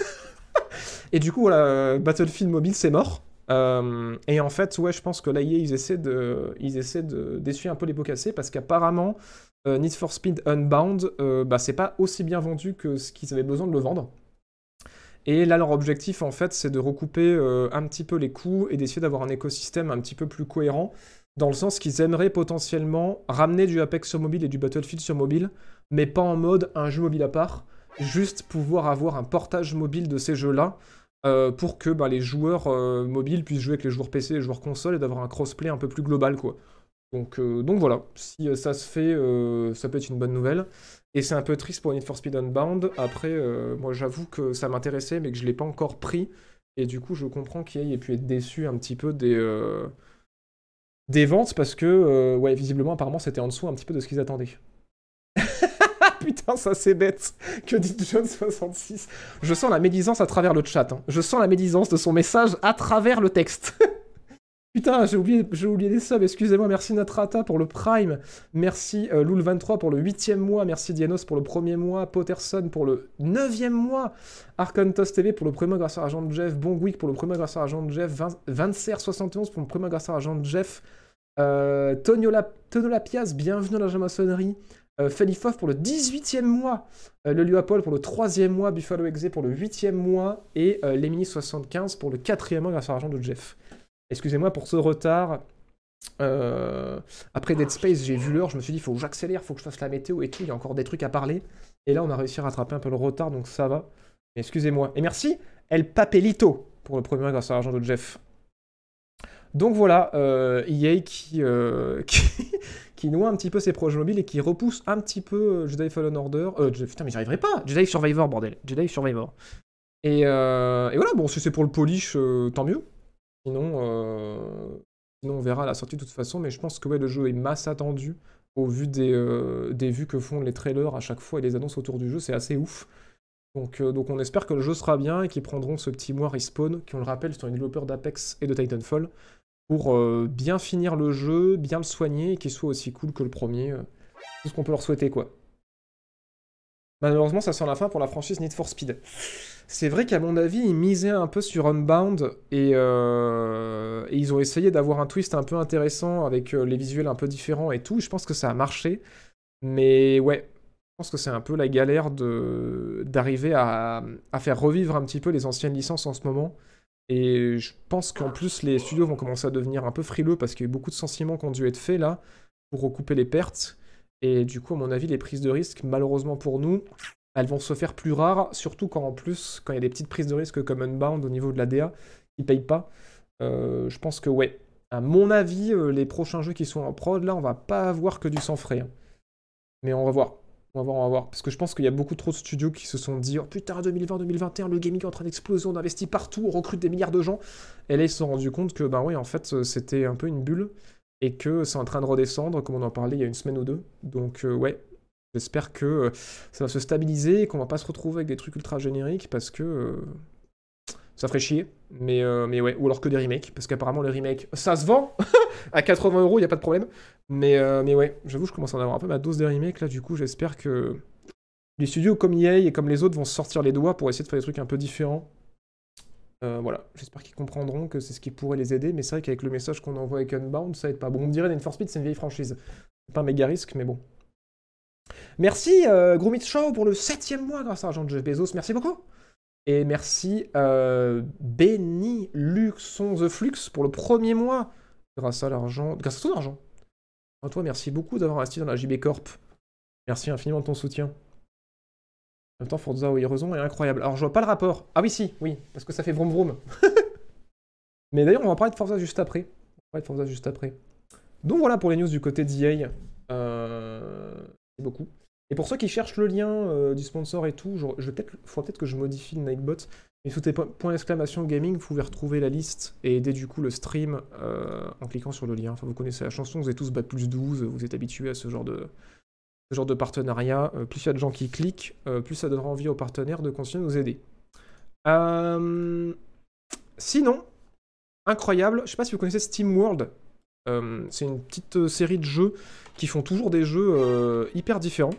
Et du coup, voilà, euh, Battlefield Mobile, c'est mort. Euh, et en fait, ouais, je pense que là, ils essaient de, ils essaient de d'essuyer un peu les pots cassés, parce qu'apparemment, euh, Need for Speed Unbound, euh, bah, c'est pas aussi bien vendu que ce qu'ils avaient besoin de le vendre. Et là, leur objectif, en fait, c'est de recouper euh, un petit peu les coûts et d'essayer d'avoir un écosystème un petit peu plus cohérent, dans le sens qu'ils aimeraient potentiellement ramener du Apex sur mobile et du Battlefield sur mobile, mais pas en mode un jeu mobile à part, juste pouvoir avoir un portage mobile de ces jeux-là, Euh, pour que bah, les joueurs euh, mobiles puissent jouer avec les joueurs P C et les joueurs console, et d'avoir un crossplay un peu plus global, quoi. Donc, euh, donc voilà, si euh, ça se fait, euh, ça peut être une bonne nouvelle. Et c'est un peu triste pour Need for Speed Unbound. Après, euh, moi j'avoue que ça m'intéressait, mais que je l'ai pas encore pris. Et du coup, je comprends qu'E A ait pu être déçu un petit peu des, euh, des ventes, parce que, euh, ouais, visiblement, apparemment, c'était en dessous un petit peu de ce qu'ils attendaient. Putain, ça c'est bête. Que dit John soixante-six? Je sens la médisance à travers le chat. Hein. Je sens la médisance de son message à travers le texte. Putain, j'ai oublié, j'ai oublié les subs, excusez-moi. Merci Natrata pour le Prime. Merci euh, Loul vingt-trois pour le huitième mois. Merci Dianos pour le premier mois. Potterson pour le neuvième mois. Arcontos T V pour le premier mois grâce à Agent Jeff. Bongwick pour le premier mois grâce à Agent Jeff. Vincer soixante et onze pour le premier mois grâce à Agent Jeff. Euh, Toniola, Tonola Piaz, bienvenue dans la maçonnerie. Euh, Felifov pour le dix-huitième mois, euh, le Luapol pour le troisième mois, Buffalo Exe pour le huitième mois, et euh, Lemini soixante-quinze pour le quatrième mois grâce à l'argent de Jeff. Excusez-moi pour ce retard. Euh, après Dead Space, j'ai vu l'heure, je me suis dit, il faut que j'accélère, il faut que je fasse la météo et tout, il y a encore des trucs à parler. Et là, on a réussi à rattraper un peu le retard, donc ça va. Mais excusez-moi. Et merci El Papelito pour le premier mois grâce à l'argent de Jeff. Donc voilà, euh, E A qui, euh, qui, qui noie un petit peu ses projets mobiles et qui repousse un petit peu euh, Jedi Fallen Order. Euh, putain, mais j'y arriverai pas! Jedi Survivor, bordel! Jedi Survivor. Et, euh, et voilà, bon, si c'est pour le polish, euh, tant mieux. Sinon, euh, sinon, on verra à la sortie de toute façon, mais je pense que ouais, le jeu est masse attendu au vu des, euh, des vues que font les trailers à chaque fois et les annonces autour du jeu, c'est assez ouf. Donc, euh, donc on espère que le jeu sera bien et qu'ils prendront ce petit mois Respawn, qui on le rappelle, sont les développeurs d'Apex et de Titanfall, pour euh, bien finir le jeu, bien le soigner, et qu'il soit aussi cool que le premier. Euh, tout ce qu'on peut leur souhaiter, quoi. Malheureusement, ça sent la fin pour la franchise Need for Speed. C'est vrai qu'à mon avis, ils misaient un peu sur Unbound, et, euh, et ils ont essayé d'avoir un twist un peu intéressant, avec euh, les visuels un peu différents et tout, je pense que ça a marché. Mais ouais, je pense que c'est un peu la galère de d'arriver à, à faire revivre un petit peu les anciennes licences en ce moment. Et je pense qu'en plus, les studios vont commencer à devenir un peu frileux parce qu'il y a eu beaucoup de sentiments qui ont dû être faits là pour recouper les pertes. Et du coup, à mon avis, les prises de risque, malheureusement pour nous, elles vont se faire plus rares, surtout quand en plus, quand il y a des petites prises de risque comme Unbound au niveau de la D A, qui payent pas. Euh, je pense que ouais, à mon avis, euh, les prochains jeux qui sont en prod, là, on va pas avoir que du sang frais. Hein. Mais on va voir. On va voir, on va voir. Parce que je pense qu'il y a beaucoup trop de studios qui se sont dit « Oh putain, deux mille vingt deux mille vingt et un, le gaming est en train d'exploser, on investit partout, on recrute des milliards de gens. » Et là, ils se sont rendus compte que, ben oui, en fait, c'était un peu une bulle. Et que c'est en train de redescendre, comme on en parlait il y a une semaine ou deux. Donc, euh, ouais, j'espère que euh, ça va se stabiliser et qu'on va pas se retrouver avec des trucs ultra génériques parce que euh, ça ferait chier. Mais, euh, mais ouais, ou alors que des remakes, parce qu'apparemment, les remakes, ça se vend à quatre-vingts euros, il n'y a pas de problème. Mais, euh, mais ouais, j'avoue, je commence à en avoir un peu ma dose des remakes, là, du coup, j'espère que Les studios comme E A et comme les autres vont se sortir les doigts pour essayer de faire des trucs un peu différents. Euh, voilà, j'espère qu'ils comprendront que c'est ce qui pourrait les aider, mais c'est vrai qu'avec le message qu'on envoie avec Unbound, ça aide pas. Bon, on me dirait Need for Speed, c'est une vieille franchise. C'est pas un méga risque, mais bon. Merci euh, Gromit Show pour le septième mois grâce à l'argent de Jeff Bezos, merci beaucoup. Et merci euh, Benny Luxon The Flux pour le premier mois grâce à l'argent, grâce à ton argent. À toi, merci beaucoup d'avoir investi dans la J B Corp. Merci infiniment de ton soutien. En même temps, Forza Horizon est incroyable. Alors, je vois pas le rapport. Ah oui, si, oui, parce que ça fait vroom vroom. Mais d'ailleurs, on va parler de Forza juste après. On va parler de Forza juste après. Donc voilà pour les news du côté d'E A. Euh... C'est beaucoup. Et pour ceux qui cherchent le lien euh, du sponsor et tout, il peut faudra peut-être que je modifie le Nightbot. Mais sous tes points d'exclamation gaming, vous pouvez retrouver la liste et aider du coup le stream euh, en cliquant sur le lien. Enfin, vous connaissez la chanson, vous êtes tous bac plus douze, vous êtes habitués à ce genre de... ce genre de partenariat, euh, plus il y a de gens qui cliquent, euh, plus ça donnera envie aux partenaires de continuer à nous aider. Euh... Sinon, incroyable, je sais pas si vous connaissez Steam World, euh, c'est une petite euh, série de jeux qui font toujours des jeux euh, hyper différents.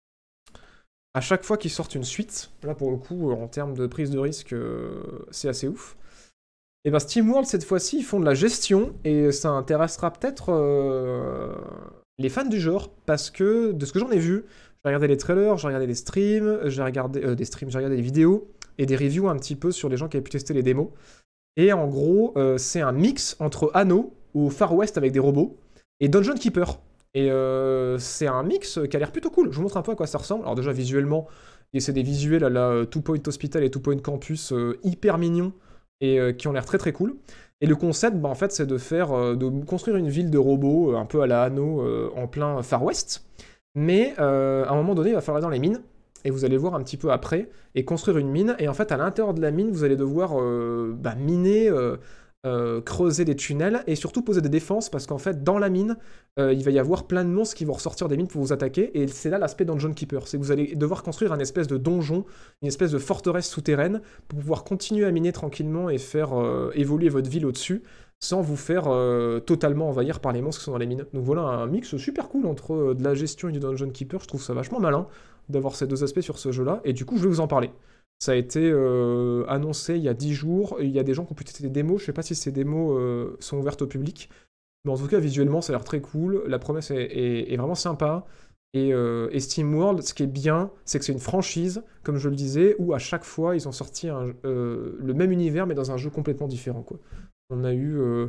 À chaque fois qu'ils sortent une suite, là pour le coup, en termes de prise de risque, euh, c'est assez ouf. Et ben Steam World, cette fois-ci, ils font de la gestion, et ça intéressera peut-être... Euh... les fans du genre, parce que de ce que j'en ai vu, j'ai regardé les trailers, j'ai regardé des streams, j'ai regardé euh, des streams, j'ai regardé des vidéos et des reviews un petit peu sur les gens qui avaient pu tester les démos. Et en gros, euh, c'est un mix entre Anno ou Far West avec des robots et Dungeon Keeper. Et euh, c'est un mix qui a l'air plutôt cool. Je vous montre un peu à quoi ça ressemble. Alors déjà visuellement, c'est des visuels à la Two Point Hospital et Two Point Campus euh, hyper mignons et euh, qui ont l'air très très cool. Et le concept, bah, en fait, c'est de faire, euh, de construire une ville de robots, euh, un peu à la Anno, euh, en plein Far West. Mais euh, à un moment donné, il va falloir aller dans les mines, et vous allez voir un petit peu après, et construire une mine. Et en fait, à l'intérieur de la mine, vous allez devoir euh, bah, miner, euh, euh, creuser des tunnels, et surtout poser des défenses, parce qu'en fait, dans la mine, euh, il va y avoir plein de monstres qui vont ressortir des mines pour vous attaquer. Et c'est là l'aspect Dungeon Keeper, c'est que vous allez devoir construire un espèce de donjon, une espèce de forteresse souterraine, pour pouvoir continuer à miner tranquillement et faire euh, évoluer votre ville au-dessus, sans vous faire euh, totalement envahir par les monstres qui sont dans les mines. Donc voilà un mix super cool entre euh, de la gestion et du Dungeon Keeper, je trouve ça vachement malin d'avoir ces deux aspects sur ce jeu-là, et du coup je vais vous en parler. Ça a été euh, annoncé il y a dix jours, il y a des gens qui ont pu tester des démos, je sais pas si ces démos euh, sont ouvertes au public, mais en tout cas visuellement ça a l'air très cool, la promesse est, est, est vraiment sympa. Et, euh, et Steam World, ce qui est bien, c'est que c'est une franchise, comme je le disais, où à chaque fois ils ont sorti un, euh, le même univers mais dans un jeu complètement différent, quoi. On a eu euh,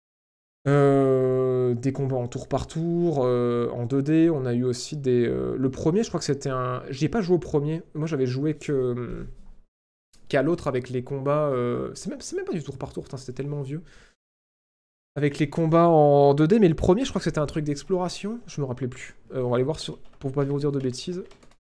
euh, des combats en tour par tour, euh, en deux D, on a eu aussi des... Euh, le premier, je crois que c'était un... J'y ai pas joué au premier, moi j'avais joué que... qu'à l'autre avec les combats... Euh... C'est même, c'est même pas du tour par tour, c'était tellement vieux. Avec les combats en deux D, mais le premier, je crois que c'était un truc d'exploration, je me rappelais plus. Euh, on va aller voir sur... pour pas vous dire de bêtises.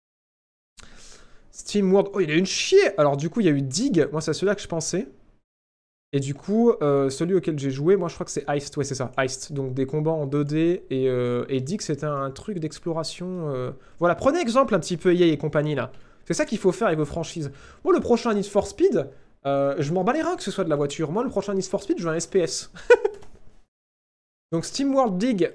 Steam World, oh il a une chier. Alors du coup il y a eu Dig, moi c'est celui-là que je pensais. Et du coup, euh, celui auquel j'ai joué, moi je crois que c'est Heist, ouais c'est ça, Heist. Donc des combats en deux D, et, euh, et Dig c'était un truc d'exploration. Euh... Voilà, prenez exemple un petit peu E A et compagnie là. C'est ça qu'il faut faire avec vos franchises. Moi le prochain Need for Speed, euh, je m'en bats les reins que ce soit de la voiture. Moi le prochain Need for Speed, je veux un S P S. Donc Steam World Dig.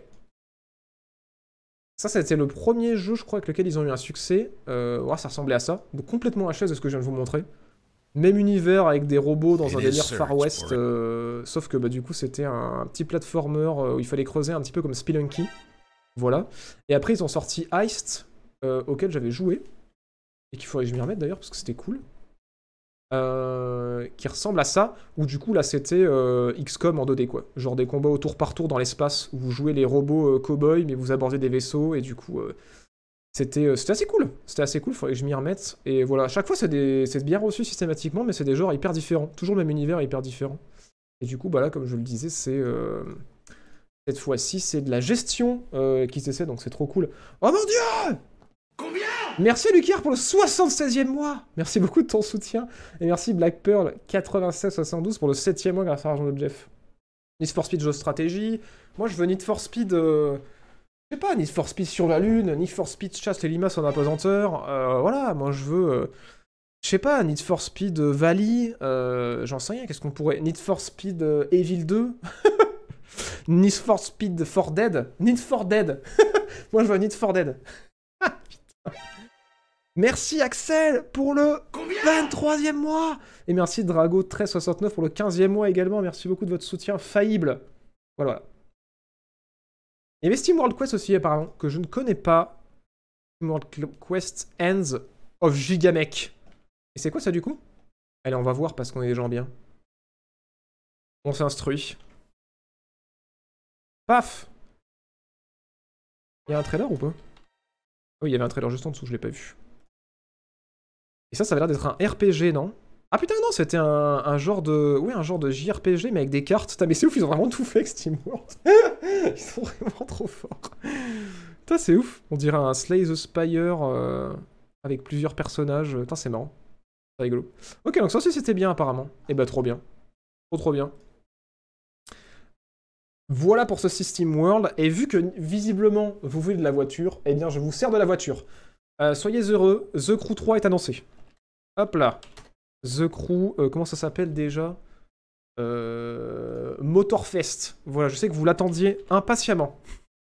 Ça, c'était le premier jeu, je crois, avec lequel ils ont eu un succès. Euh, ouais, ça ressemblait à ça. Donc complètement H S de ce que je viens de vous montrer. Même univers avec des robots dans un délire Far West, euh, sauf que bah, du coup c'était un, un petit platformer euh, où il fallait creuser un petit peu comme Spelunky. Voilà. Et après ils ont sorti Heist, euh, auquel j'avais joué, et qu'il faudrait que je m'y remette d'ailleurs parce que c'était cool. Euh, qui ressemble à ça, où du coup là c'était euh, X COM en deux D quoi. Genre des combats au tour par tour dans l'espace, où vous jouez les robots euh, cow-boys, mais vous abordez des vaisseaux, et du coup... Euh, C'était euh, assez cool, c'était assez cool, faudrait que je m'y remette. Et voilà, à chaque fois c'est bien reçu systématiquement, mais c'est des genres hyper différents. Toujours le même univers hyper différent. Et du coup, bah là, comme je le disais, c'est... Euh... Cette fois-ci, c'est de la gestion euh, qui s'essaie, donc c'est trop cool. Oh mon dieu! Combien? Merci Lucaire pour le soixante-seizième mois. Merci beaucoup de ton soutien. Et merci Black Pearl quatre-vingt-seize soixante-douze pour le septième mois grâce à l'argent de Jeff. Need for Speed jeu de stratégie. Moi, je veux Need for Speed... Euh... Je sais pas, Need for Speed sur la Lune, Need for Speed chasse les limaces en apesanteur, euh, voilà, moi je veux... Euh, je sais pas, Need for Speed Valley, euh, j'en sais rien, qu'est-ce qu'on pourrait... Need for Speed euh, Evil deux Need for Speed for Dead Need for Dead Moi je veux Need for Dead. Merci Axel pour le vingt-troisième mois. Et merci Drago treize soixante-neuf pour le quinzième mois également. Merci beaucoup de votre soutien faillible. Voilà, voilà. Il y avait SteamWorld Quest aussi apparemment, que je ne connais pas. SteamWorld Quest Ends of Gigamech. Et c'est quoi ça du coup? Allez, on va voir parce qu'on est des gens bien. On s'instruit. Paf! Il y a un trailer ou pas? Oui, il y avait un trailer juste en dessous, je l'ai pas vu. Et ça, ça avait l'air d'être un R P G, non? Ah putain, non, c'était un, un genre de... Oui, un genre de J R P G, mais avec des cartes. Putain, mais c'est ouf, ils ont vraiment tout fait avec SteamWorld. Ils sont vraiment trop forts. Putain, c'est ouf. On dirait un Slay the Spire euh, avec plusieurs personnages. Putain, c'est marrant. C'est rigolo. Ok, donc ça aussi, c'était bien, apparemment. Et bah, trop bien. Trop, trop bien. Voilà pour ce System World. Et vu que, visiblement, vous voulez de la voiture, eh bien, je vous sers de la voiture. Euh, soyez heureux, The Crew trois est annoncé. Hop là. The Crew, euh, comment ça s'appelle déjà euh, Motorfest. Voilà, je sais que vous l'attendiez impatiemment.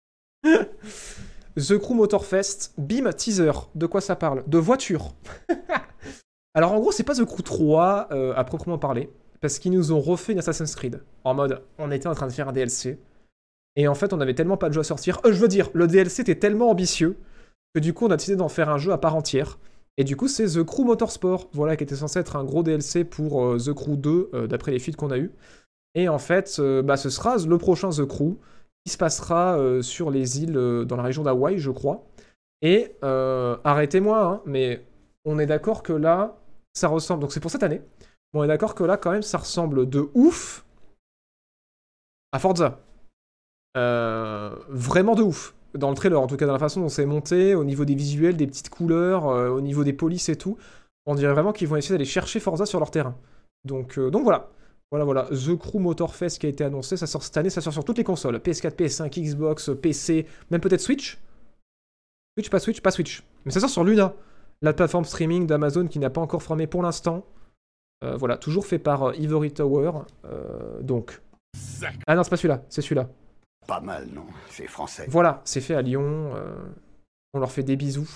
The Crew Motorfest, bim, teaser. De quoi ça parle? De voiture. Alors en gros, c'est pas The Crew trois euh, à proprement parler, parce qu'ils nous ont refait une Assassin's Creed. En mode, on était en train de faire un D L C, et en fait, on avait tellement pas de jeu à sortir. Euh, je veux dire, le D L C était tellement ambitieux, que du coup, on a décidé d'en faire un jeu à part entière. Et du coup, c'est The Crew Motorsport, voilà, qui était censé être un gros D L C pour euh, The Crew deux, euh, d'après les fuites qu'on a eues. Et en fait, euh, bah, ce sera le prochain The Crew, qui se passera euh, sur les îles euh, dans la région d'Hawaï, je crois. Et, euh, arrêtez-moi, hein, mais on est d'accord que là, ça ressemble... Donc c'est pour cette année. On est d'accord que là, quand même, ça ressemble de ouf à Forza. Euh, vraiment de ouf. Dans le trailer, en tout cas, dans la façon dont c'est monté, au niveau des visuels, des petites couleurs, euh, au niveau des polices et tout, on dirait vraiment qu'ils vont essayer d'aller chercher Forza sur leur terrain. Donc, euh, donc voilà. Voilà, voilà. The Crew Motorfest qui a été annoncé, ça sort cette année, ça sort sur toutes les consoles. P S quatre, P S cinq, Xbox, P C, même peut-être Switch. Switch, pas Switch, pas Switch. Mais ça sort sur Luna, la plateforme streaming d'Amazon qui n'a pas encore formé pour l'instant. Euh, voilà, toujours fait par euh, Ivory Tower. Euh, donc. Ah non, c'est pas celui-là, c'est celui-là. Pas mal, non? C'est français. Voilà, c'est fait à Lyon. Euh, on leur fait des bisous.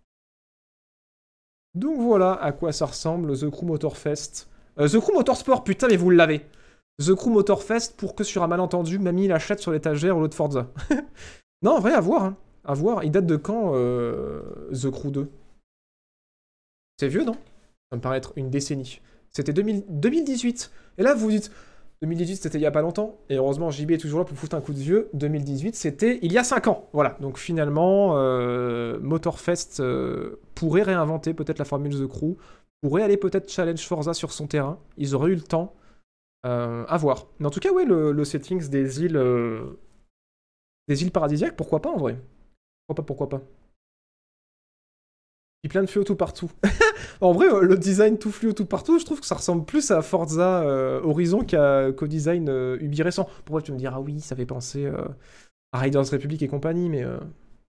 Donc voilà à quoi ça ressemble, The Crew Motorfest. Euh, The Crew Motorsport, putain, mais vous l'avez. The Crew Motorfest, pour que sur un malentendu, Mamie l'achète sur l'étagère au lieu de Forza. Non, en vrai, à voir. Hein. À voir. Il date de quand, euh, The Crew deux? C'est vieux, non? Ça me paraît être une décennie. C'était deux mille dix-huit. Et là, vous vous dites... deux mille dix-huit, c'était il y a pas longtemps. Et heureusement, J B est toujours là pour foutre un coup de vieux. deux mille dix-huit, c'était il y a cinq ans. Voilà. Donc finalement, euh, Motorfest euh, pourrait réinventer peut-être la formule The Crew. Pourrait aller peut-être challenge Forza sur son terrain. Ils auraient eu le temps. Euh, à voir. Mais en tout cas, ouais, le, le settings des îles... Euh, des îles paradisiaques, pourquoi pas en vrai? Pourquoi pas, pourquoi pas? Il y a plein de fluo tout partout. En vrai, le design tout fluo tout partout, je trouve que ça ressemble plus à Forza euh, Horizon qu'à, qu'au design euh, Ubi récent. Pourquoi tu me diras, ah oui, ça fait penser euh, à Riders Republic et compagnie, mais... Euh...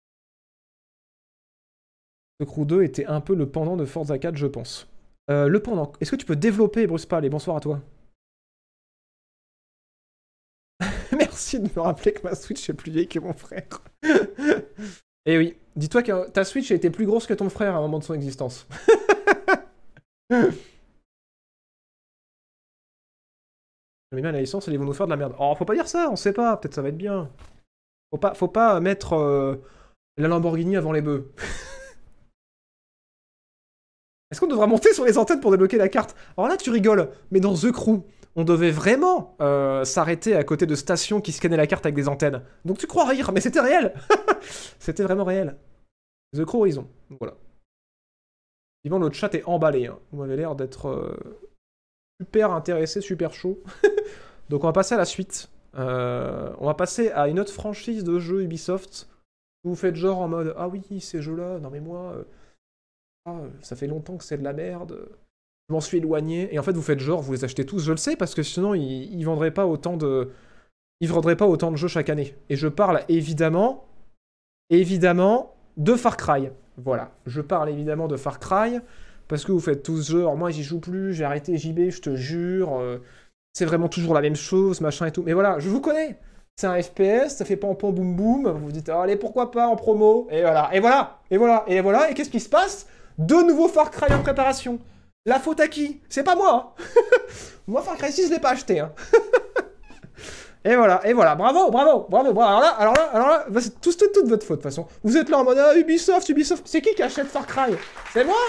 The Crew deux était un peu le pendant de Forza quatre, je pense. Euh, le pendant, est-ce que tu peux développer, Bruce Pal, et bonsoir à toi. Merci de me rappeler que ma Switch est plus vieille que mon frère. Eh oui, dis-toi que ta Switch a été plus grosse que ton frère à un moment de son existence. Je mets bien la licence et ils vont nous faire de la merde. Oh, faut pas dire ça, on sait pas, peut-être ça va être bien. Faut pas, faut pas mettre euh, la Lamborghini avant les bœufs. Est-ce qu'on devra monter sur les antennes pour débloquer la carte? Alors là, tu rigoles, mais dans The Crew, on devait vraiment euh, s'arrêter à côté de stations qui scannaient la carte avec des antennes. Donc tu crois rire, mais c'était réel. C'était vraiment réel. The Crew Horizon, voilà. Yvan, notre chat est emballé. Hein. Vous m'avez l'air d'être euh, super intéressé, super chaud. Donc on va passer à la suite. Euh, on va passer à une autre franchise de jeux Ubisoft. Vous faites genre en mode, ah oui, ces jeux-là, non mais moi... Euh, ah, ça fait longtemps que c'est de la merde... Je m'en suis éloigné, et en fait vous faites genre, vous les achetez tous, je le sais, parce que sinon ils, ils vendraient pas autant de... Ils vendraient pas autant de jeux chaque année. Et je parle évidemment, évidemment, de Far Cry. Voilà, je parle évidemment de Far Cry, parce que vous faites tous genre, moi j'y joue plus, j'ai arrêté J B, je te jure, euh, c'est vraiment toujours la même chose, machin et tout. Mais voilà, je vous connais, c'est un F P S, ça fait pam pam boum boum, vous vous dites, oh, allez pourquoi pas en promo, et voilà, et voilà, et voilà, et voilà, et qu'est-ce qui se passe ? Deux nouveaux Far Cry en préparation. La faute à qui? C'est pas moi. Hein. Moi, Far Cry six, je l'ai pas acheté. Hein. Et voilà, et voilà, bravo, bravo, bravo, bravo. Alors là, alors là, alors là, bah, c'est tout, tout, toute votre faute, de toute façon. Vous êtes là en mode, ah, Ubisoft, Ubisoft. C'est qui qui achète Far Cry? C'est moi.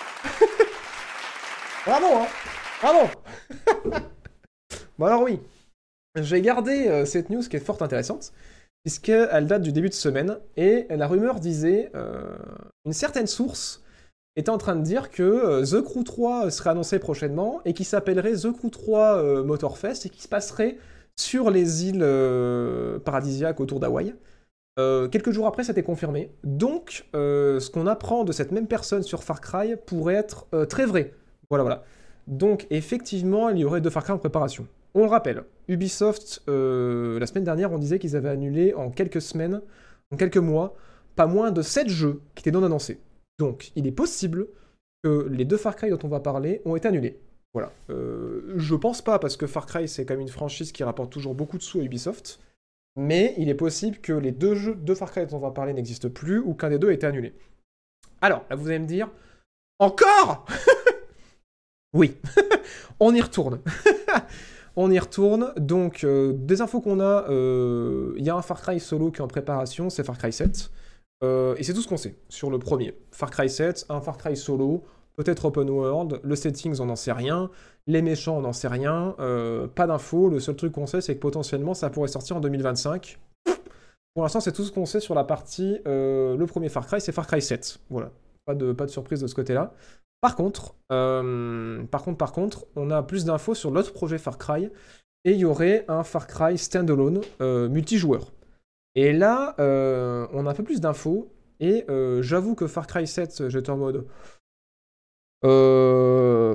Bravo, hein. Bravo. Bon alors oui, j'ai gardé euh, cette news qui est fort intéressante, puisqu'elle date du début de semaine, et la rumeur disait, euh, une certaine source était en train de dire que euh, The Crew trois serait annoncé prochainement, et qui s'appellerait The Crew trois euh, Motorfest, et qui se passerait sur les îles euh, paradisiaques autour d'Hawaï. Euh, quelques jours après, ça a été confirmé. Donc, euh, ce qu'on apprend de cette même personne sur Far Cry pourrait être euh, très vrai. Voilà, voilà. Donc, effectivement, il y aurait deux Far Cry en préparation. On le rappelle, Ubisoft, euh, la semaine dernière, on disait qu'ils avaient annulé en quelques semaines, en quelques mois, pas moins de sept jeux qui étaient non annoncés. Donc, il est possible que les deux Far Cry dont on va parler ont été annulés. Voilà. Euh, je pense pas, parce que Far Cry, c'est quand même une franchise qui rapporte toujours beaucoup de sous à Ubisoft, mais il est possible que les deux jeux, deux Far Cry dont on va parler n'existent plus, ou qu'un des deux ait été annulé. Alors, là, vous allez me dire, encore. Oui, on y retourne. On y retourne. Donc, euh, des infos qu'on a, il euh, y a un Far Cry solo qui est en préparation, c'est Far Cry sept. Euh, et c'est tout ce qu'on sait sur le premier. Far Cry sept, un Far Cry solo, peut-être open world, le settings on n'en sait rien, les méchants on n'en sait rien, euh, pas d'infos, le seul truc qu'on sait c'est que potentiellement ça pourrait sortir en deux mille vingt-cinq. Pour l'instant c'est tout ce qu'on sait sur la partie, euh, le premier Far Cry c'est Far Cry sept, voilà, pas de, pas de surprise de ce côté-là. Par contre, euh, par contre, par contre, on a plus d'infos sur l'autre projet Far Cry, et il y aurait un Far Cry standalone euh, multijoueur. Et là, euh, on a un peu plus d'infos, et euh, j'avoue que Far Cry sept, j'étais en mode... Euh...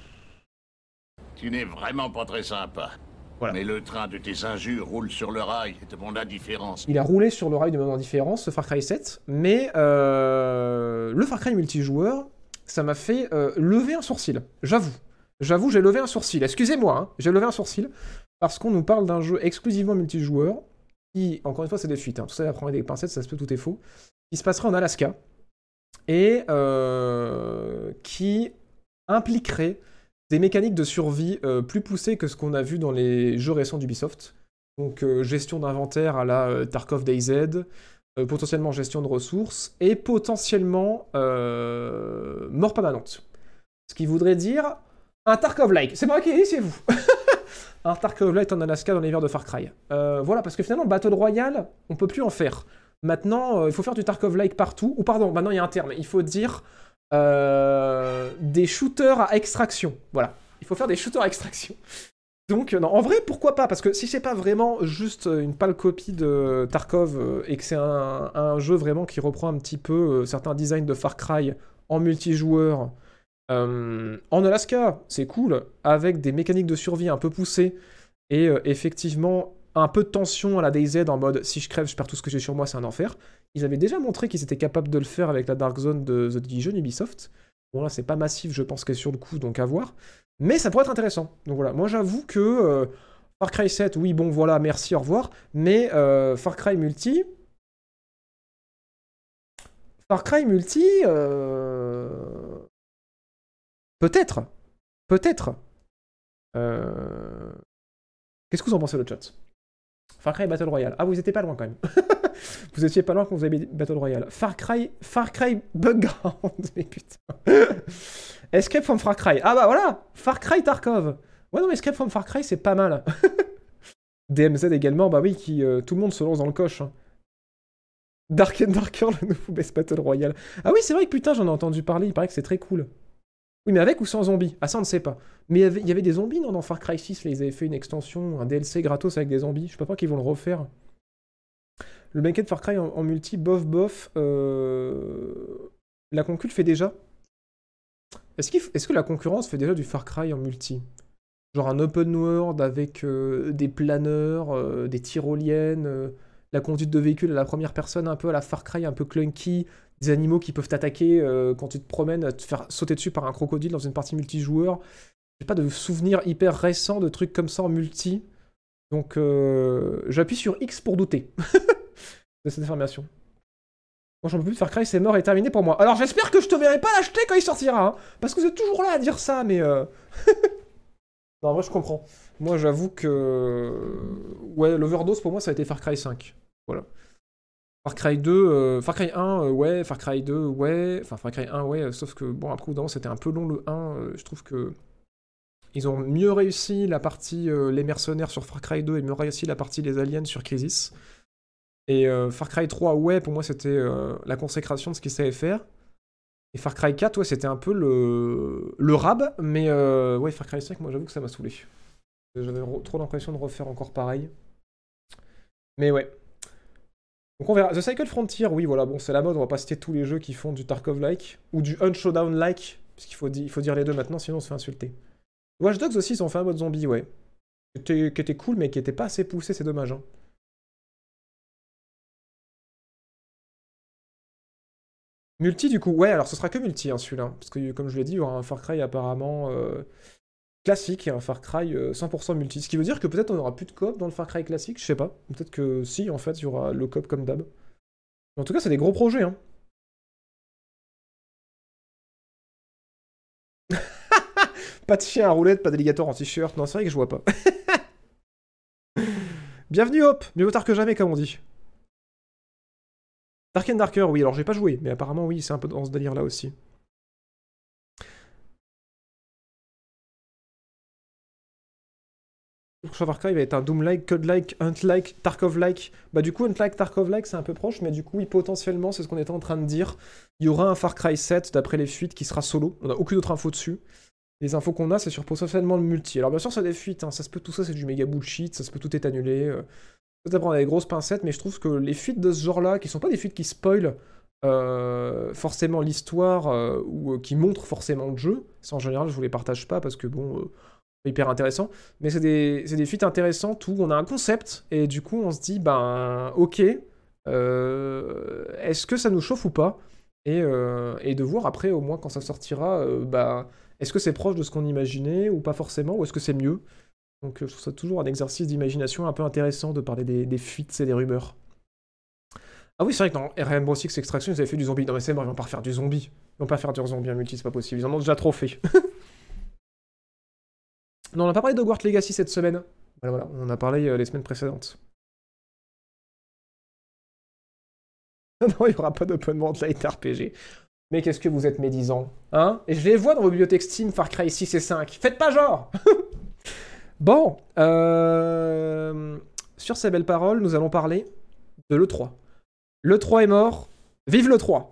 Tu n'es vraiment pas très sympa. Voilà. Mais le train de tes injures roule sur le rail et de mon indifférence. Il a roulé sur le rail de mon indifférence, ce Far Cry sept, mais euh, le Far Cry multijoueur, ça m'a fait euh, lever un sourcil, j'avoue. J'avoue, j'ai levé un sourcil. Excusez-moi, hein, j'ai levé un sourcil, parce qu'on nous parle d'un jeu exclusivement multijoueur, qui, encore une fois, c'est des fuites, hein, tout ça, à prendre avec des pincettes, ça se peut, tout est faux, qui se passerait en Alaska, et euh, qui impliquerait des mécaniques de survie euh, plus poussées que ce qu'on a vu dans les jeux récents d'Ubisoft. Donc euh, gestion d'inventaire à la euh, Tarkov DayZ, euh, potentiellement gestion de ressources, et potentiellement euh, mort permanente. Ce qui voudrait dire un Tarkov-like. C'est moi qui ai dit, c'est vous. Un Tarkov-like en Alaska dans l'hiver de Far Cry. Euh, voilà, parce que finalement, Battle Royale, on peut plus en faire. Maintenant, euh, il faut faire du Tarkov-like partout. Ou pardon, maintenant il y a un terme. Il faut dire euh, des shooters à extraction. Voilà. Il faut faire des shooters à extraction. Donc, euh, non, en vrai, pourquoi pas? Parce que si c'est pas vraiment juste une pâle copie de Tarkov euh, et que c'est un, un jeu vraiment qui reprend un petit peu euh, certains designs de Far Cry en multijoueur, euh, en Alaska, c'est cool, avec des mécaniques de survie un peu poussées et euh, effectivement un peu de tension à la DayZ en mode si je crève, je perds tout ce que j'ai sur moi, c'est un enfer. Ils avaient déjà montré qu'ils étaient capables de le faire avec la Dark Zone de The Division Ubisoft. Bon là, c'est pas massif, je pense, que sur le coup, donc à voir. Mais ça pourrait être intéressant. Donc voilà, moi j'avoue que euh, Far Cry sept, oui, bon voilà, merci, au revoir. Mais euh, Far Cry Multi... Far Cry Multi... Euh... Peut-être. Peut-être. Euh... Qu'est-ce que vous en pensez, le chat? Far Cry Battle Royale. Ah, vous étiez pas loin quand même. Vous étiez pas loin quand vous avez Battle Royale. Far Cry... Far Cry Bugground. Mais putain. Escape from Far Cry. Ah bah voilà. Far Cry Tarkov. Ouais non mais Escape from Far Cry c'est pas mal. D M Z également. Bah oui, qui euh, tout le monde se lance dans le coche. Hein. Dark and Darker, le nouveau Best Battle Royale. Ah oui c'est vrai que putain j'en ai entendu parler. Il paraît que c'est très cool. Oui mais avec ou sans zombies? Ah ça on ne sait pas. Mais il y avait, il y avait des zombies non dans Far Cry six. Là, ils avaient fait une extension, un D L C gratos avec des zombies. Je sais pas pas qu'ils vont le refaire. Le banquet de Far Cry en, en multi, bof bof. Euh... La concu le fait déjà. Est-ce, qu'il f... Est-ce que la concurrence fait déjà du Far Cry en multi? Genre un open world avec euh, des planeurs, euh, des tyroliennes, euh, la conduite de véhicule à la première personne, un peu à la Far Cry, un peu clunky, des animaux qui peuvent t'attaquer euh, quand tu te promènes, te faire sauter dessus par un crocodile dans une partie multijoueur. J'ai pas de souvenirs hyper récents de trucs comme ça en multi. Donc euh, j'appuie sur X pour douter de cette information. Moi, j'en peux plus de Far Cry, c'est mort et terminé pour moi. Alors, j'espère que je te verrai pas l'acheter quand il sortira, hein, parce que vous êtes toujours là à dire ça, mais... Euh... non, en vrai, je comprends. Moi, j'avoue que... Ouais, l'overdose, pour moi, ça a été Far Cry cinq. Voilà. Far Cry deux... Euh... Far Cry un, euh, ouais. Far Cry deux, ouais. Enfin, Far Cry un, ouais. Euh, sauf que, bon, après, au bout d'un moment, c'était un peu long, le un. Euh, je trouve que... Ils ont mieux réussi la partie euh, les mercenaires sur Far Cry deux et mieux réussi la partie les aliens sur Crysis. Et euh, Far Cry trois, ouais, pour moi, c'était euh, la consécration de ce qu'ils savaient faire. Et Far Cry quatre, ouais, c'était un peu le, le rab, mais euh, ouais, Far Cry cinq, moi, j'avoue que ça m'a saoulé. J'avais trop l'impression de refaire encore pareil. Mais ouais. Donc on verra. The Cycle Frontier, oui, voilà, bon, c'est la mode, on va pas citer tous les jeux qui font du Tarkov-like, ou du Unshowdown-like, parce qu'il faut, di il faut dire les deux maintenant, sinon on se fait insulter. Watch Dogs aussi, ils ont fait un mode zombie, ouais. Qui était, qui était cool, mais qui était pas assez poussé, c'est dommage, hein. Multi, du coup, ouais, alors ce sera que multi, hein, celui-là. Parce que, comme je l'ai dit, il y aura un Far Cry apparemment euh, classique et un Far Cry euh, cent pour cent multi. Ce qui veut dire que peut-être on aura plus de coop dans le Far Cry classique, je sais pas. Peut-être que si, en fait, il y aura le coop comme d'hab. En tout cas, c'est des gros projets, hein. Pas de chien à roulette, pas d'alligator en t-shirt. Non, c'est vrai que je vois pas. Bienvenue, Hop. Mieux vaut tard que jamais, comme on dit. Dark and Darker, oui, alors j'ai pas joué, mais apparemment, oui, c'est un peu dans ce délire-là aussi. Le prochain Far Cry va être un Doom-like, Code-like, Hunt-like, Tarkov-like. Bah du coup, Hunt-like, Tarkov-like, c'est un peu proche, mais du coup, oui, potentiellement, c'est ce qu'on était en train de dire. Il y aura un Far Cry sept, d'après les fuites, qui sera solo. On n'a aucune autre info dessus. Les infos qu'on a, c'est sur potentiellement le multi. Alors bien sûr, ça des fuites, hein. Ça se peut, tout ça, c'est du méga bullshit, ça se peut tout est annulé. Euh... Peut-être prendre des grosses pincettes, mais je trouve que les fuites de ce genre-là, qui sont pas des fuites qui spoilent euh, forcément l'histoire euh, ou euh, qui montrent forcément le jeu, ça en général, je vous les partage pas parce que bon... Euh... hyper intéressant, mais c'est des, des fuites intéressantes où on a un concept, et du coup on se dit, ben ok, euh, est-ce que ça nous chauffe ou pas, et, euh, et de voir après, au moins quand ça sortira, euh, ben, est-ce que c'est proche de ce qu'on imaginait, ou pas forcément, ou est-ce que c'est mieux. Donc je trouve ça toujours un exercice d'imagination un peu intéressant de parler des, des fuites et des rumeurs. Ah oui, c'est vrai que dans Rainbow Six Extraction, ils avaient fait du zombie. Non mais c'est mort, ils vont pas refaire du zombie. Ils vont pas faire du zombie en multi, c'est pas possible, ils en ont déjà trop fait. Non, on n'a pas parlé de Hogwarts Legacy cette semaine. Voilà, voilà, on en a parlé euh, les semaines précédentes. Non, il n'y aura pas d'open world light R P G. Mais qu'est-ce que vous êtes médisants, hein? Et je les vois dans vos bibliothèques Steam, Far Cry six et cinq. Faites pas genre. Bon, euh... sur ces belles paroles, nous allons parler de l'E trois. L'E trois est mort. Vive l'E trois.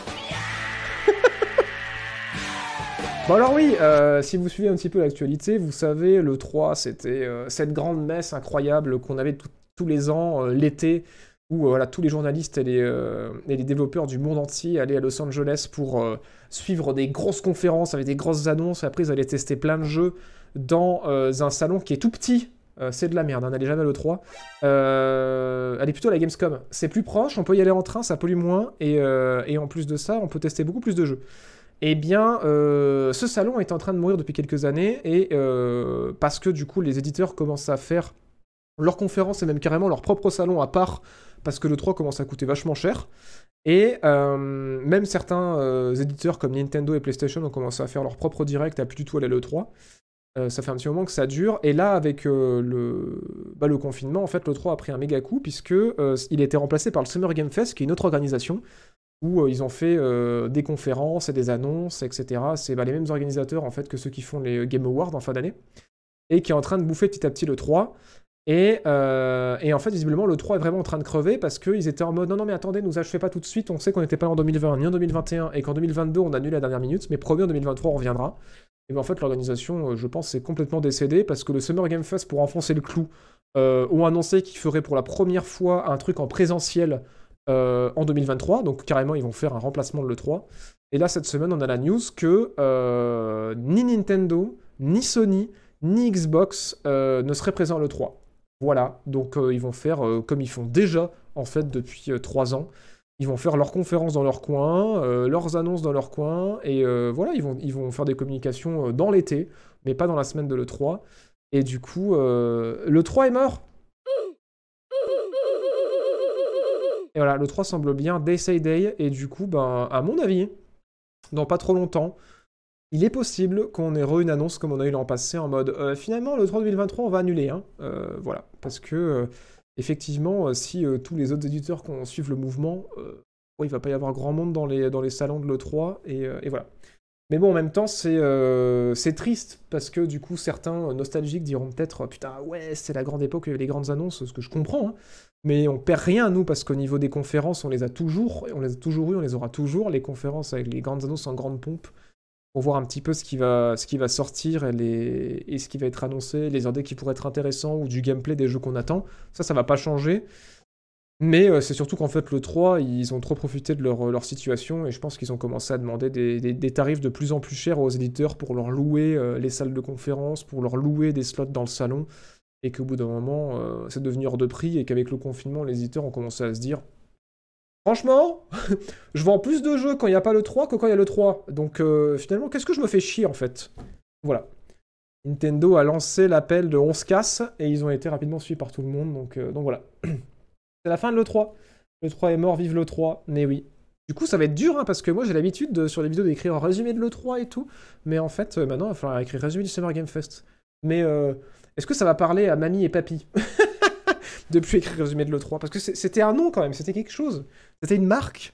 Bon alors oui, euh, si vous suivez un petit peu l'actualité, vous savez, l'E trois, c'était euh, cette grande messe incroyable qu'on avait tous les ans, euh, l'été, où euh, voilà, tous les journalistes et les, euh, et les développeurs du monde entier allaient à Los Angeles pour euh, suivre des grosses conférences avec des grosses annonces, et après ils allaient tester plein de jeux dans euh, un salon qui est tout petit. Euh, c'est de la merde, hein, n'allez jamais à l'E trois. Euh, allez plutôt à la Gamescom. C'est plus proche, on peut y aller en train, ça pollue moins, et, euh, et en plus de ça, on peut tester beaucoup plus de jeux. Eh bien, euh, ce salon est en train de mourir depuis quelques années, et euh, parce que du coup, les éditeurs commencent à faire leurs conférences et même carrément leur propre salon à part, parce que l'E trois commence à coûter vachement cher. Et euh, même certains euh, éditeurs comme Nintendo et PlayStation ont commencé à faire leur propre direct, à plus du tout aller à l'E trois. Euh, ça fait un petit moment que ça dure, et là, avec euh, le, bah, le confinement, en fait, l'E trois a pris un méga coup, puisque euh, il a été remplacé par le Summer Game Fest, qui est une autre organisation, où euh, ils ont fait euh, des conférences et des annonces, et cetera. C'est bah, les mêmes organisateurs en fait que ceux qui font les Game Awards en fin d'année, et qui est en train de bouffer petit à petit l'E trois. Et, euh, et en fait, visiblement, l'E trois est vraiment en train de crever parce qu'ils étaient en mode non, non, mais attendez, nous achevez pas tout de suite, on sait qu'on n'était pas là en deux mille vingt ni en deux mille vingt et un, et qu'en deux mille vingt-deux, on annule la dernière minute, mais promis en deux mille vingt-trois, on reviendra. Et bien en fait, l'organisation, je pense, est complètement décédée parce que le Summer Game Fest, pour enfoncer le clou, euh, ont annoncé qu'ils feraient pour la première fois un truc en présentiel. Euh, en deux mille vingt-trois, donc carrément ils vont faire un remplacement de l'E trois. Et là cette semaine on a la news que euh, ni Nintendo, ni Sony, ni Xbox euh, ne seraient présents à l'E trois. Voilà, donc euh, ils vont faire euh, comme ils font déjà en fait depuis euh, trois ans. Ils vont faire leurs conférences dans leur coin, euh, leurs annonces dans leur coin, et euh, voilà, ils vont, ils vont faire des communications euh, dans l'été, mais pas dans la semaine de l'E trois. Et du coup, euh, l'E trois est mort. Et voilà, le trois semble bien, Day Say Day, et du coup, ben, à mon avis, dans pas trop longtemps, il est possible qu'on ait re une annonce comme on a eu l'an passé en mode euh, finalement le trois deux mille vingt-trois on va annuler, hein. Euh, voilà, parce que euh, effectivement, euh, si euh, tous les autres éditeurs qu'on suivent le mouvement, euh, ouais, il va pas y avoir grand monde dans les, dans les salons de l'E trois, et, euh, et voilà. Mais bon, en même temps, c'est euh, c'est triste, parce que du coup, certains nostalgiques diront peut-être « Putain, ouais, c'est la grande époque, il y avait les grandes annonces », ce que je comprends, hein. Mais on perd rien, nous, parce qu'au niveau des conférences, on les a toujours, on les a toujours eu, on les aura toujours, les conférences avec les grandes annonces en grande pompe, pour voir un petit peu ce qui va, ce qui va sortir et, les, et ce qui va être annoncé, les indés qui pourraient être intéressants, ou du gameplay des jeux qu'on attend. Ça, ça va pas changer. Mais euh, c'est surtout qu'en fait, le trois, ils ont trop profité de leur, leur situation, et je pense qu'ils ont commencé à demander des, des, des tarifs de plus en plus chers aux éditeurs pour leur louer euh, les salles de conférence, pour leur louer des slots dans le salon, et qu'au bout d'un moment, euh, c'est devenu hors de prix, et qu'avec le confinement, les éditeurs ont commencé à se dire « Franchement, je vends plus de jeux quand il n'y a pas le trois que quand il y a le trois. Donc euh, finalement, qu'est-ce que je me fais chier, en fait ?» Voilà. Nintendo a lancé l'appel de « On se casse », et ils ont été rapidement suivis par tout le monde, donc, euh, donc voilà. C'est la fin de l'E trois. Le trois est mort, vive l'E trois. Mais oui. Du coup, ça va être dur, hein, parce que moi, j'ai l'habitude, de, sur les vidéos, d'écrire un résumé de l'E trois et tout. Mais en fait, euh, maintenant, il va falloir écrire résumé du Summer Game Fest. Mais euh, est-ce que ça va parler à mamie et papy de plus écrire résumé de l'E trois? Parce que c'était un nom, quand même. C'était quelque chose. C'était une marque.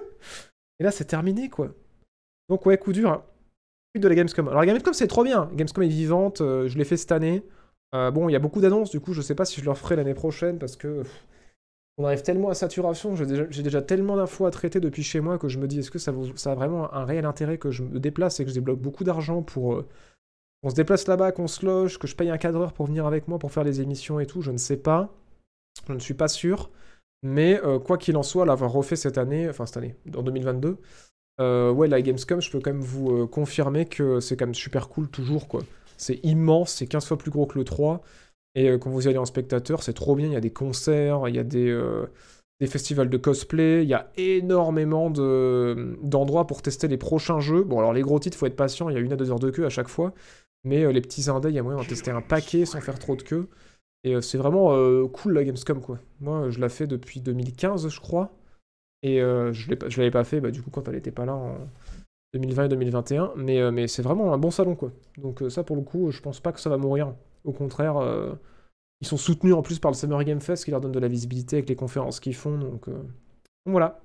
Et là, c'est terminé, quoi. Donc, ouais, coup dur. Hein. Plus de la Gamescom. Alors, la Gamescom, c'est trop bien. Gamescom est vivante. Euh, je l'ai fait cette année. Euh, bon, il y a beaucoup d'annonces. Du coup, je sais pas si je le referai l'année prochaine, parce que... Pff, on arrive tellement à saturation, j'ai déjà, j'ai déjà tellement d'infos à traiter depuis chez moi que je me dis, est-ce que ça, vaut, ça a vraiment un réel intérêt que je me déplace et que je débloque beaucoup d'argent pour euh, qu'on se déplace là-bas, qu'on se loge, que je paye un cadreur pour venir avec moi pour faire les émissions et tout, je ne sais pas. Je ne suis pas sûr. Mais euh, quoi qu'il en soit, l'avoir refait cette année, enfin cette année, en deux mille vingt-deux, euh, ouais, la Gamescom, je peux quand même vous euh, confirmer que c'est quand même super cool toujours, quoi. C'est immense, c'est quinze fois plus gros que le trois. Et euh, quand vous y allez en spectateur, c'est trop bien, il y a des concerts, il y a des, euh, des festivals de cosplay, il y a énormément de, d'endroits pour tester les prochains jeux. Bon, alors les gros titres, faut être patient, il y a une à deux heures de queue à chaque fois, mais euh, les petits indés, il y a moyen d'en tester un paquet sans faire trop de queue. Et euh, c'est vraiment euh, cool la Gamescom, quoi. Moi, je la fais depuis deux mille quinze, je crois, et euh, je ne l'avais pas fait, bah, du coup, quand elle n'était pas là en deux mille vingt et deux mille vingt et un, mais, euh, mais c'est vraiment un bon salon, quoi. Donc euh, ça, pour le coup, je pense pas que ça va mourir. Au contraire, euh, ils sont soutenus en plus par le Summer Game Fest qui leur donne de la visibilité avec les conférences qu'ils font, donc, euh... donc voilà.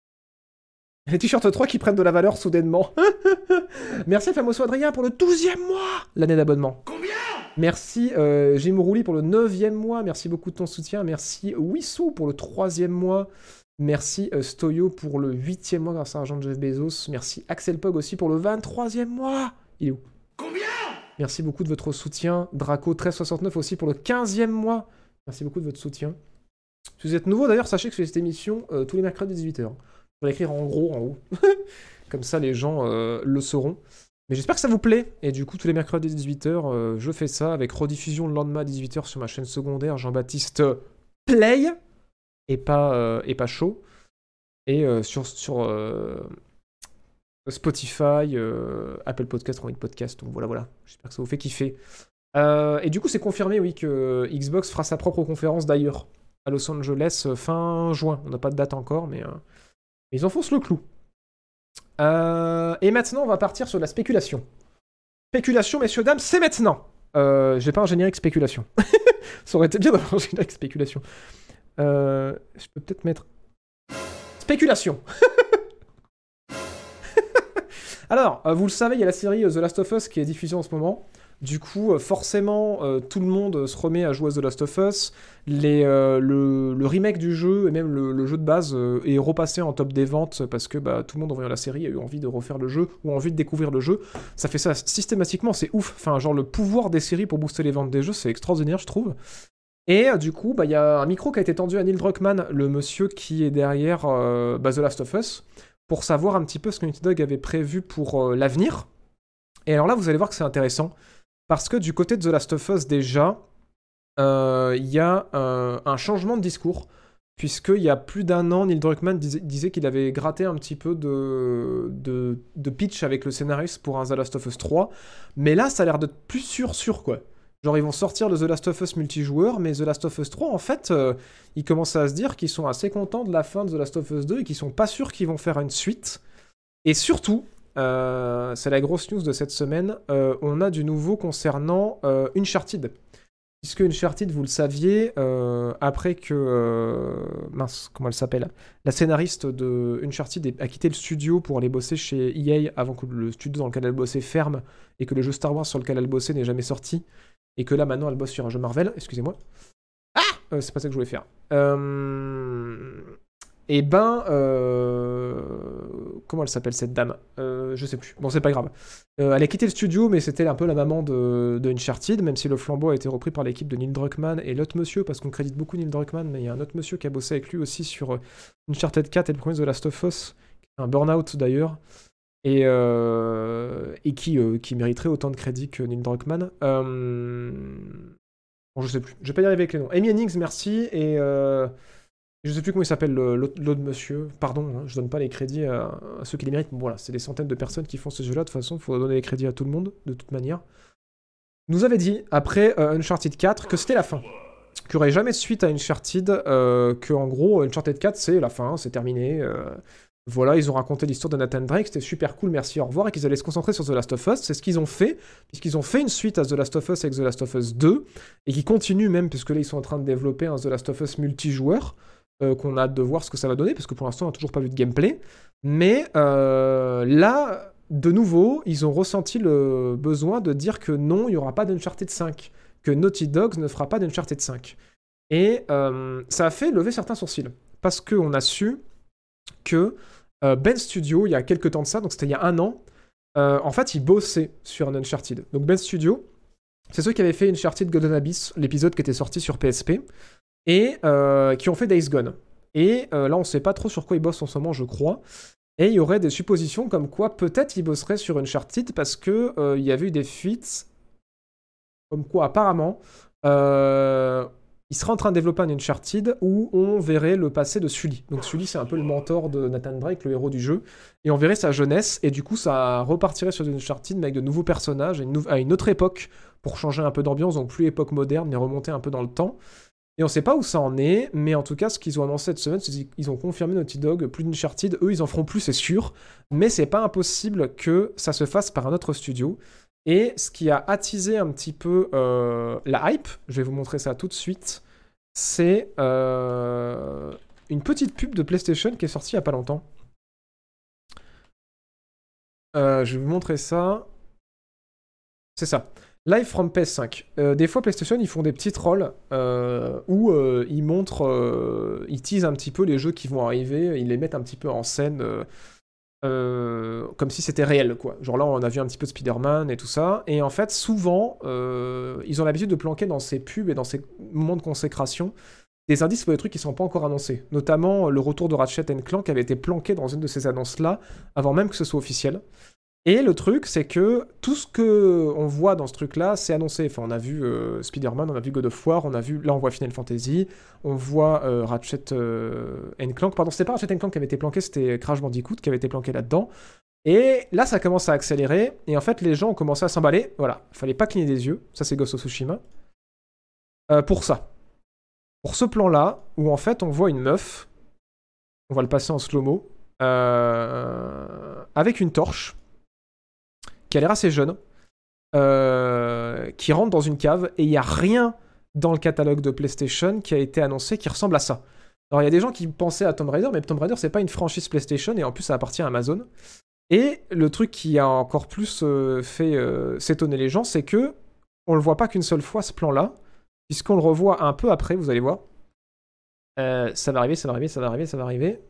Les t-shirts trois qui prennent de la valeur soudainement. Merci Famoso Adrien pour le douzième mois l'année d'abonnement. Combien? Merci euh, Jim Rouli pour le neuvième mois, merci beaucoup de ton soutien. Merci Wissou pour le troisième mois. Merci euh, Stoyo pour le huitième mois grâce à l'argent de Jeff Bezos. Merci Axel Pog aussi pour le vingt-troisième mois. Il est où? Combien? Merci beaucoup de votre soutien. Draco treize soixante-neuf aussi pour le quinzième mois. Merci beaucoup de votre soutien. Si vous êtes nouveau d'ailleurs, sachez que je fais cette émission euh, tous les mercredis dix-huit heures. Je vais l'écrire en gros, en haut. Comme ça, les gens euh, le sauront. Mais j'espère que ça vous plaît. Et du coup, tous les mercredis dix-huit heures, euh, je fais ça avec rediffusion le lendemain à dix-huit heures sur ma chaîne secondaire Jean-Baptiste Play. Et pas, euh, et pas chaud. Et euh, sur, sur euh, Spotify, euh, Apple Podcast, Android Podcast. Donc voilà, voilà. J'espère que ça vous fait kiffer. Euh, et du coup, c'est confirmé, oui, que Xbox fera sa propre conférence d'ailleurs à Los Angeles fin juin. On n'a pas de date encore, mais... Euh, ils enfoncent le clou. Euh, et maintenant, on va partir sur la spéculation. Spéculation, messieurs, dames, c'est maintenant. Euh, j'ai pas un générique spéculation. Ça aurait été bien d'avoir un générique spéculation. Euh, je peux peut-être mettre... Spéculation. Alors, euh, vous le savez, il y a la série The Last of Us qui est diffusée en ce moment. Du coup, euh, forcément, euh, tout le monde se remet à jouer à The Last of Us. Les, euh, le, le remake du jeu et même le, le jeu de base euh, est repassé en top des ventes parce que bah, tout le monde en voyant la série a eu envie de refaire le jeu ou envie de découvrir le jeu. Ça fait ça systématiquement, c'est ouf. Enfin, genre le pouvoir des séries pour booster les ventes des jeux, c'est extraordinaire, je trouve. Et euh, du coup, bah, y a un micro qui a été tendu à Neil Druckmann, le monsieur qui est derrière euh, bah, The Last of Us, pour savoir un petit peu ce que Naughty Dog avait prévu pour euh, l'avenir. Et alors là, vous allez voir que c'est intéressant. Parce que du côté de The Last of Us, déjà, il euh, y a euh, un changement de discours. Puisqu'il y a plus d'un an, Neil Druckmann disait, disait qu'il avait gratté un petit peu de, de, de pitch avec le scénariste pour un The Last of Us trois. Mais là, ça a l'air d'être plus sûr, sûr, quoi. Genre, ils vont sortir le The Last of Us multijoueur, mais The Last of Us trois, en fait, euh, ils commencent à se dire qu'ils sont assez contents de la fin de The Last of Us deux et qu'ils sont pas sûrs qu'ils vont faire une suite. Et surtout, euh, c'est la grosse news de cette semaine, euh, on a du nouveau concernant euh, Uncharted. Puisque Uncharted, vous le saviez, euh, après que... Euh, mince, comment elle s'appelle ? La scénariste de Uncharted a quitté le studio pour aller bosser chez E A avant que le studio dans lequel elle bossait ferme et que le jeu Star Wars sur lequel elle bossait n'est jamais sorti. Et que là, maintenant, elle bosse sur un jeu Marvel. Excusez-moi. Ah euh, C'est pas ça que je voulais faire. Euh... Et ben... Euh... Comment elle s'appelle, cette dame euh, Je sais plus. Bon, c'est pas grave. Euh, elle a quitté le studio, mais c'était un peu la maman de, de Uncharted, même si le flambeau a été repris par l'équipe de Neil Druckmann et l'autre monsieur, parce qu'on crédite beaucoup Neil Druckmann, mais il y a un autre monsieur qui a bossé avec lui aussi sur Uncharted quatre et le premier The Last of Us, un burn-out d'ailleurs. Et, euh, et qui, euh, qui mériterait autant de crédit que Neil Druckmann. Euh... Bon, je sais plus. Je vais pas y arriver avec les noms. Amy Hennings, merci. Et euh... je sais plus comment il s'appelle l'autre, l'autre monsieur. Pardon, hein, je donne pas les crédits à, à ceux qui les méritent. Bon, voilà, c'est des centaines de personnes qui font ce jeu-là. De toute façon, il faut donner les crédits à tout le monde, de toute manière. Nous avait dit, après euh, Uncharted quatre, que c'était la fin. Qu'il n'y aurait jamais de suite à Uncharted. Euh, que, en gros, Uncharted quatre, c'est la fin, c'est terminé. Euh... Voilà, ils ont raconté l'histoire de Nathan Drake, c'était super cool, merci, au revoir, et qu'ils allaient se concentrer sur The Last of Us. C'est ce qu'ils ont fait, puisqu'ils ont fait une suite à The Last of Us avec The Last of Us deux, et qui continuent même, puisque là, ils sont en train de développer un The Last of Us multijoueur, euh, qu'on a hâte de voir ce que ça va donner, parce que pour l'instant, on n'a toujours pas vu de gameplay. Mais euh, là, de nouveau, ils ont ressenti le besoin de dire que non, il n'y aura pas d'Uncharted cinq, que Naughty Dog ne fera pas d'Uncharted cinq. Et euh, ça a fait lever certains sourcils, parce qu'on a su que Euh, Ben Studio, il y a quelques temps de ça, donc c'était il y a un an, euh, en fait, ils bossaient sur un Uncharted. Donc Ben Studio, c'est ceux qui avaient fait Uncharted Golden Abyss, l'épisode qui était sorti sur P S P, et euh, qui ont fait Days Gone. Et euh, là, on sait pas trop sur quoi ils bossent en ce moment, je crois. Et il y aurait des suppositions comme quoi peut-être ils bosseraient sur Uncharted parce que euh, il y avait eu des fuites, comme quoi apparemment... Euh, il sera en train de développer un Uncharted où on verrait le passé de Sully. Donc Sully, c'est un peu le mentor de Nathan Drake, le héros du jeu. Et on verrait sa jeunesse, et du coup, ça repartirait sur Uncharted, mais avec de nouveaux personnages, à une, nou- à une autre époque, pour changer un peu d'ambiance, donc plus époque moderne, mais remonter un peu dans le temps. Et on sait pas où ça en est, mais en tout cas, ce qu'ils ont annoncé cette semaine, c'est qu'ils ont confirmé Naughty Dog, plus d'Uncharted. Eux, ils en feront plus, c'est sûr. Mais c'est pas impossible que ça se fasse par un autre studio. Et ce qui a attisé un petit peu euh, la hype, je vais vous montrer ça tout de suite, c'est euh, une petite pub de PlayStation qui est sortie il n'y a pas longtemps. Euh, je vais vous montrer ça. C'est ça. Live from P S cinq. Euh, des fois, PlayStation, ils font des petits trolls euh, où euh, ils montrent, euh, ils teasent un petit peu les jeux qui vont arriver, ils les mettent un petit peu en scène... Euh, Euh, comme si c'était réel, quoi. Genre là, on a vu un petit peu de Spider-Man et tout ça. Et en fait, souvent, euh, ils ont l'habitude de planquer dans ces pubs et dans ces moments de consécration des indices pour des trucs qui sont pas encore annoncés. Notamment le retour de Ratchet and Clank avait été planqué dans une de ces annonces-là, avant même que ce soit officiel. Et le truc, c'est que tout ce qu'on voit dans ce truc-là, c'est annoncé. Enfin, on a vu euh, Spider-Man, on a vu God of War, on a vu... Là, on voit Final Fantasy, on voit euh, Ratchet euh, and Clank. Pardon, c'était pas Ratchet and Clank qui avait été planqué, c'était Crash Bandicoot qui avait été planqué là-dedans. Et là, ça commence à accélérer, et en fait, les gens ont commencé à s'emballer. Voilà, fallait pas cligner des yeux. Ça, c'est Ghost of Tsushima. Euh, pour ça. Pour ce plan-là, où en fait, on voit une meuf, on va le passer en slow-mo, euh, avec une torche, qui a l'air assez jeune, euh, qui rentre dans une cave, et il n'y a rien dans le catalogue de PlayStation qui a été annoncé qui ressemble à ça. Alors il y a des gens qui pensaient à Tomb Raider, mais Tomb Raider c'est pas une franchise PlayStation, et en plus ça appartient à Amazon. Et le truc qui a encore plus euh, fait euh, s'étonner les gens, c'est que on le voit pas qu'une seule fois ce plan-là, puisqu'on le revoit un peu après, vous allez voir. Euh, ça va arriver, ça va arriver, ça va arriver, ça va arriver...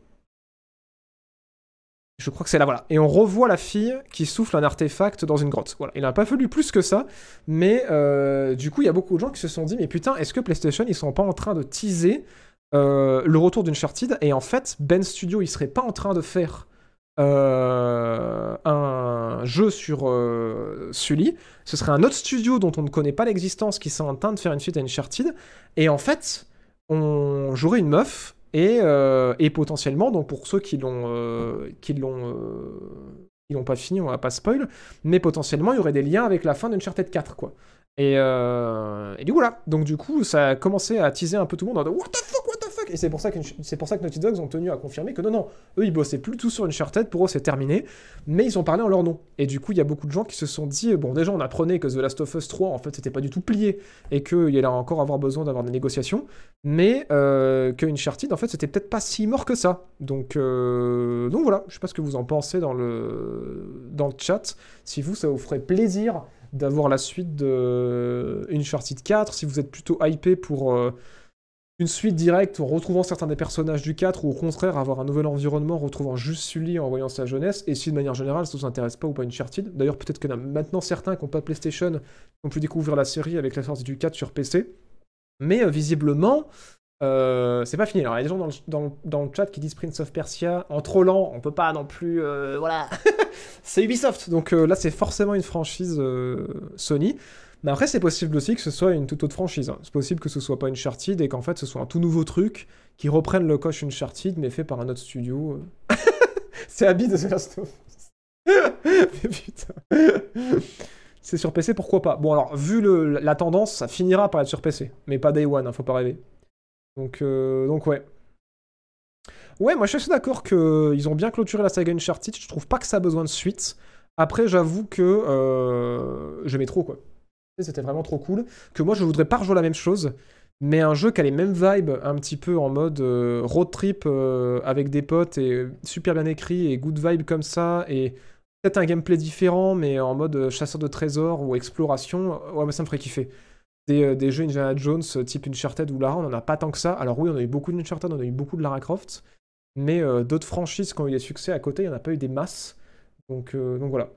Je crois que c'est là, voilà. Et on revoit la fille qui souffle un artefact dans une grotte. Voilà. Il n'a pas fallu plus que ça, mais euh, du coup, il y a beaucoup de gens qui se sont dit, mais putain, est-ce que PlayStation, ils sont pas en train de teaser euh, le retour d'Uncharted? Et en fait, Ben Studio, il serait pas en train de faire euh, un jeu sur euh, Sully. Ce serait un autre studio dont on ne connaît pas l'existence qui serait en train de faire une suite à Uncharted. Et en fait, on jouerait une meuf. Et, euh, et potentiellement, donc pour ceux qui l'ont, euh, qui l'ont euh, Ils l'ont pas fini, on va pas spoil, mais potentiellement il y aurait des liens avec la fin d'Uncharted quatre, quoi. Et, euh... et du coup, là. Donc, du coup, ça a commencé à teaser un peu tout le monde en disant what the fuck, what the fuck. Et c'est pour ça que c'est pour ça que Naughty Dog ont tenu à confirmer que non, non, eux ils bossaient plus tout sur Uncharted, pour eux c'est terminé, mais ils ont parlé en leur nom. Et du coup, il y a beaucoup de gens qui se sont dit, bon, déjà on apprenait que The Last of Us trois, en fait, c'était pas du tout plié, et qu'il allait encore avoir besoin d'avoir des négociations, mais euh, que Uncharted, en fait, c'était peut-être pas si mort que ça. Donc, euh... donc voilà, je sais pas ce que vous en pensez dans le, dans le chat, si vous, ça vous ferait plaisir d'avoir la suite de Uncharted quatre, si vous êtes plutôt hypé pour euh, une suite directe en retrouvant certains des personnages du quatre, ou au contraire avoir un nouvel environnement, en retrouvant juste Sully en voyant sa jeunesse, et si de manière générale ça vous intéresse pas ou pas Uncharted. D'ailleurs peut-être que maintenant certains qui n'ont pas PlayStation ont pu découvrir la série avec la sortie du quatre sur P C, mais euh, visiblement euh, c'est pas fini. Alors il y a des gens dans le, dans, dans le chat qui disent Prince of Persia en trollant, on peut pas non plus, euh, voilà. C'est Ubisoft, donc euh, là c'est forcément une franchise euh, Sony. Mais après c'est possible aussi que ce soit une toute autre franchise. Hein. C'est possible que ce soit pas Uncharted et qu'en fait ce soit un tout nouveau truc qui reprenne le coche Uncharted mais fait par un autre studio. C'est Abby de The Last of Us. Mais putain. C'est sur P C, pourquoi pas. Bon alors vu le, la tendance, ça finira par être sur P C, mais pas Day One, hein, faut pas rêver. Donc, euh, donc ouais. Ouais, moi je suis assez d'accord qu'ils ont bien clôturé la saga Uncharted, je trouve pas que ça a besoin de suite. Après, j'avoue que euh, j'aimais trop, quoi. C'était vraiment trop cool. Que moi, je voudrais pas rejouer la même chose, mais un jeu qui a les mêmes vibes, un petit peu en mode euh, road trip euh, avec des potes, et super bien écrit, et good vibe comme ça, et peut-être un gameplay différent, mais en mode chasseur de trésors ou exploration. Ouais, mais ça me ferait kiffer. Des, euh, des jeux Indiana Jones, type Uncharted ou Lara, on en a pas tant que ça. Alors oui, on a eu beaucoup d'Uncharted, on a eu beaucoup de Lara Croft, mais euh, d'autres franchises qui ont eu des succès à côté, il n'y en a pas eu des masses. Donc, euh, donc voilà.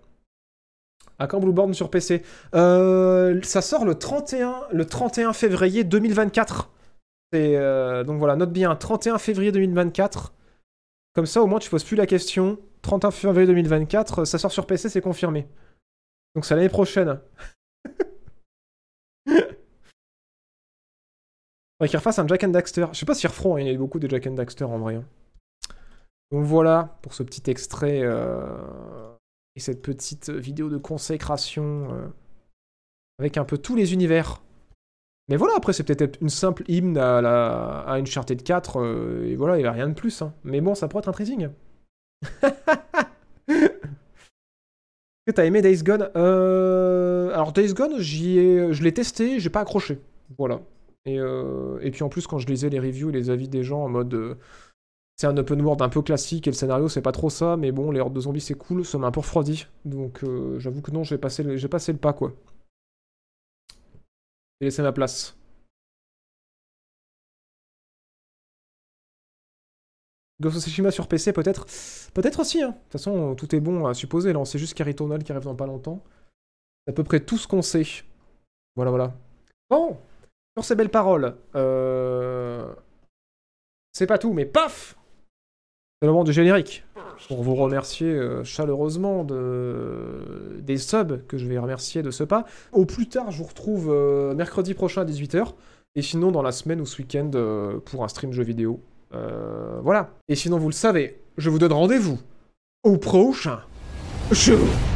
À quand Blueborn sur P C? euh, Ça sort le trente et un, le trente et un février deux mille vingt-quatre. Et, euh, donc voilà, note bien, trente et un février deux mille vingt-quatre. Comme ça, au moins, tu poses plus la question. trente et un février deux mille vingt-quatre, ça sort sur P C, c'est confirmé. Donc c'est l'année prochaine. Faudrait qu'ils refassent un Jack and Daxter. Je sais pas s'ils referont, hein, il y a eu beaucoup de Jack and Daxter en vrai. Donc voilà, pour ce petit extrait euh, et cette petite vidéo de consécration euh, avec un peu tous les univers. Mais voilà, après c'est peut-être une simple hymne à, la, à Uncharted quatre, euh, et voilà, il n'y a rien de plus. Hein. Mais bon, ça pourrait être un teasing. Est-ce que t'as aimé Days Gone? euh... Alors Days Gone, j'y ai... je l'ai testé, j'ai pas accroché. Voilà. Et, euh... et puis en plus, quand je lisais les reviews et les avis des gens en mode... Euh... C'est un open world un peu classique et le scénario c'est pas trop ça, mais bon, les hordes de zombies c'est cool, ça m'a un peu refroidi. Donc euh, j'avoue que non, j'ai passé, le... j'ai passé le pas quoi. J'ai laissé ma place. Ghost of Tsushima sur P C peut-être? Peut-être aussi, hein. De toute façon, tout est bon à supposer, là on sait juste qu'il y a Returnal qui arrive dans pas longtemps. C'est à peu près tout ce qu'on sait. Voilà, voilà. Bon, sur ces belles paroles, euh... c'est pas tout, mais paf! C'est le moment du générique. Pour vous remercier euh, chaleureusement de... des subs, que je vais remercier de ce pas. Au plus tard, je vous retrouve euh, mercredi prochain à dix-huit heures. Et sinon, dans la semaine ou ce week-end, euh, pour un stream jeu vidéo. Euh, voilà. Et sinon, vous le savez, je vous donne rendez-vous au prochain jeu.